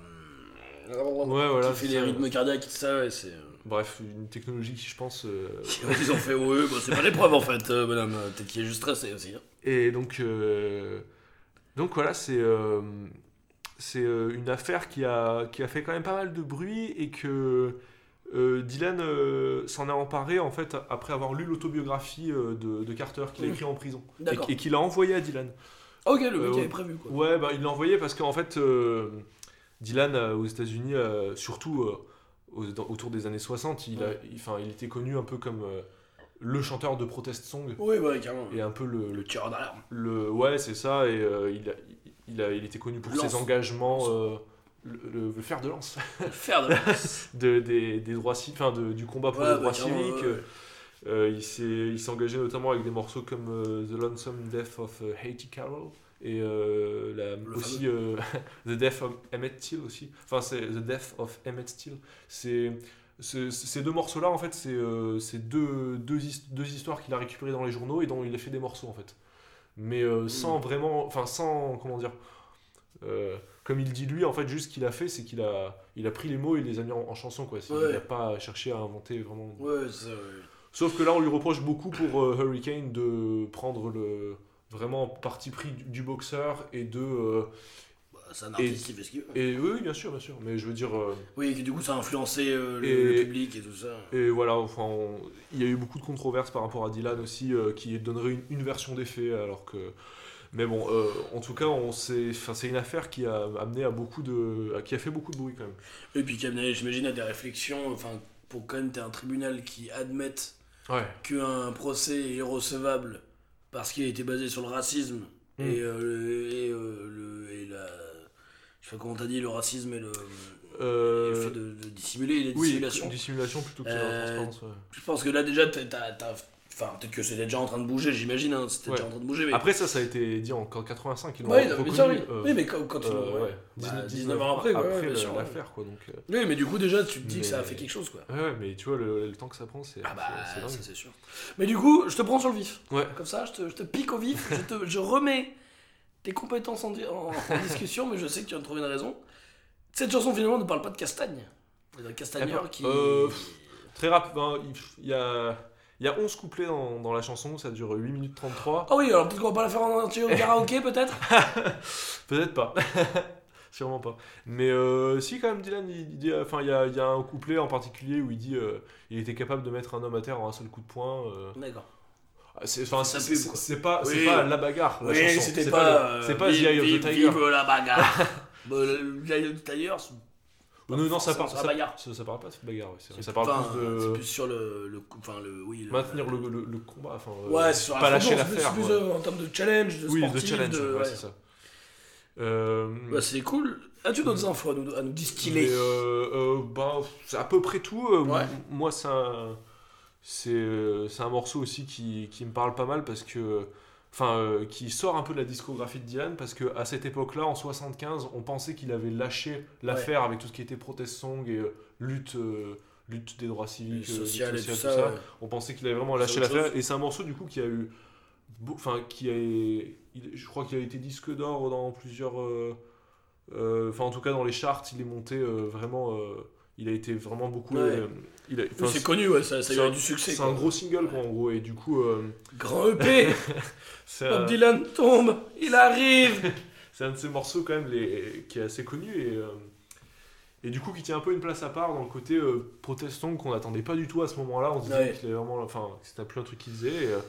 Ouais, voilà, Qui fait c'est les ça. rythmes cardiaques et tout ça, ouais, c'est. Bref, une technologie qui, je pense. euh, Ils ont fait, ouais, bah, c'est pas l'épreuve en fait, euh, madame. Peut-être qu'il est juste stressé aussi. Hein. Et donc, euh, donc voilà, c'est euh, c'est euh, une affaire qui a, qui a fait quand même pas mal de bruit et que euh, Dylan euh, s'en a emparé en fait après avoir lu l'autobiographie euh, de, de Carter qu'il a Mmh. écrit en prison et, D'accord. et qu'il a envoyé à Dylan. Ok, le mec Euh, avait prévu quoi. Ouais, bah, il l'a envoyé parce qu'en fait, euh, Dylan euh, aux États-Unis, euh, surtout euh, aux- dans- autour des années soixante, il, a, Ouais. il, 'fin, il était connu un peu comme euh, le chanteur de protest song Oui, ouais, carrément. et un peu le, Le le tireur d'alarme. Le, ouais, c'est ça, et euh, il, a, il, a, il était connu pour Lance. ses engagements, Lance. euh, le, le- le fer de lance Faire de de, des, des droits civiques, enfin de, du combat pour Ouais, les bah, droits carrément, civiques. ouais, ouais. Euh, il s'est il s'est engagé notamment avec des morceaux comme euh, The Lonesome Death of euh, Haiti Carroll et euh, la, Le aussi euh, The Death of Emmett Till aussi. Enfin, c'est The Death of Emmett Till. C'est c'est- ces deux morceaux-là, en fait, c'est euh, c'est deux, deux, his- deux histoires qu'il a récupérées dans les journaux et dont il a fait des morceaux, en fait. Mais euh, sans Mm. vraiment. Enfin, sans. Comment dire euh, Comme il dit lui, en fait, juste ce qu'il a fait, c'est qu'il a, il a pris les mots et il les a mis en, en chanson, quoi. C'est- Ouais. Il n'a pas cherché à inventer vraiment. Ouais, c'est ça, ouais. Sauf que là, on lui reproche beaucoup pour euh, Hurricane de prendre le vraiment parti pris du, du boxeur et de. euh, Bah, c'est un artiste qui fait ce qu'il veut. et oui, oui, bien sûr, bien sûr. Mais je veux dire. euh, Oui, que du coup ça a influencé euh, le, Et- le public et tout ça. Et voilà, enfin, on- il y a eu beaucoup de controverses par rapport à Dylan aussi, euh, qui donnerait une, une version des faits, alors que. Mais bon, euh, en tout cas, on s'est- enfin, c'est une affaire qui a amené à beaucoup de, à- qui a fait beaucoup de bruit quand même. Et puis qui amenait, j'imagine, à des réflexions, enfin, pour quand même t'aies un tribunal qui admette Ouais. qu'un procès est irrecevable parce qu'il a été basé sur le racisme Mm. et, euh, le, et, euh, le- et la. Je sais pas comment t'as dit, le racisme et le, Euh, et le fait de, de dissimuler les oui, dissimulations. dissimulation plutôt que la Euh, transparence. ouais. Je pense que là déjà, t'as. t'as- t'as- Enfin, peut-être que c'était déjà en train de bouger, j'imagine, hein, c'était Ouais. déjà en train de bouger, mais. Après, ça, ça a été dit en quatre-vingt-cinq. Ils l'ont Ouais, non, mais reconnu, ça, oui. euh, Oui, mais quand, quand ils euh, l'ont- ouais. ouais, Bah, dix-neuf dix-neuf ans après, quoi, ouais, bien le- sûr, ouais. l'affaire, quoi. Donc, euh, Oui, mais du coup, déjà, tu te dis que ça a Mais- fait quelque chose, quoi. ouais, ouais, mais tu vois, le, le temps que ça prend, c'est Ah bah, c'est- c'est dingue. ça c'est sûr. Mais du coup, je te prends sur le vif. Ouais. Comme ça, je te, je te pique au vif, je, te, je remets tes compétences en, di- en- en discussion, mais je sais que tu vas me trouver une raison. Cette chanson, finalement, ne parle pas de castagne. Il y a un castagneur Eh ben, qui... euh, Très rapide, ben, il y a, il y a onze couplets dans, dans la chanson, ça dure huit minutes trente-trois. Ah oui, alors peut-être qu'on va pas la faire en entier au karaoké, peut-être. Peut-être pas. Sûrement pas. Mais euh, si, quand même, Dylan, il, il dit, enfin, il y a, il y a un couplet en particulier où il dit euh, il était capable de mettre un homme à terre en un seul coup de poing. euh. D'accord. C'est, enfin, C'est sa c'est, pub, c'est- quoi. c'est pas, c'est Oui. pas la bagarre, la Oui, chanson. c'était c'est pas... le- euh, c'est pas The vive, Eye of the vive, Tiger. vive la bagarre. Bah, le The Eye of the Tiger, c'est Oh, non, non, ça, forcément parle, sur la ça, bagarre. ça, ça parle pas de bagarre, ouais, c'est vrai. c'est Ça parle enfin, plus de C'est plus sur le... le enfin, le oui, le- maintenir le, le, le combat. Enfin, euh, Ouais, c'est sur pas la lâcher frontière, l'affaire. c'est plus ouais. euh, en termes de challenge, de Oui, sportif, de challenge, de- ouais, ouais. c'est ça. Euh, Bah, c'est cool. As-tu d'autres infos à nous, à nous distiller? mais, euh, euh, bah, c'est à peu près tout. euh, Ouais. m- Moi, c'est un, c'est, euh, c'est un morceau aussi qui, qui me parle pas mal parce que. Enfin, euh, qui sort un peu de la discographie de Dylan parce que à cette époque-là, en soixante-quinze, on pensait qu'il avait lâché l'affaire avec tout ce qui était protest song et euh, lutte, euh, lutte des droits civiques, euh, lutte Social et tout sociale, ça. tout ça. ouais. On pensait qu'il avait vraiment C'est lâché autre l'affaire chose. et c'est un morceau du coup qui a eu, beau- enfin qui a, il- je crois qu'il a été disque d'or dans plusieurs, euh, euh, enfin en tout cas dans les charts, il est monté euh, vraiment, euh, il a été vraiment beaucoup, Ouais. euh, il a, Oui, enfin, c'est connu, ouais, ça, ça c'est a un- eu du succès. c'est quoi. un gros single quoi, en gros et du coup, euh, Grand E P, c'est Bob un, Dylan tombe, il arrive. c'est un de ces morceaux quand même les, qui est assez connu et euh, et du coup qui tient un peu une place à part dans le côté euh, protest song qu'on n'attendait pas du tout à ce moment-là. On se disait Ouais. qu'il avait vraiment, enfin, que c'était plus un truc qu'il faisait. Et, euh,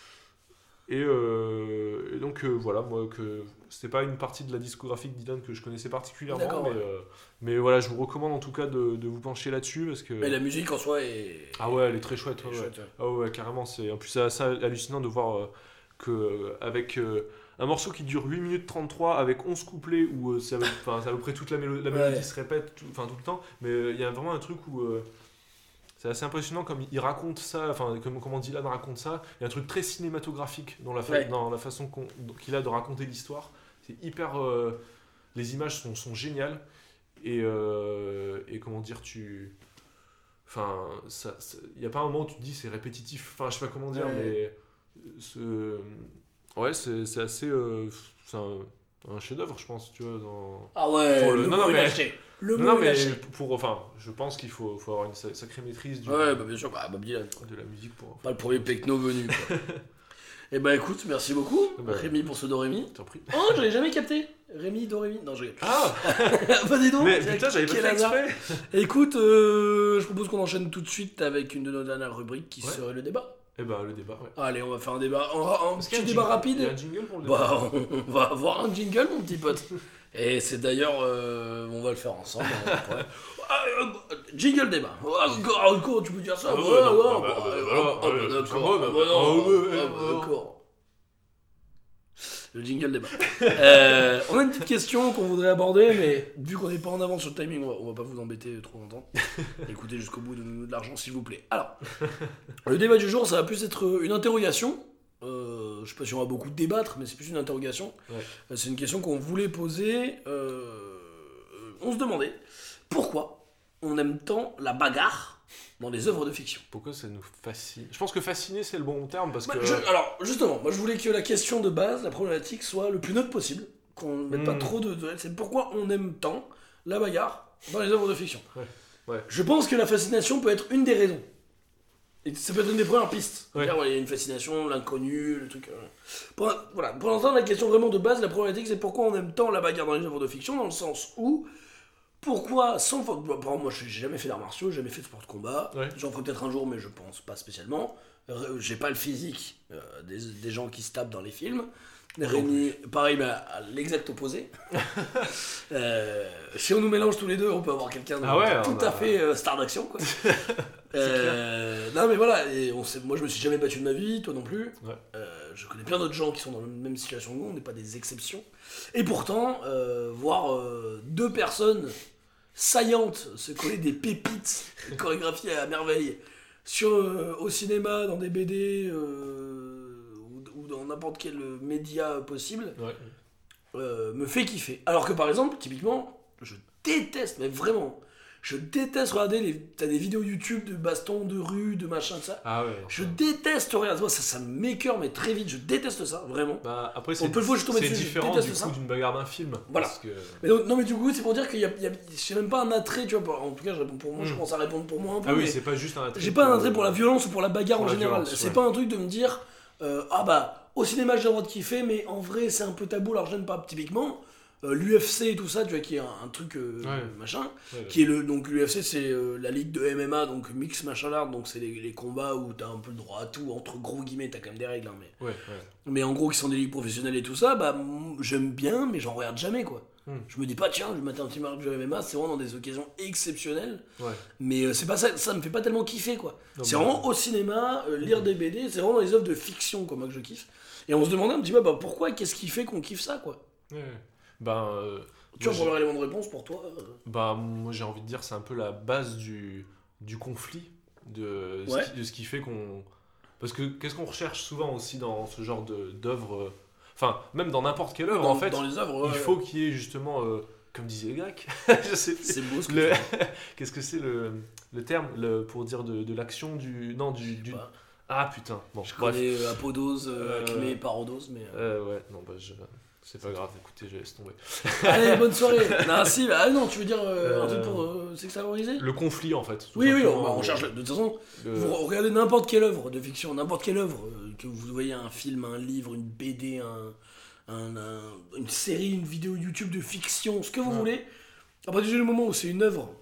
et, euh, et donc euh, voilà, moi que c'était pas une partie de la discographie de Dylan que je connaissais particulièrement, D'accord, mais, ouais. euh, mais voilà, je vous recommande en tout cas de, de vous pencher là-dessus parce que Mais la musique en soi est. ah ouais, elle est très chouette. est ouais, ouais. chouette, ouais. Ah ouais, carrément, c'est en plus c'est assez hallucinant de voir euh, que euh, avec euh, un morceau qui dure huit minutes trente-trois avec onze couplets où euh, c'est, à peu, c'est à peu près toute la, mélo- la mélodie ouais. se répète tout, tout le temps, mais il euh, y a vraiment un truc où euh, c'est assez impressionnant comme il raconte ça, enfin comme comment Dylan raconte ça. Il y a un truc très cinématographique dans la, fa- ouais. dans la façon qu'il a de raconter l'histoire. C'est hyper, euh, les images sont, sont géniales et, euh, et comment dire tu, enfin il n'y a pas un moment où tu te dis c'est répétitif. Enfin je sais pas comment dire, ouais. mais ce, ouais c'est, c'est assez, euh, c'est un, un chef-d'œuvre je pense tu vois dans. Ah ouais. Le, le non non mais. Le non, non mais pour, enfin, je pense qu'il faut, faut avoir une sacrée maîtrise du, ouais, bah bien sûr, bah, Bob Dylan. De la musique pour. Pas le premier pecno venu. Quoi. Et bah écoute, merci beaucoup, bah, Rémi pour ce do Rémi. T'en prie. Oh, je l'ai jamais capté. Rémi do Rémi. Non, je rigole. Ah. Bah dis donc. Mais putain, j'avais pas fait exprès. Écoute, euh, je propose qu'on enchaîne tout de suite avec une de nos dernières rubriques qui ouais. serait le débat. Eh bah le débat, ouais. Allez, on va faire un débat, un, un petit débat rapide. Il y a un jingle pour le débat. Bah, on va avoir un jingle, mon petit pote. Et c'est d'ailleurs, euh, on va le faire ensemble. Après. Ah, euh, jingle débat. D'accord, tu peux dire ça. D'accord. Le jingle débat. euh, on a une petite question qu'on voudrait aborder, mais vu qu'on n'est pas en avance sur le timing, on va, on va pas vous embêter trop longtemps. Écoutez jusqu'au bout de, de l'argent, s'il vous plaît. Alors, le débat du jour, ça va plus être une interrogation. Euh, je sais pas si on va beaucoup débattre, mais c'est plus une interrogation. Ouais. C'est une question qu'on voulait poser. Euh, on se demandait pourquoi on aime tant la bagarre dans les œuvres de fiction. Pourquoi ça nous fascine ? Je pense que fasciner c'est le bon terme parce bah, que. Je, alors justement, moi je voulais que la question de base, la problématique soit le plus neutre possible, qu'on ne mette mmh. pas trop de, de. C'est pourquoi on aime tant la bagarre dans les œuvres de fiction. Ouais. Ouais. Je pense que la fascination peut être une des raisons. Et ça peut être une des premières pistes. Ouais. Dire, ouais, il y a une fascination, l'inconnu, le truc. Euh... Pour, voilà. Pour l'instant, la question vraiment de base, la problématique, c'est pourquoi on aime tant la bagarre dans les œuvres de fiction, dans le sens où, pourquoi, sans faute. Par exemple, moi, j'ai jamais fait d'arts martiaux, j'ai jamais fait de sport de combat. Ouais. J'en ferai peut-être un jour, mais je pense pas spécialement. Euh, j'ai pas le physique euh, des, des gens qui se tapent dans les films. Rémi, pareil, mais à l'exact opposé. euh, si on nous mélange tous les deux, on peut avoir quelqu'un de ah ouais, tout a... à fait euh, star d'action, quoi. euh, non, mais voilà, et on sait, moi je me suis jamais battu de ma vie, toi non plus. Ouais. Euh, je connais plein d'autres gens qui sont dans la même situation que nous, on n'est pas des exceptions. Et pourtant, euh, voir euh, deux personnes saillantes se coller des pépites chorégraphiées à merveille sur, euh, au cinéma, dans des B D. Euh, dans n'importe quel média possible, ouais. euh, me fait kiffer. Alors que par exemple, typiquement, je déteste, mais vraiment, je déteste regarder les... T'as des vidéos YouTube de baston, de rue, de machin, de ça. Ah ouais. Je déteste regarder ça, ça me m'écoeure, mais très vite, je déteste ça, vraiment. Bah après, c'est, On peut le fois, je tombe c'est dessus, différent je du coup ça. D'une bagarre d'un film. Voilà. Parce que... mais donc, non, mais du coup, c'est pour dire qu'il y a, il y a j'ai même pas un attrait, tu vois, en tout cas, je réponds pour moi, mm. je commence à répondre pour moi un peu. Ah oui, c'est pas juste un attrait. J'ai pas un attrait pour la violence ou pour la bagarre pour en la général. Violence, c'est ouais. pas un truc de me dire, euh, ah bah, au cinéma j'ai le droit de kiffer, mais en vrai c'est un peu tabou, alors j'aime pas. Typiquement, euh, l'U F C et tout ça, tu vois, qui est un, un truc euh, ouais. machin, ouais, qui est le. Donc l'U F C c'est euh, la ligue de M M A, donc mix machin art, donc c'est les, les combats où t'as un peu le droit à tout, entre gros guillemets, t'as quand même des règles, hein, mais. Ouais, ouais. Mais en gros, qui sont des ligues professionnelles et tout ça, bah j'aime bien, mais j'en regarde jamais quoi. Hmm. Je me dis pas, tiens, je vais mettre un petit match de M M A, c'est vraiment dans des occasions exceptionnelles. Ouais. Mais euh, c'est pas ça, ça me fait pas tellement kiffer quoi. Non, c'est bah, vraiment au cinéma, euh, lire des B D, c'est vraiment dans les œuvres de fiction quoi, moi que je kiffe. Et on se demandait un petit peu, bah pourquoi, qu'est-ce qui fait qu'on kiffe ça quoi. Ouais. Ben. Euh, tu vois, pour leur élément de réponse pour toi euh... Bah, moi j'ai envie de dire, c'est un peu la base du, du conflit, de, ouais. ce qui, de ce qui fait qu'on. Parce que qu'est-ce qu'on recherche souvent aussi dans ce genre de, d'œuvres. Enfin, même dans n'importe quelle œuvre, dans, en fait, dans les œuvres, ouais, il faut qu'il y ait justement, euh, comme disaient les Grecs, je sais plus, c'est beau ce que le... qu'est-ce que c'est le, le terme le... pour dire de, de l'action du... Non, du... du... Ah putain, bon, je bref. connais euh, apodose, euh, euh... acmé, parodose, mais... Euh... Euh, ouais, non, bah je... C'est pas grave, écoutez, je laisse tomber. Allez, bonne soirée. Non, si, bah, ah non, tu veux dire euh, euh, un truc pour euh, sexualiser ? Le conflit, en fait. Oui, oui, on, bah, on cherche... De toute façon, le... vous regardez n'importe quelle œuvre de fiction, n'importe quelle œuvre, euh, que vous voyez un film, un livre, une B D, un... Un, un, une série, une vidéo YouTube de fiction, ce que vous ouais. voulez. À partir du moment où c'est une œuvre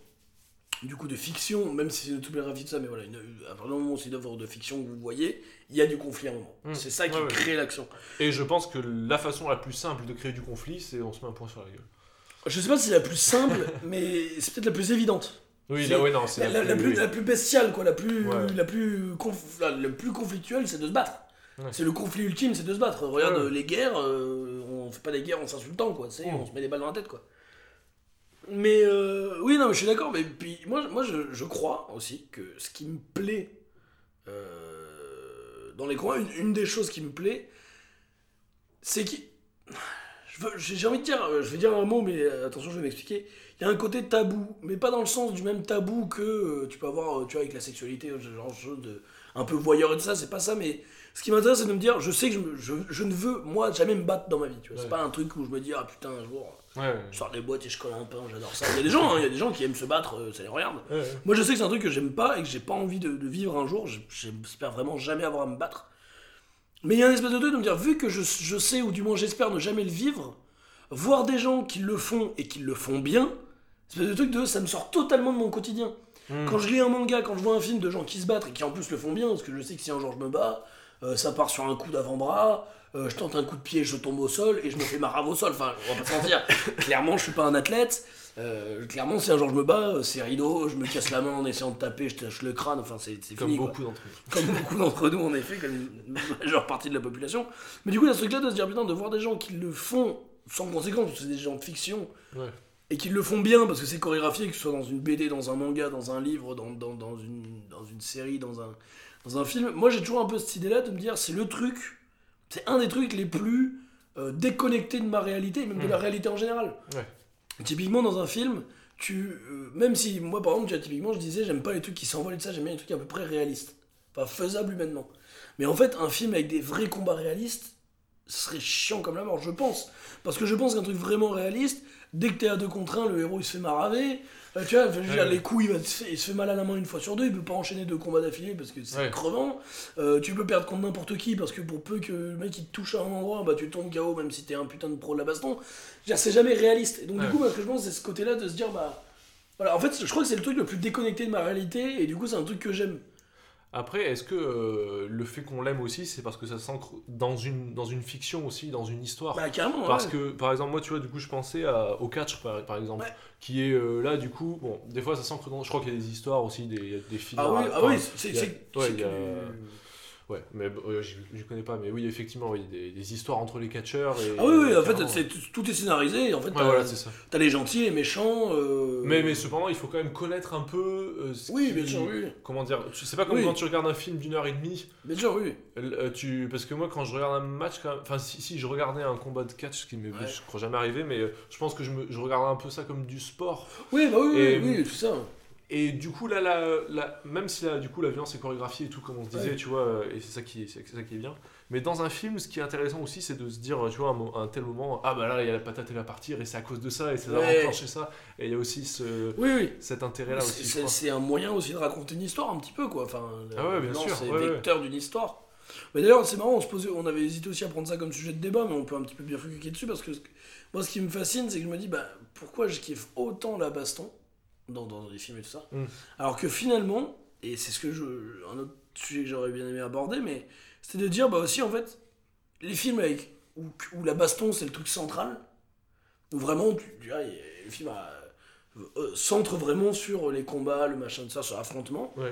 du coup de fiction, même si c'est une autobiographie de ça, mais voilà, une, à partir du moment où c'est une œuvre de fiction que vous voyez, il y a du conflit à un moment. Mmh. C'est ça qui ouais, crée ouais. l'action. Et je pense que la façon la plus simple de créer du conflit, c'est on se met un point sur la gueule. Je sais pas si c'est la plus simple, mais c'est peut-être la plus évidente. Oui, c'est là, ouais, non, c'est la, la, la, plus, la, plus, oui. la plus bestiale, quoi, la plus, ouais. la plus, conf, la, la plus conflictuelle, c'est de se battre. Ouais. C'est le conflit ultime, c'est de se battre. Regarde, Ouais. euh, les guerres, euh, on fait pas des guerres en s'insultant, quoi. C'est, Ouais. on se met des balles dans la tête, quoi. Mais euh, oui, non, mais je suis d'accord. Mais puis moi, moi je, je crois aussi que ce qui me plaît euh, dans les combats, une, une des choses qui me plaît, c'est que je veux- j'ai j'ai envie de dire, je vais dire un mot, mais euh, attention, je vais m'expliquer. Il y a un côté tabou, mais pas dans le sens du même tabou que euh, tu peux avoir, euh, tu vois, avec la sexualité, ce genre de choses de un peu voyeur et tout ça. C'est pas ça, mais ce qui m'intéresse, c'est de me dire, je sais que je, me- je, je ne veux moi jamais me battre dans ma vie. Tu vois, Ouais. c'est pas un truc où je me dis ah putain un jour. Ouais, ouais. Je sors des boîtes et je colle un pain, j'adore ça. Il y a des gens, hein, il y a des gens qui aiment se battre, euh, ça les regarde. Ouais, ouais. Moi je sais que c'est un truc que j'aime pas et que j'ai pas envie de, de vivre un jour. J'- J'espère vraiment jamais avoir à me battre. Mais il y a un espèce de truc de me dire, vu que je, je sais, ou du moins j'espère ne jamais le vivre, voir des gens qui le font et qui le font bien, c'est espèce de truc de ça me sort totalement de mon quotidien. Mm. Quand je lis un manga, quand je vois un film de gens qui se battent et qui en plus le font bien, parce que je sais que si un jour je me bats, euh, ça part sur un coup d'avant-bras, euh, je tente un coup de pied, je tombe au sol et je me fais ma rave au sol. Enfin, on va pas se mentir. Clairement, je suis pas un athlète. Euh, clairement, si un jour je me bats, euh, c'est rideau, je me casse la main en essayant de taper, je tâche le crâne. Enfin, c'est c'est Comme fini. quoi. beaucoup d'entre eux. Comme beaucoup d'entre nous, en effet, comme une majeure partie de la population. Mais du coup, il y a ce truc-là de se dire, putain, de voir des gens qui le font sans conséquence, parce que c'est des gens de fiction, Ouais. et qui le font bien, parce que c'est chorégraphié, que ce soit dans une B D, dans un manga, dans un livre, dans, dans, dans, une, dans une série, dans un, dans un film. Moi, j'ai toujours un peu cette idée-là de me dire, c'est le truc, c'est un des trucs les plus euh, déconnectés de ma réalité, et même de Mm. la réalité en général. Ouais. Typiquement, dans un film, tu, euh, même si, moi, par exemple, tu vois, typiquement, je disais, j'aime pas les trucs qui s'envolent et tout ça, j'aime bien les trucs à peu près réalistes. Pas faisables humainement. Mais en fait, un film avec des vrais combats réalistes, ce serait chiant comme la mort, je pense. Parce que je pense qu'un truc vraiment réaliste, dès que t'es à deux contre un, le héros il se fait maraver. Euh, tu vois, je veux dire, Ouais. les coups, il, va se fait, il se fait mal à la main une fois sur deux, il peut pas enchaîner deux combats d'affilée parce que c'est Ouais. crevant. Euh, tu peux perdre contre n'importe qui parce que pour peu que le mec il te touche à un endroit, bah tu tombes K O même si t'es un putain de pro de la baston. Je veux dire, c'est jamais réaliste. Et donc, Ouais. du coup, moi, ce que je pense, c'est ce côté-là de se dire, bah. Voilà, en fait, je crois que c'est le truc le plus déconnecté de ma réalité et du coup, c'est un truc que j'aime. Après, est-ce que euh, le fait qu'on l'aime aussi, c'est parce que ça s'ancre dans une, dans une fiction aussi, dans une histoire? Bah, carrément, Parce ouais. que, par exemple, moi, tu vois, du coup, je pensais à- au catch, par, par exemple, Ouais. qui est euh, là, du coup, bon, des fois, ça s'ancre dans. Je crois qu'il y a des histoires aussi, des, des films. Ah oui, ah oui, c'est. il y a- c'est- ouais, c'est il y a- que- Ouais, mais euh, je, je connais pas, mais oui, effectivement, oui, des, des histoires entre les catcheurs. Et, Ah oui, oui, en fait, carrément, c'est, tout est scénarisé. Et en fait, Ouais, t'as, voilà, c'est ça. t'as les gentils, les méchants. euh, Mais, mais cependant, il faut quand même connaître un peu. euh, ce Oui, qui- bien sûr, oui. Comment dire? tu- C'est pas comme Oui. quand tu regardes un film d'une heure et demie. Bien sûr, oui. Euh, tu... Parce que moi, quand je regarde un match, quand même- enfin, si, si je regardais un combat de catch, ce qui m'est, Ouais. je crois jamais arrivé, mais euh, je pense que je, me... je regardais un peu ça comme du sport. Oui, bah oui, Et- oui, oui, tout ça. Et du coup, là, la, la- même si là, du coup, la violence est chorégraphiée et tout, comme on se disait, Ouais. tu vois, euh, et c'est ça, qui est, c'est ça qui est bien. Mais dans un film, ce qui est intéressant aussi, c'est de se dire, tu vois, à un, mo- à un tel moment, ah bah là, il y a la patate, elle va partir, et c'est à cause de ça, et ça va Ouais. enclencher ça. Et il y a aussi ce, Oui, oui. cet intérêt-là C'est, aussi, je c'est- crois. c'est un moyen aussi de raconter une histoire un petit peu, quoi. Enfin, Ah ouais, bien non, sûr, c'est ouais, ouais. vecteur d'une histoire. Mais d'ailleurs, c'est marrant, on, se posait, on avait hésité aussi à prendre ça comme sujet de débat, mais on peut un petit peu bien focaliser dessus parce que ce- moi, ce qui me fascine, c'est que je me dis, bah, pourquoi je kiffe autant la baston dans, dans les films et tout ça, Mm. alors que finalement, et c'est ce que je, un autre sujet que j'aurais bien aimé aborder, mais c'était de dire, bah aussi, en fait, les films avec, où, où la baston c'est le truc central, où vraiment, tu, tu vois, le film a, euh, centre vraiment sur les combats, le machin de ça, sur l'affrontement. Ouais.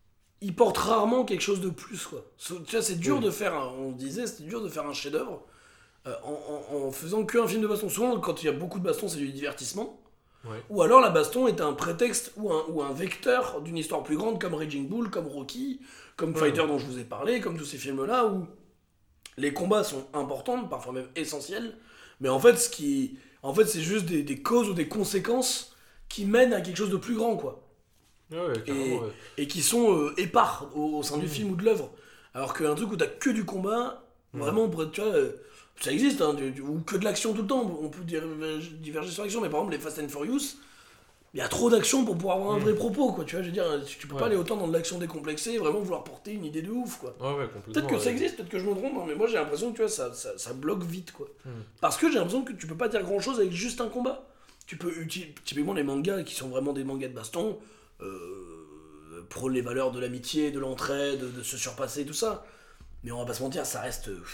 Il porte rarement quelque chose de plus, quoi. So- Tu vois, c'est dur Oui. de faire, un, on disait, c'était dur de faire un chef-d'œuvre euh, en, en, en faisant qu'un film de baston. Souvent, quand il y a beaucoup de baston, c'est du divertissement. Ouais. Ou alors la baston est un prétexte ou un, ou un vecteur d'une histoire plus grande, comme Raging Bull, comme Rocky, comme Ouais. Fighter dont je vous ai parlé, comme tous ces films-là, où les combats sont importants, parfois même essentiels, mais en fait, ce qui, en fait c'est juste des, des causes ou des conséquences qui mènent à quelque chose de plus grand, quoi. Ouais, ouais, carrément, ouais. Et qui sont euh, épars au, au sein du Mm. film ou de l'œuvre. Alors qu'un truc où t'as que du combat, Mm. vraiment, pour être- tu vois, euh, ça existe, hein, du- du- ou que de l'action tout le temps, on peut dire- diverger sur l'action, mais par exemple les Fast and Furious, il y a trop d'action pour pouvoir avoir un Mm. vrai propos, quoi, tu vois, je veux dire, tu tu peux Ouais. pas aller autant dans de l'action décomplexée et vraiment vouloir porter une idée de ouf, quoi. Ouais, ouais, complètement. Peut-être que ça ouais. existe, peut-être que je me trompe, hein, mais moi j'ai l'impression que tu vois, ça, ça, ça bloque vite, quoi. Mm. Parce que j'ai l'impression que tu peux pas dire grand chose avec juste un combat. Tu peux utiliser, typiquement les mangas qui sont vraiment des mangas de baston, euh, prônent les valeurs de l'amitié, de l'entraide, de, de se surpasser, tout ça. Mais on va pas se mentir, ça reste. euh,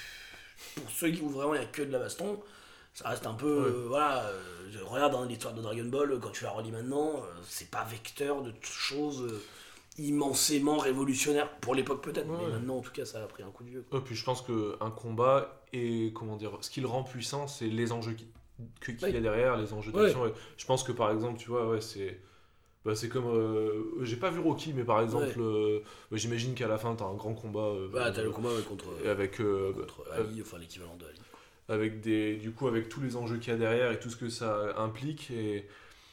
Pour ceux qui où vraiment il y a que de la baston, ça reste un peu. Ouais. euh, voilà, euh, je regarde hein, l'histoire de Dragon Ball, quand tu la relis maintenant, euh, c'est pas vecteur de choses euh, immensément révolutionnaire pour l'époque peut-être, Ouais. mais maintenant en tout cas ça a pris un coup de vieux. Et puis je pense qu'un combat, et comment dire, ce qui le rend puissant, c'est les enjeux qui- que- qu'il y a Ouais. derrière, les enjeux d'action. Et je pense que par exemple, tu vois, ouais, c'est. Bah, c'est comme. euh, j'ai pas vu Rocky, mais par exemple, euh, bah, j'imagine qu'à la fin, t'as un grand combat. euh, Ouais, t'as le combat ouais, contre, avec. euh, contre euh, Ali, enfin l'équivalent de Ali. avec des, du coup, avec tous les enjeux qu'il y a derrière et tout ce que ça implique. Et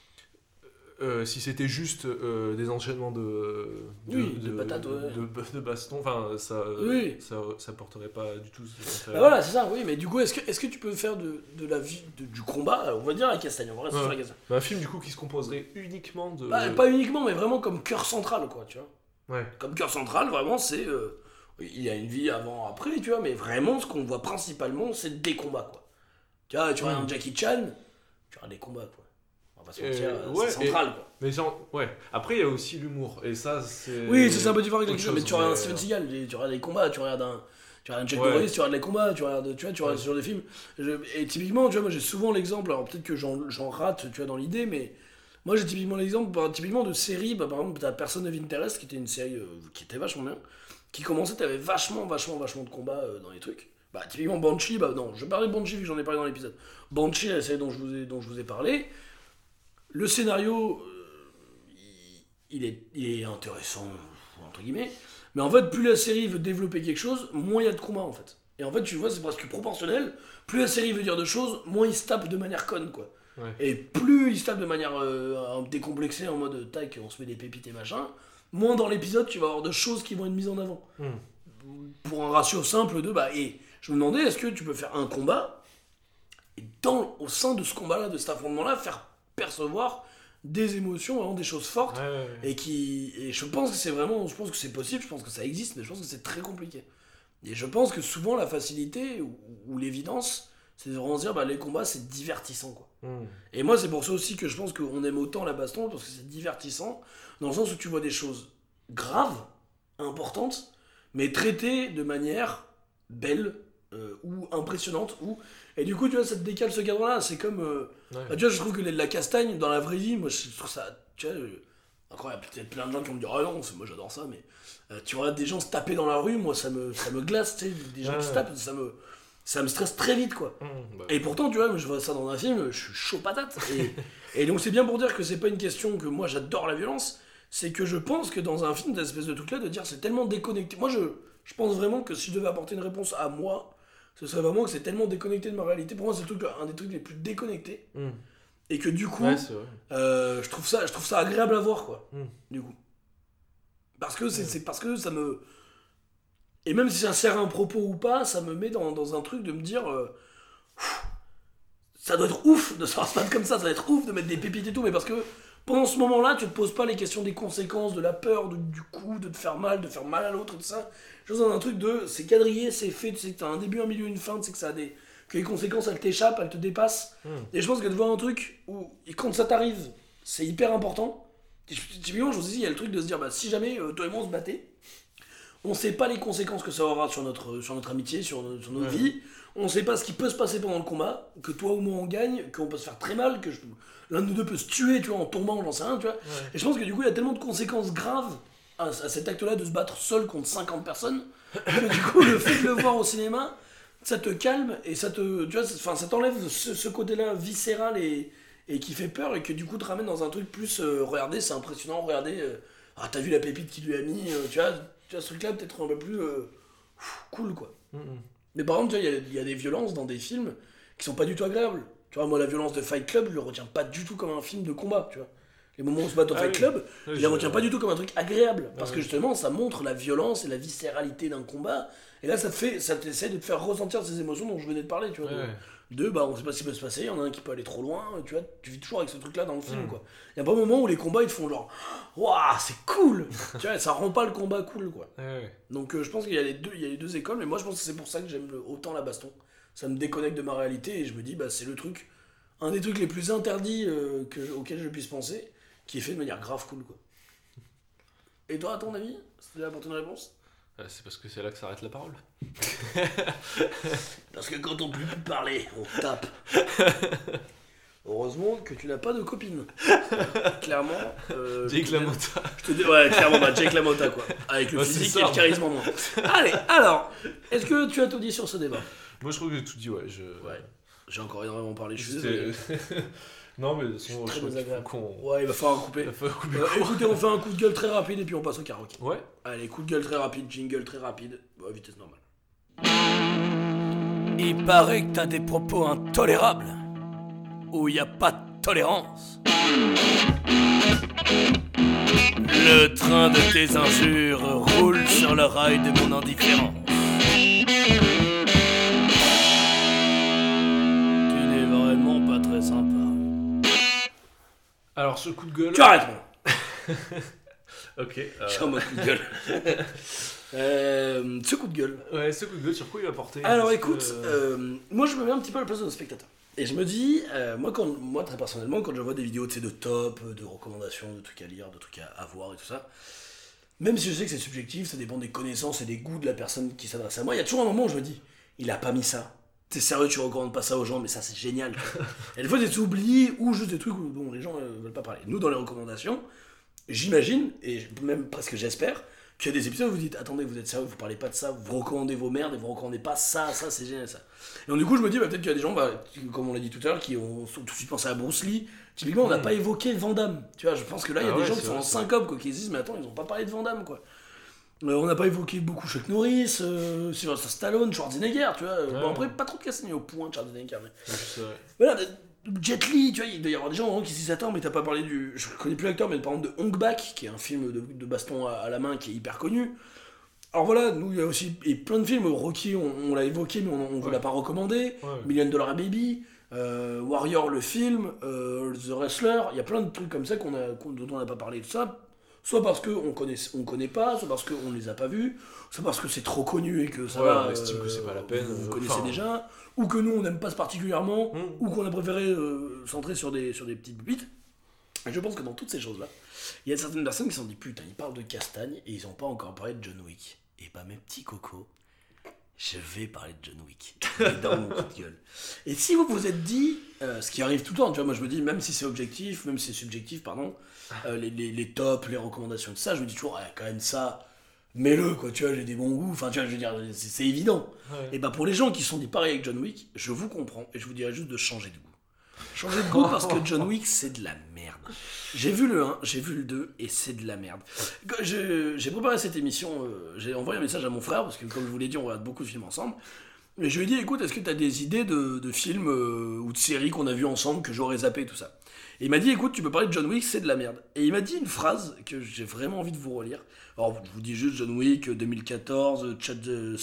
euh, si c'était juste euh, des enchaînements de, de, Oui, de patates, ouais. de, de bastons, enfin, ça, Oui. ça, ça porterait pas du tout. cet Bah voilà, c'est ça, oui, mais du coup, est-ce que, est-ce que tu peux faire de, de la vie, de- du combat, on va dire la Castagne, on va rester Ouais. sur la Castagne. Mais un film du coup qui se composerait uniquement de. Bah, pas uniquement, mais vraiment comme cœur central, quoi, tu vois. Ouais. Comme cœur central, vraiment, c'est. euh, il y a une vie avant, après, tu vois, mais vraiment, ce qu'on voit principalement, c'est des combats, quoi. Tu vois, tu regardes un Jackie Chan, tu regardes des combats, quoi. On va pas se mentir, Euh, euh, ouais, c'est central, quoi. Mais genre, ouais. Après, il y a aussi l'humour. Et ça, c'est. Oui, ça, c'est un peu différent avec autre Jackie Chan, mais chose, tu regardes un mais- Steven Seagal, tu regardes des combats, tu regardes un. Tu regardes un Chuck Ouais. Norris, tu regardes les combats, tu regardes, tu vois, tu regardes Ouais. ce genre de films. Je- et typiquement, tu vois, moi j'ai souvent l'exemple, alors peut-être que j'en, j'en rate, tu vois, dans l'idée, mais moi j'ai typiquement l'exemple, bah, typiquement de séries, bah, par exemple, t'as Person of Interest, qui était une série euh, qui était vachement bien, qui commençait, t'avais vachement, vachement, vachement de combats euh, dans les trucs. Bah, typiquement Banshee, bah non, je vais parler de Banshee vu que j'en ai parlé dans l'épisode. Banshee, la série dont je vous ai, dont je vous ai parlé, le scénario, euh, il, il est, il est intéressant, entre guillemets, mais en fait, plus la série veut développer quelque chose, moins il y a de combats en fait. Et en fait, tu vois, c'est presque proportionnel. Plus la série veut dire de choses, moins il se tape de manière conne, quoi. Ouais. Et plus il se tape de manière euh, décomplexée, en mode tac, on se met des pépites et machin, moins dans l'épisode, tu vas avoir de choses qui vont être mises en avant. Hmm. Pour un ratio simple de, bah, et je me demandais, est-ce que tu peux faire un combat, et dans, au sein de ce combat-là, de cet affrontement-là, faire percevoir des émotions, vraiment des choses fortes, Ouais, ouais, ouais. et qui et je pense que c'est vraiment je pense que c'est possible, je pense que ça existe, mais je pense que c'est très compliqué, et je pense que souvent la facilité ou, ou l'évidence, c'est de vraiment se dire bah les combats c'est divertissant, quoi. Hmm. Et moi c'est pour ça aussi que je pense qu'on aime autant la baston, parce que c'est divertissant dans le sens où tu vois des choses graves, importantes, mais traitées de manière belle, euh, ou impressionnante, ou et du coup tu vois ça te décale ce cadre là, c'est comme euh, Ouais. bah, tu vois, je trouve que la castagne, dans la vraie vie, moi, je trouve ça, tu vois, euh, encore, il y a peut-être plein de gens qui vont me dire, ah non, c'est- moi j'adore ça, mais euh, tu vois, des gens se taper dans la rue, moi, ça me, ça me glace, tu sais, des gens Ouais, qui se ouais. tapent, ça me, ça me stresse très vite, quoi. Hmm, bah. Et pourtant, tu vois, je vois ça dans un film, je suis chaud patate. Et, et donc, c'est bien pour dire que c'est pas une question que moi j'adore la violence, c'est que je pense que dans un film, cette espèce de truc-là, de dire c'est tellement déconnecté. Moi, je, je pense vraiment que si je devais apporter une réponse à moi, ce serait vraiment que c'est tellement déconnecté de ma réalité. Pour moi, c'est le truc, un des trucs les plus déconnectés. Hmm. Et que du coup, Ouais, c'est vrai. euh, je, trouve ça, je trouve ça agréable à voir, quoi. Mm. Du coup. Parce que c'est Ouais. c'est parce que ça me. Et même si ça sert un propos ou pas, ça me met dans, dans un truc de me dire. euh, pff, ça doit être ouf de se faire se battre comme ça, ça doit être ouf de mettre des pépites et tout, mais parce que pendant ce moment-là, tu te poses pas les questions des conséquences, de la peur, de- du coup, de te faire mal, de faire mal à l'autre, tout ça. Je suis dans un truc de. C'est quadrillé, c'est fait, tu sais que t'as un début, un milieu, une fin, tu sais que ça a des. Que les conséquences elles t'échappent, elles te dépassent. Hmm. Et je pense que de voir un truc où, et quand ça t'arrive, c'est hyper important. Typiquement, je vous dis, il y a le truc de se dire, bah, si jamais euh, toi et moi on se battait, on sait pas les conséquences que ça aura sur notre, sur notre amitié, sur, nos- sur nos Ouais. vies, on sait pas ce qui peut se passer pendant le combat, que toi ou moi on gagne, qu'on peut se faire très mal, que je- l'un de nous deux peut se tuer, tu vois, en tombant, j'en sais rien, tu vois. Ouais. Et je pense que du coup, il y a tellement de conséquences graves à, à cet acte-là de se battre seul contre cinquante personnes, que du coup, le fait de le voir au cinéma, ça te calme et ça te, tu vois, c'est- enfin, ça t'enlève ce, ce côté-là viscéral et, et qui fait peur, et que du coup te ramène dans un truc plus, euh, regardez, c'est impressionnant, regardez, euh, ah, t'as vu la pépite qu'il lui a mis, euh, tu vois, tu vois, ce truc-là peut-être un peu plus euh, pff, cool, quoi. Hmm, hmm. Mais par exemple, tu vois, il y a- il y, a des violences dans des films qui sont pas du tout agréables. Tu vois, moi, la violence de Fight Club, je le retiens pas du tout comme un film de combat, tu vois. Les moments où on se bat au Ah Fight oui. Club, Ouais, je les je- retiens pas du tout comme un truc agréable. Parce Ah que oui. justement, ça montre la violence et la viscéralité d'un combat. Et là, ça te fait, ça t'essaie de te faire ressentir ces émotions dont je venais de parler, tu vois. Ouais. De, de, bah, on sait pas ce qui peut se passer, il y en a un qui peut aller trop loin, tu vois. Tu vis toujours avec ce truc-là dans le film, Mm. quoi. Il y a pas un moment où les combats, ils te font genre, waouh, c'est cool. Tu vois, ça rend pas le combat cool, quoi. Ouais, ouais. Donc euh, je pense qu'il y a les deux, il y a les deux écoles, mais moi je pense que c'est pour ça que j'aime le- autant la baston. Ça me déconnecte de ma réalité et je me dis bah c'est le truc, un des trucs les plus interdits euh, que, auxquels je puisse penser, qui est fait de manière grave cool, quoi. Et toi, à ton avis, c'était là pour une réponse? Euh, C'est parce que c'est là que s'arrête la parole. Parce que quand on peut plus parler, on tape. Heureusement que tu n'as pas de copine. Clairement. Euh, Jake LaMotta. Je te dis, ouais, clairement, bah, Jake LaMotta, quoi. Avec le Ouais, physique c'est et ça, le charisme en moins. Allez, alors, est-ce que tu as tout dit sur ce débat? Moi, je trouve que j'ai tout dit, ouais. Je... Ouais. J'ai encore énormément parlé, je suis C'était- désolé. non, mais de toute façon, Très je crois qu'il faut désagréable. qu'on. Ouais, il va falloir couper. Il va falloir couper Euh, court. écoutez, on fait un coup de gueule très rapide et puis on passe au karaoké. Ouais. Allez, coup de gueule très rapide, jingle très rapide, bah, vitesse normale. Il paraît que t'as des propos intolérables, où y a pas de tolérance. Le train de tes injures roule sur le rail de mon indifférence. Tu n'es vraiment pas très sympa. Alors, ce coup de gueule. Tu arrêtes, moi. Ok. euh, Je suis en mode coup de gueule. Euh, ce coup de gueule. Ouais, ce coup de gueule, sur quoi il va porter? Alors Parce écoute, que, euh, moi je me mets un petit peu à la place de nos spectateurs. Et je me dis, euh, moi, quand, moi très personnellement, quand je vois des vidéos tu sais, de top, de recommandations, de trucs à lire, de trucs à, à voir et tout ça, même si je sais que c'est subjectif, ça dépend des connaissances et des goûts de la personne qui s'adresse à moi, il y a toujours un moment où je me dis, il a pas mis ça. T'es sérieux, tu recommandes pas ça aux gens, mais ça c'est génial. Et des fois, tu oublié ou juste des trucs dont les gens ne veulent pas parler. Nous, dans les recommandations, j'imagine, et même presque j'espère, qu'il y a des épisodes où vous dites attendez, vous êtes sérieux, vous parlez pas de ça, vous recommandez vos merdes et vous recommandez pas ça, ça c'est génial ça. Et donc du coup je me dis bah, peut-être qu'il y a des gens, bah, comme on l'a dit tout à l'heure, qui ont tout de suite pensé à Bruce Lee. Typiquement on n'a Mmh. pas évoqué Van Damme. Tu vois, je pense que là il y a Ah des ouais, gens qui c'est sont vrai, en c'est syncope quoi, qui se disent mais attends ils ont pas parlé de Van Damme quoi. Euh, on n'a pas évoqué beaucoup Chuck Norris, euh, Sylvester Stallone, Schwarzenegger, tu vois. Ouais, bon après ouais. pas trop de casser au point de Schwarzenegger. Mais... c'est vrai. Voilà, de- Jet Li, tu vois, il doit y avoir des gens hein, qui se disent attends mais t'as pas parlé du... Je connais plus l'acteur mais par exemple de Hong Bak, qui est un film de, de baston à, à la main qui est hyper connu. Alors voilà, nous il y a aussi et plein de films, Rocky on, on l'a évoqué mais on ne vous Ouais. l'a pas recommandé, Ouais. Million Dollar Baby, euh, Warrior le film, euh, The Wrestler, il y a plein de trucs comme ça qu'on a, qu'on- dont on n'a pas parlé de ça. Soit parce qu'on connaît, on connaît pas, soit parce qu'on les a pas vus, soit parce que c'est trop connu et que ça Ouais, va. on estime que c'est pas la peine, Vous, vous euh, connaissez enfin, déjà, ou que nous on n'aime pas particulièrement, Mmh. ou qu'on a préféré euh, centrer sur des, sur des petites pépites. Et je pense que dans toutes ces choses-là, il y a certaines personnes qui se sont dit putain, ils parlent de castagne et ils n'ont pas encore parlé de John Wick. Et bah mes petits cocos, je vais parler de John Wick. Et dans mon coup de gueule. Et si vous vous êtes dit, euh, ce qui arrive tout le temps, tu vois, moi je me dis, même si c'est objectif, même si c'est subjectif, pardon, euh, les, les, les tops, les recommandations de ça, je me dis toujours, ouais, quand même ça, mets-le, quoi, tu vois, j'ai des bons goûts, enfin, tu vois, je veux dire, c'est, c'est évident. Ouais. Et bah pour les gens qui se sont dit pareil avec John Wick, je vous comprends, et je vous dirais juste de changer de goût. Changer de goût parce que John Wick, c'est de la merde. J'ai vu le un, j'ai vu le deux, et c'est de la merde. Quand je- j'ai préparé cette émission, euh, j'ai envoyé un message à mon frère, parce que comme je vous l'ai dit, on regarde beaucoup de films ensemble. Et je lui ai dit, écoute, est-ce que tu as des idées de, de films euh, ou de séries qu'on a vues ensemble que j'aurais zappé et tout ça? Et il m'a dit, écoute, tu peux parler de John Wick, c'est de la merde. Et il m'a dit une phrase que j'ai vraiment envie de vous relire. Alors, je vous dis juste John Wick deux mille quatorze, Chad euh,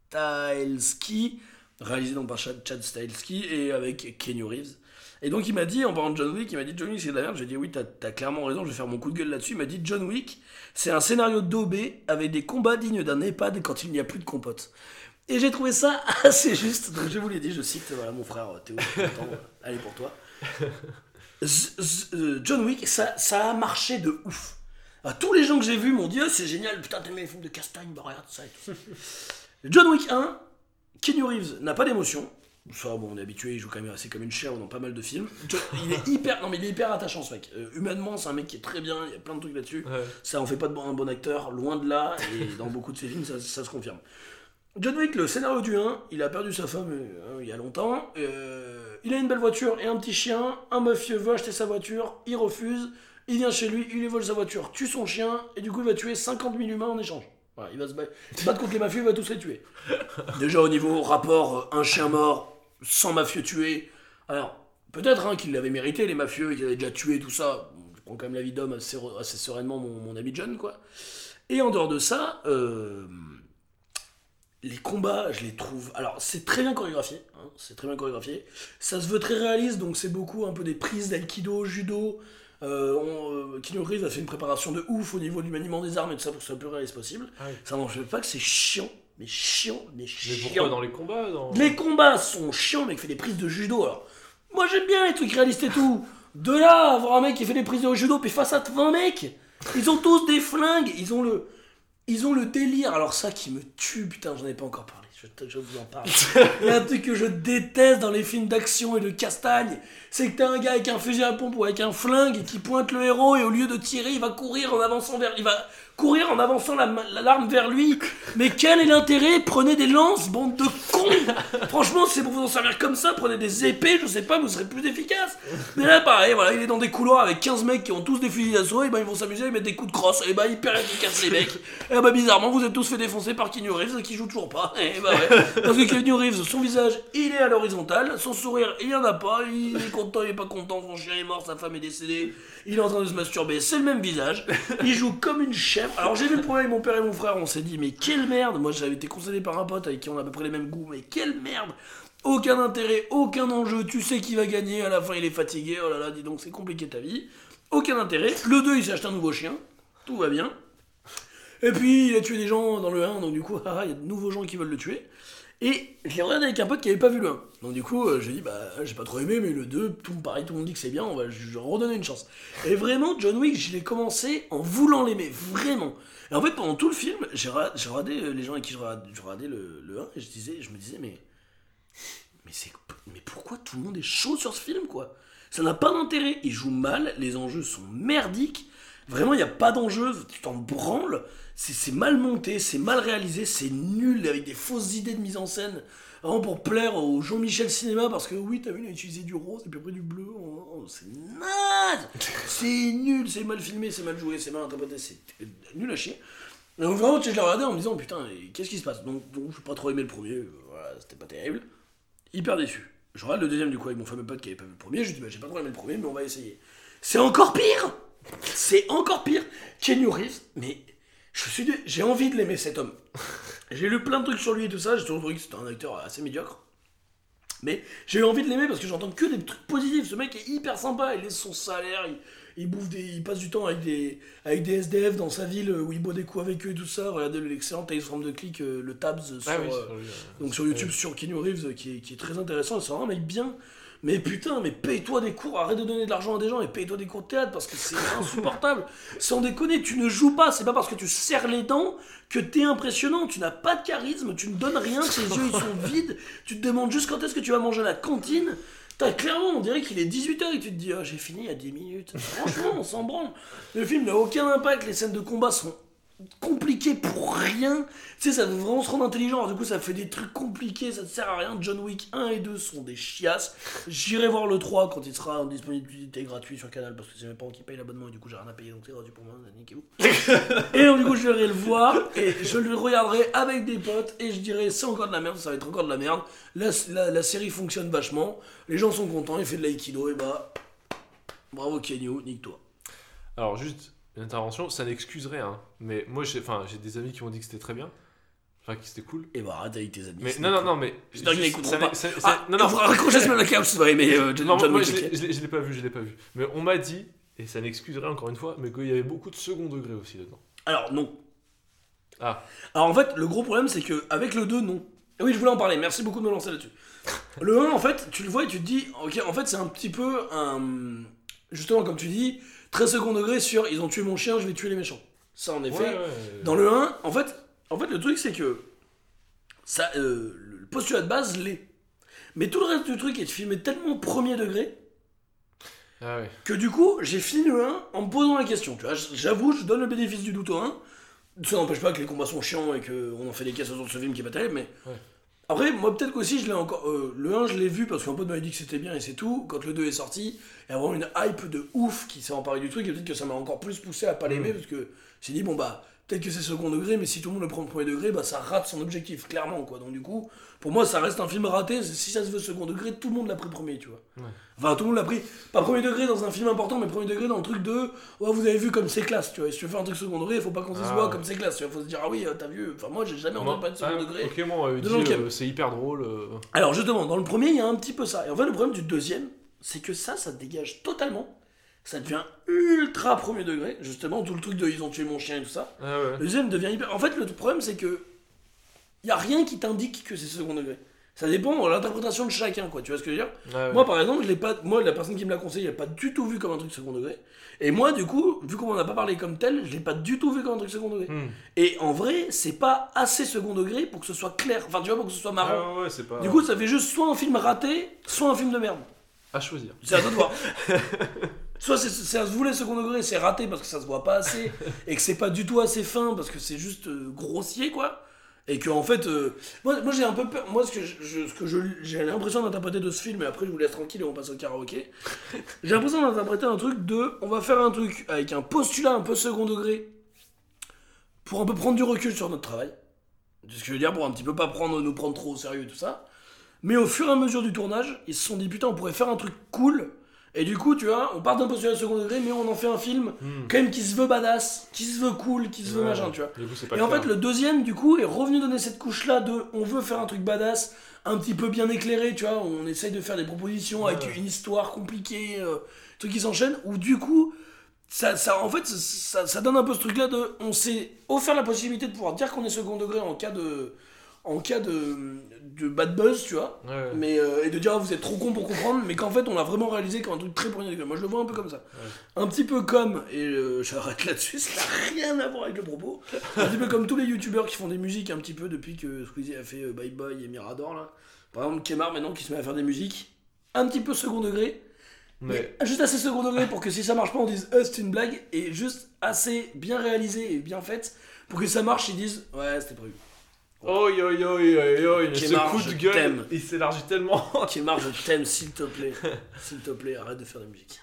Stahelski, réalisé donc par Chad, Chad Stahelski et avec Keanu Reeves. Et donc il m'a dit, en parlant de John Wick, il m'a dit John Wick c'est de la merde. J'ai dit oui, t'as, t'as clairement raison, je vais faire mon coup de gueule là-dessus. Il m'a dit John Wick, c'est un scénario daubé avec des combats dignes d'un EHPAD quand il n'y a plus de compote. Et j'ai trouvé ça assez juste, donc je vous l'ai dit, je cite voilà, mon frère Théo, attends, allez pour toi. Z- z- euh, John Wick, ça, ça a marché de ouf. Ah, tous les gens que j'ai vus m'ont dit, oh, c'est génial, putain, t'aimes les films de castagne, bah regarde ça et tout. John Wick un, Keanu Reeves n'a pas d'émotion. Ça, bon, on est habitué, il joue quand même assez comme une chair dans pas mal de films. Jo- Il est hyper, non mais il est hyper attachant ce mec. Euh, humainement, c'est un mec qui est très bien, il y a plein de trucs là-dessus. Ouais. Ça en fait pas de bon, un bon acteur, loin de là, et dans beaucoup de ses films, ça, ça se confirme. John Wick, le scénario du un, il a perdu sa femme euh, il y a longtemps. Euh, il a une belle voiture et un petit chien. Un mafieux veut acheter sa voiture, il refuse. Il vient chez lui, il lui vole sa voiture, tue son chien, et du coup il va tuer cinquante mille humains en échange. Voilà, il va se battre, se battre contre les mafieux, il va tous les tuer. Déjà au niveau rapport, euh, un chien mort, cent mafieux tués. Alors, peut-être hein, qu'il l'avait mérité, les mafieux, ils avaient déjà tué tout ça. Je prends quand même la vie d'homme assez, assez sereinement, mon, mon ami John, quoi. Et en dehors de ça, euh, les combats, je les trouve... Alors, c'est très bien chorégraphié, hein, c'est très bien chorégraphié. Ça se veut très réaliste, donc c'est beaucoup un peu des prises d'aïkido, judo. Euh, on, euh, Keanu Reeves a fait une préparation de ouf au niveau du maniement des armes et tout ça pour que ce soit le plus réaliste possible. Ah oui. Ça n'en fait pas que c'est chiant, mais chiant, mais Mais chiant. pourquoi dans les combats dans... Les combats sont chiants, le mec fait des prises de judo. Alors, moi j'aime bien les trucs réalistes et tout. De là, avoir un mec qui fait des prises de judo, puis face à vingt mecs, ils ont tous des flingues, ils ont le, ils ont le délire. Alors ça qui me tue, putain, j'en ai pas encore parlé. je, je vous en parle. Il y a un truc que je déteste dans les films d'action et de castagne, c'est que t'as un gars avec un fusil à pompe ou avec un flingue qui pointe le héros et au lieu de tirer, il va courir en avançant vers... Il va courir en avançant la, la, l'arme vers lui. Mais quel est l'intérêt? Prenez des lances, bande de cons. Franchement, si c'est pour vous en servir comme ça, prenez des épées, je sais pas, vous serez plus efficace. Mais là, pareil, voilà, il est dans des couloirs avec quinze mecs qui ont tous des fusils d'assaut, et ben ils vont s'amuser à mettre des coups de crosse, et ben hyper efficaces les mecs. Et ben bizarrement, vous êtes tous fait défoncer par Keanu Reeves qui joue toujours pas. Et ben ouais. Parce que Keanu Reeves, son visage, il est à l'horizontale, son sourire, il y en a pas, il est content, il est pas content, son chien est mort, sa femme est décédée, il est en train de se masturber, c'est le même visage, il joue comme une chèvre. Alors j'ai vu le premier avec mon père et mon frère, on s'est dit, mais quelle merde, moi j'avais été conseillé par un pote avec qui on a à peu près les mêmes goûts, mais quelle merde. Aucun intérêt, aucun enjeu, tu sais qui va gagner, à la fin il est fatigué, oh là là, dis donc c'est compliqué ta vie. Aucun intérêt, le deux il s'est acheté un nouveau chien, tout va bien. Et puis il a tué des gens dans le un, donc du coup il y a de nouveaux gens qui veulent le tuer. Et je l'ai regardé avec un pote qui avait pas vu le un. Donc du coup euh, j'ai dit bah j'ai pas trop aimé, mais le deux, tout pareil, tout le monde dit que c'est bien, on va je, je redonner une chance. Et vraiment John Wick, je l'ai commencé en voulant l'aimer, vraiment. Et en fait pendant tout le film, j'ai, ra- j'ai regardé les gens avec qui je regardais, je regardais le, le un, et je, disais, je me disais mais... Mais, c'est, mais pourquoi tout le monde est chaud sur ce film, quoi? Ça n'a pas d'intérêt. Il joue mal, les enjeux sont merdiques. Vraiment, il n'y a pas d'enjeu, tu t'en branles. C'est, c'est mal monté, c'est mal réalisé, c'est nul, avec des fausses idées de mise en scène. Vraiment pour plaire au Jean-Michel Cinéma, parce que oui, t'as vu, il a utilisé du rose et puis après du bleu. Oh, oh, c'est naze. C'est nul, c'est mal filmé, c'est mal joué, c'est mal interprété, c'est nul à chier. Donc vraiment, je l'ai regardé en me disant, putain, qu'est-ce qui se passe? Donc, donc je n'ai pas trop aimé le premier, voilà, c'était pas terrible. Hyper déçu. Je regarde le deuxième du coup avec mon fameux pote qui avait pas vu le premier, je lui dis bah j'ai pas trop aimé le premier mais on va essayer. C'est encore pire. C'est encore pire. Keanu Reeves, mais je suis dé... j'ai envie de l'aimer cet homme. J'ai lu plein de trucs sur lui et tout ça, j'ai toujours trouvé que c'était un acteur assez médiocre. Mais j'ai eu envie de l'aimer parce que j'entends que des trucs positifs. Ce mec est hyper sympa, il laisse son salaire, il, il bouffe des, il passe du temps avec des, avec des S D F dans sa ville où il boit des coups avec eux et tout ça. Regardez l'excellent Tales from the Click, euh, le Tabs sur, ah oui, euh, sur, lui, ouais. donc sur YouTube, ouais. Sur Keanu Reeves qui est, qui est très intéressant. C'est vraiment un mec bien. Mais putain, mais paye-toi des cours, arrête de donner de l'argent à des gens et paye-toi des cours de théâtre parce que c'est insupportable. Sans déconner, tu ne joues pas, c'est pas parce que tu serres les dents que t'es impressionnant, tu n'as pas de charisme, tu ne donnes rien, tes yeux ils sont vides, tu te demandes juste quand est-ce que tu vas manger à la cantine. T'as clairement, on dirait qu'il est dix-huit heures et tu te dis, oh, j'ai fini il y a dix minutes. Franchement, on s'en branle. Le film n'a aucun impact, les scènes de combat sont compliquées pour rien. Tu sais, ça veut vraiment se rendre intelligent. Alors, du coup, ça fait des trucs compliqués, ça ne sert à rien. John Wick un et deux sont des chiasses. J'irai voir le trois quand il sera en disponibilité gratuite sur Canal parce que c'est mes parents qui payent l'abonnement et du coup, j'ai rien à payer donc c'est gratuit pour moi. Niquez-vous. Et donc, du coup, je vais le voir et je le regarderai avec des potes et je dirai, c'est encore de la merde, ça va être encore de la merde. La, la, la série fonctionne vachement. Les gens sont contents, il fait de l'aïkido et bah. Bravo Keanu, nique-toi. Alors, juste. Une intervention, ça n'excuse rien, mais moi j'ai, enfin, j'ai des amis qui m'ont dit que c'était très bien, enfin que c'était cool. Et bah arrête avec tes amis. Mais non, non, non, mais. J'espère qu'ils n'écouteront pas. Ça, ça, ah, non, non. Raccrochez ce même la couch, c'est vrai, mais euh, non, John moi, Wick, je, okay. l'ai, je, l'ai, je l'ai pas vu, je l'ai pas vu. Mais on m'a dit, et ça n'excuserait encore une fois, mais qu'il y avait beaucoup de second degré aussi dedans. Alors non. Ah. Alors en fait, le gros problème c'est que avec le deux, non. Et oui, je voulais en parler, merci beaucoup de me lancer là-dessus. Le un, en fait, tu le vois et tu te dis, ok, en fait c'est un petit peu un... Justement, comme tu dis, très second degré sur ils ont tué mon chien, je vais tuer les méchants. Ça, en effet. Ouais, ouais, ouais. Dans le un, en fait, en fait, le truc, c'est que ça, euh, le postulat de base l'est. Mais tout le reste du truc est filmé tellement premier degré ah ouais. que du coup, j'ai fini le un en me posant la question. Tu vois, j'avoue, je donne le bénéfice du doute au un. Ça n'empêche pas que les combats sont chiants et qu'on en fait des caisses autour de ce film qui est pas terrible, mais... Ouais. Après, moi, peut-être qu'aussi, je l'ai encore... Euh, le un, je l'ai vu parce qu'un pote m'avait dit que c'était bien et c'est tout. Quand le deux est sorti, il y a vraiment une hype de ouf qui s'est emparée du truc et peut-être que ça m'a encore plus poussé à pas l'aimer mmh. parce que j'ai dit, bon, bah, peut-être que c'est second degré, mais si tout le monde le prend au premier degré, bah, ça rate son objectif, clairement, quoi. Donc, du coup, pour moi, ça reste un film raté. Si ça se veut second degré, tout le monde l'a pris premier, tu vois. Ouais. Enfin, tout le monde l'a pris, pas premier degré dans un film important, mais premier degré dans le truc de, oh, vous avez vu comme c'est classe, tu vois. Et si tu veux faire un truc second degré, il faut pas qu'on se dise, ah, ouais, comme c'est classe, tu vois. Faut se dire, ah oui, t'as vu, enfin, moi, j'ai jamais entendu parler de second ah, degré. Ok, moi, on dit, euh, c'est hyper drôle. Euh... Alors, justement, dans le premier, il y a un petit peu ça. Et en fait, le problème du deuxième, c'est que ça, ça dégage totalement. Ça devient ultra premier degré, justement, tout le truc de ils ont tué mon chien et tout ça. Ah ouais. Le deuxième devient hyper. En fait, le problème, c'est que. Il n'y a rien qui t'indique que c'est second degré. Ça dépend de l'interprétation de chacun, quoi. Tu vois ce que je veux dire ? Ouais, Moi, ouais. par exemple, je l'ai pas. Moi, la personne qui me l'a conseillé, elle n'a pas du tout vu comme un truc second degré. Et moi, du coup, vu qu'on n'en a pas parlé comme tel, je l'ai pas du tout vu comme un truc second degré. Hmm. Et en vrai, c'est pas assez second degré pour que ce soit clair. Enfin, tu vois, pour que ce soit marrant. Ah ouais, ouais, c'est pas. Du coup, ça fait juste soit un film raté, soit un film de merde. À choisir. C'est à toi de voir. Soit c'est, c'est, ça se voulait second degré, c'est raté parce que ça se voit pas assez, et que c'est pas du tout assez fin parce que c'est juste euh, grossier, quoi. Et que en fait, euh, moi, moi j'ai un peu peur. Moi, ce que, je, je- ce que je, j'ai l'impression d'interpréter de ce film, et après je vous laisse tranquille et on passe au karaoké. J'ai l'impression d'interpréter un truc de. On va faire un truc avec un postulat un peu second degré pour un peu prendre du recul sur notre travail. C'est ce que je veux dire, pour un petit peu pas prendre, nous prendre trop au sérieux et tout ça. Mais au fur et à mesure du tournage, ils se sont dit putain, on pourrait faire un truc cool. Et du coup, tu vois, on part d'un postulat second degré, mais on en fait un film Hmm. quand même qui se veut badass, qui se veut cool, qui se veut Ouais, machin, tu vois. Du coup, c'est pas Et en clair. fait, le deuxième, du coup, est revenu donner cette couche-là de on veut faire un truc badass, un petit peu bien éclairé, tu vois. On essaye de faire des propositions Ouais. avec une histoire compliquée, euh, truc qui s'enchaîne, où du coup, ça, ça, en fait, ça, ça donne un peu ce truc-là de on s'est offert la possibilité de pouvoir dire qu'on est second degré en cas de, en cas de, de bad buzz, tu vois. Ouais, ouais. Mais, euh, et de dire ah, vous êtes trop con pour comprendre, mais qu'en fait on l'a vraiment réalisé comme un truc très premier degré. Moi je le vois un peu comme ça. Un petit peu comme, et euh, j'arrête là-dessus, ça n'a rien à voir avec le propos, un petit peu comme tous les youtubeurs qui font des musiques un petit peu depuis que Squeezie a fait euh, Bye Bye et Mirador là. Par exemple Kemar maintenant qui se met à faire des musiques un petit peu second degré, Mais. mais juste assez second degré pour que si ça marche pas on dise euh, c'est une blague, et juste assez bien réalisé et bien faite pour que ça marche ils disent ouais c'était prévu. Oi, oi, oi, oi, oi, mais ce Kemar, coup je de gueule, t'aime. il s'élargit tellement. Kemar, je t'aime, s'il te plaît. S'il te plaît, arrête de faire de la musique.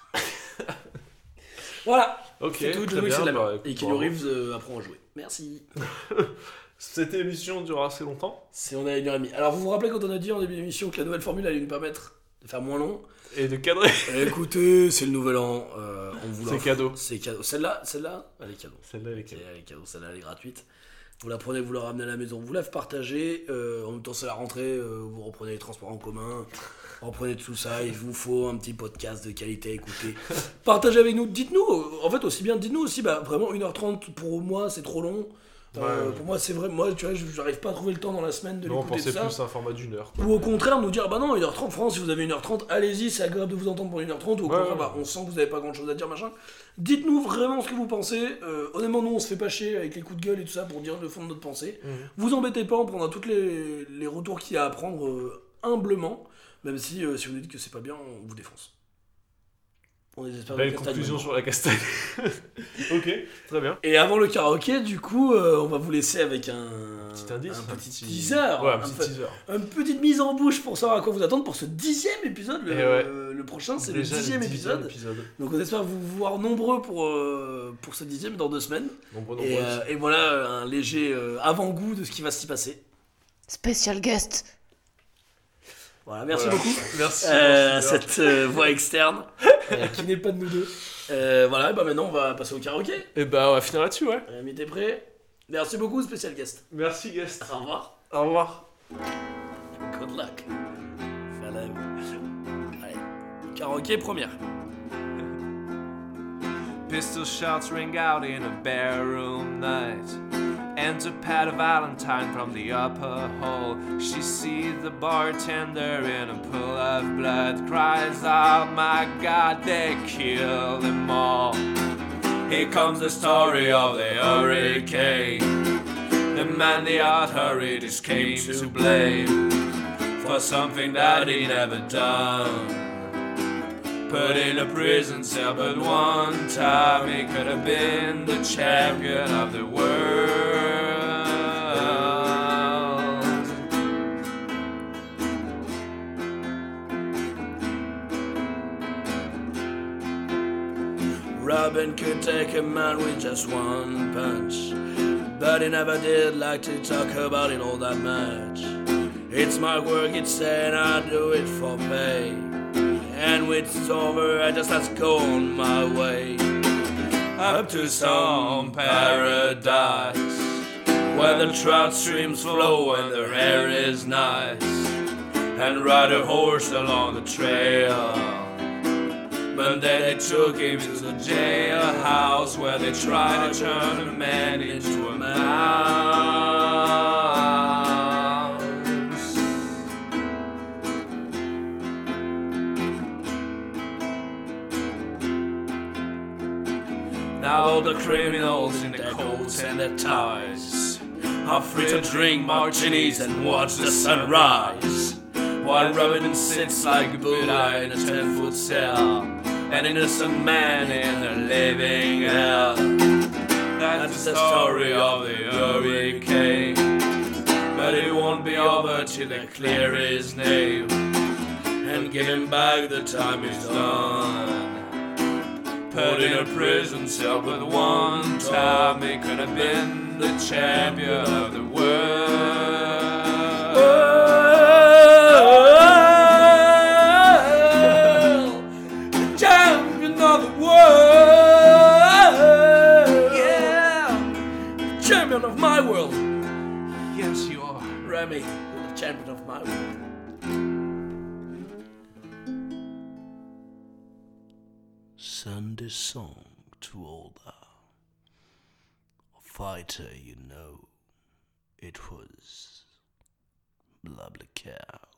Voilà. Ok, C'est tout, très John Wick, bien. c'est de la bah, merde. écoute, Et Keanu bravo. Reeves euh, apprend à jouer. Merci. Cette émission dure assez longtemps. C'est, on a une heure et demie. Alors, vous vous rappelez quand on a dit en début d'émission que la nouvelle formule allait nous permettre de faire moins long ? Et de cadrer. Écoutez, c'est le nouvel an. euh, on vous C'est l'offre. cadeau. C'est cadeau. Celle-là, celle-là, elle est cadeau. Celle-là, elle est Ok, cadeau. elle est cadeau. Celle-là, elle est gratuite. Vous la prenez, vous la ramenez à la maison, vous la partagez. Euh, en même temps, c'est la rentrée. euh, vous reprenez les transports en commun. Reprenez tout ça. Il vous faut un petit podcast de qualité à écouter. Partagez avec nous. Dites-nous, euh, en fait, aussi bien, dites-nous aussi, bah, vraiment, une heure trente pour moi, c'est trop long. Euh, Ouais, ouais. Pour moi, c'est vrai. Moi, tu vois, j'arrive pas à trouver le temps dans la semaine de Non, on l'écouter pensait tout ça. plus à un format d'une heure. quoi. Ou au contraire, nous dire, bah non, une heure trente, France, si vous avez une heure trente, allez-y, c'est agréable de vous entendre pour une heure trente. Ou au Ouais, contraire, ouais. bah, on sent que vous avez pas grand chose à dire, machin. Dites-nous vraiment ce que vous pensez. Euh, honnêtement, nous, on se fait pas chier avec les coups de gueule et tout ça pour dire le fond de notre pensée. Mhm. Vous embêtez pas, on prendra tous les, les retours qu'il y a à prendre euh, humblement. Même si, euh, si vous nous dites que c'est pas bien, on vous défonce. On espère Belle de castagne conclusion maintenant. sur la castagne. Ok, très bien. Et avant le karaoké, du coup, euh, on va vous laisser avec un Petit indice. un petit, petit- teaser, Ouais, un un petit peu- teaser. une petite mise en bouche pour savoir à quoi vous attendre pour ce dixième épisode. Le, Et ouais. le prochain, c'est Déjà, le dixième dixième épisode. épisode. Donc on espère vous voir nombreux pour, euh, pour ce dixième dans deux semaines. Nombreux, Et, nombreux. euh, et voilà un léger euh, avant-goût de ce qui va s'y passer. Special guest. Voilà, merci Voilà. beaucoup. Merci. Euh, merci. cette euh, voix externe euh, qui n'est pas de nous deux. Euh, voilà, et bah maintenant on va passer au karaoké. Et bah, on va finir là-dessus, ouais. Euh, T'es prêt ? Merci beaucoup, spécial guest. Merci, guest. Au revoir. Au revoir. Good luck. Fallait- Allez, karaoké première. Pistol shots ring out in a barroom night. Enter Pat Valentine from the upper hall. She sees the bartender in a pool of blood. Cries out, my God, they killed them all. Here comes the story of the hurricane. The man the authorities came to blame for something that he never done. Put in a prison cell, but one time he could have been the champion of the world. Robin could take a man with just one punch, but he never did like to talk about it all that much. It's my work, it's saying I do it for pay, and when it's over I just have to go on my way up to some paradise where the trout streams flow and the air is nice, and ride a horse along the trail. But then they took him to the jailhouse where they tried to turn a man into a mouse. all the criminals in their coats and their ties are free to drink martinis and watch the sun rise, while Robin sits like a Buddha in a ten-foot cell, an innocent man in a living hell. That's the story of the hurricane, but it won't be over till they clear his name and give him back the time he's done. Put in a prison cell, but one time he could have been the champion of the world. The champion of the world. Yeah! Champion of my world! Yes, you are. Remy, you're the champion of my world. Send this song to all the fighter you know. It was Blablacar.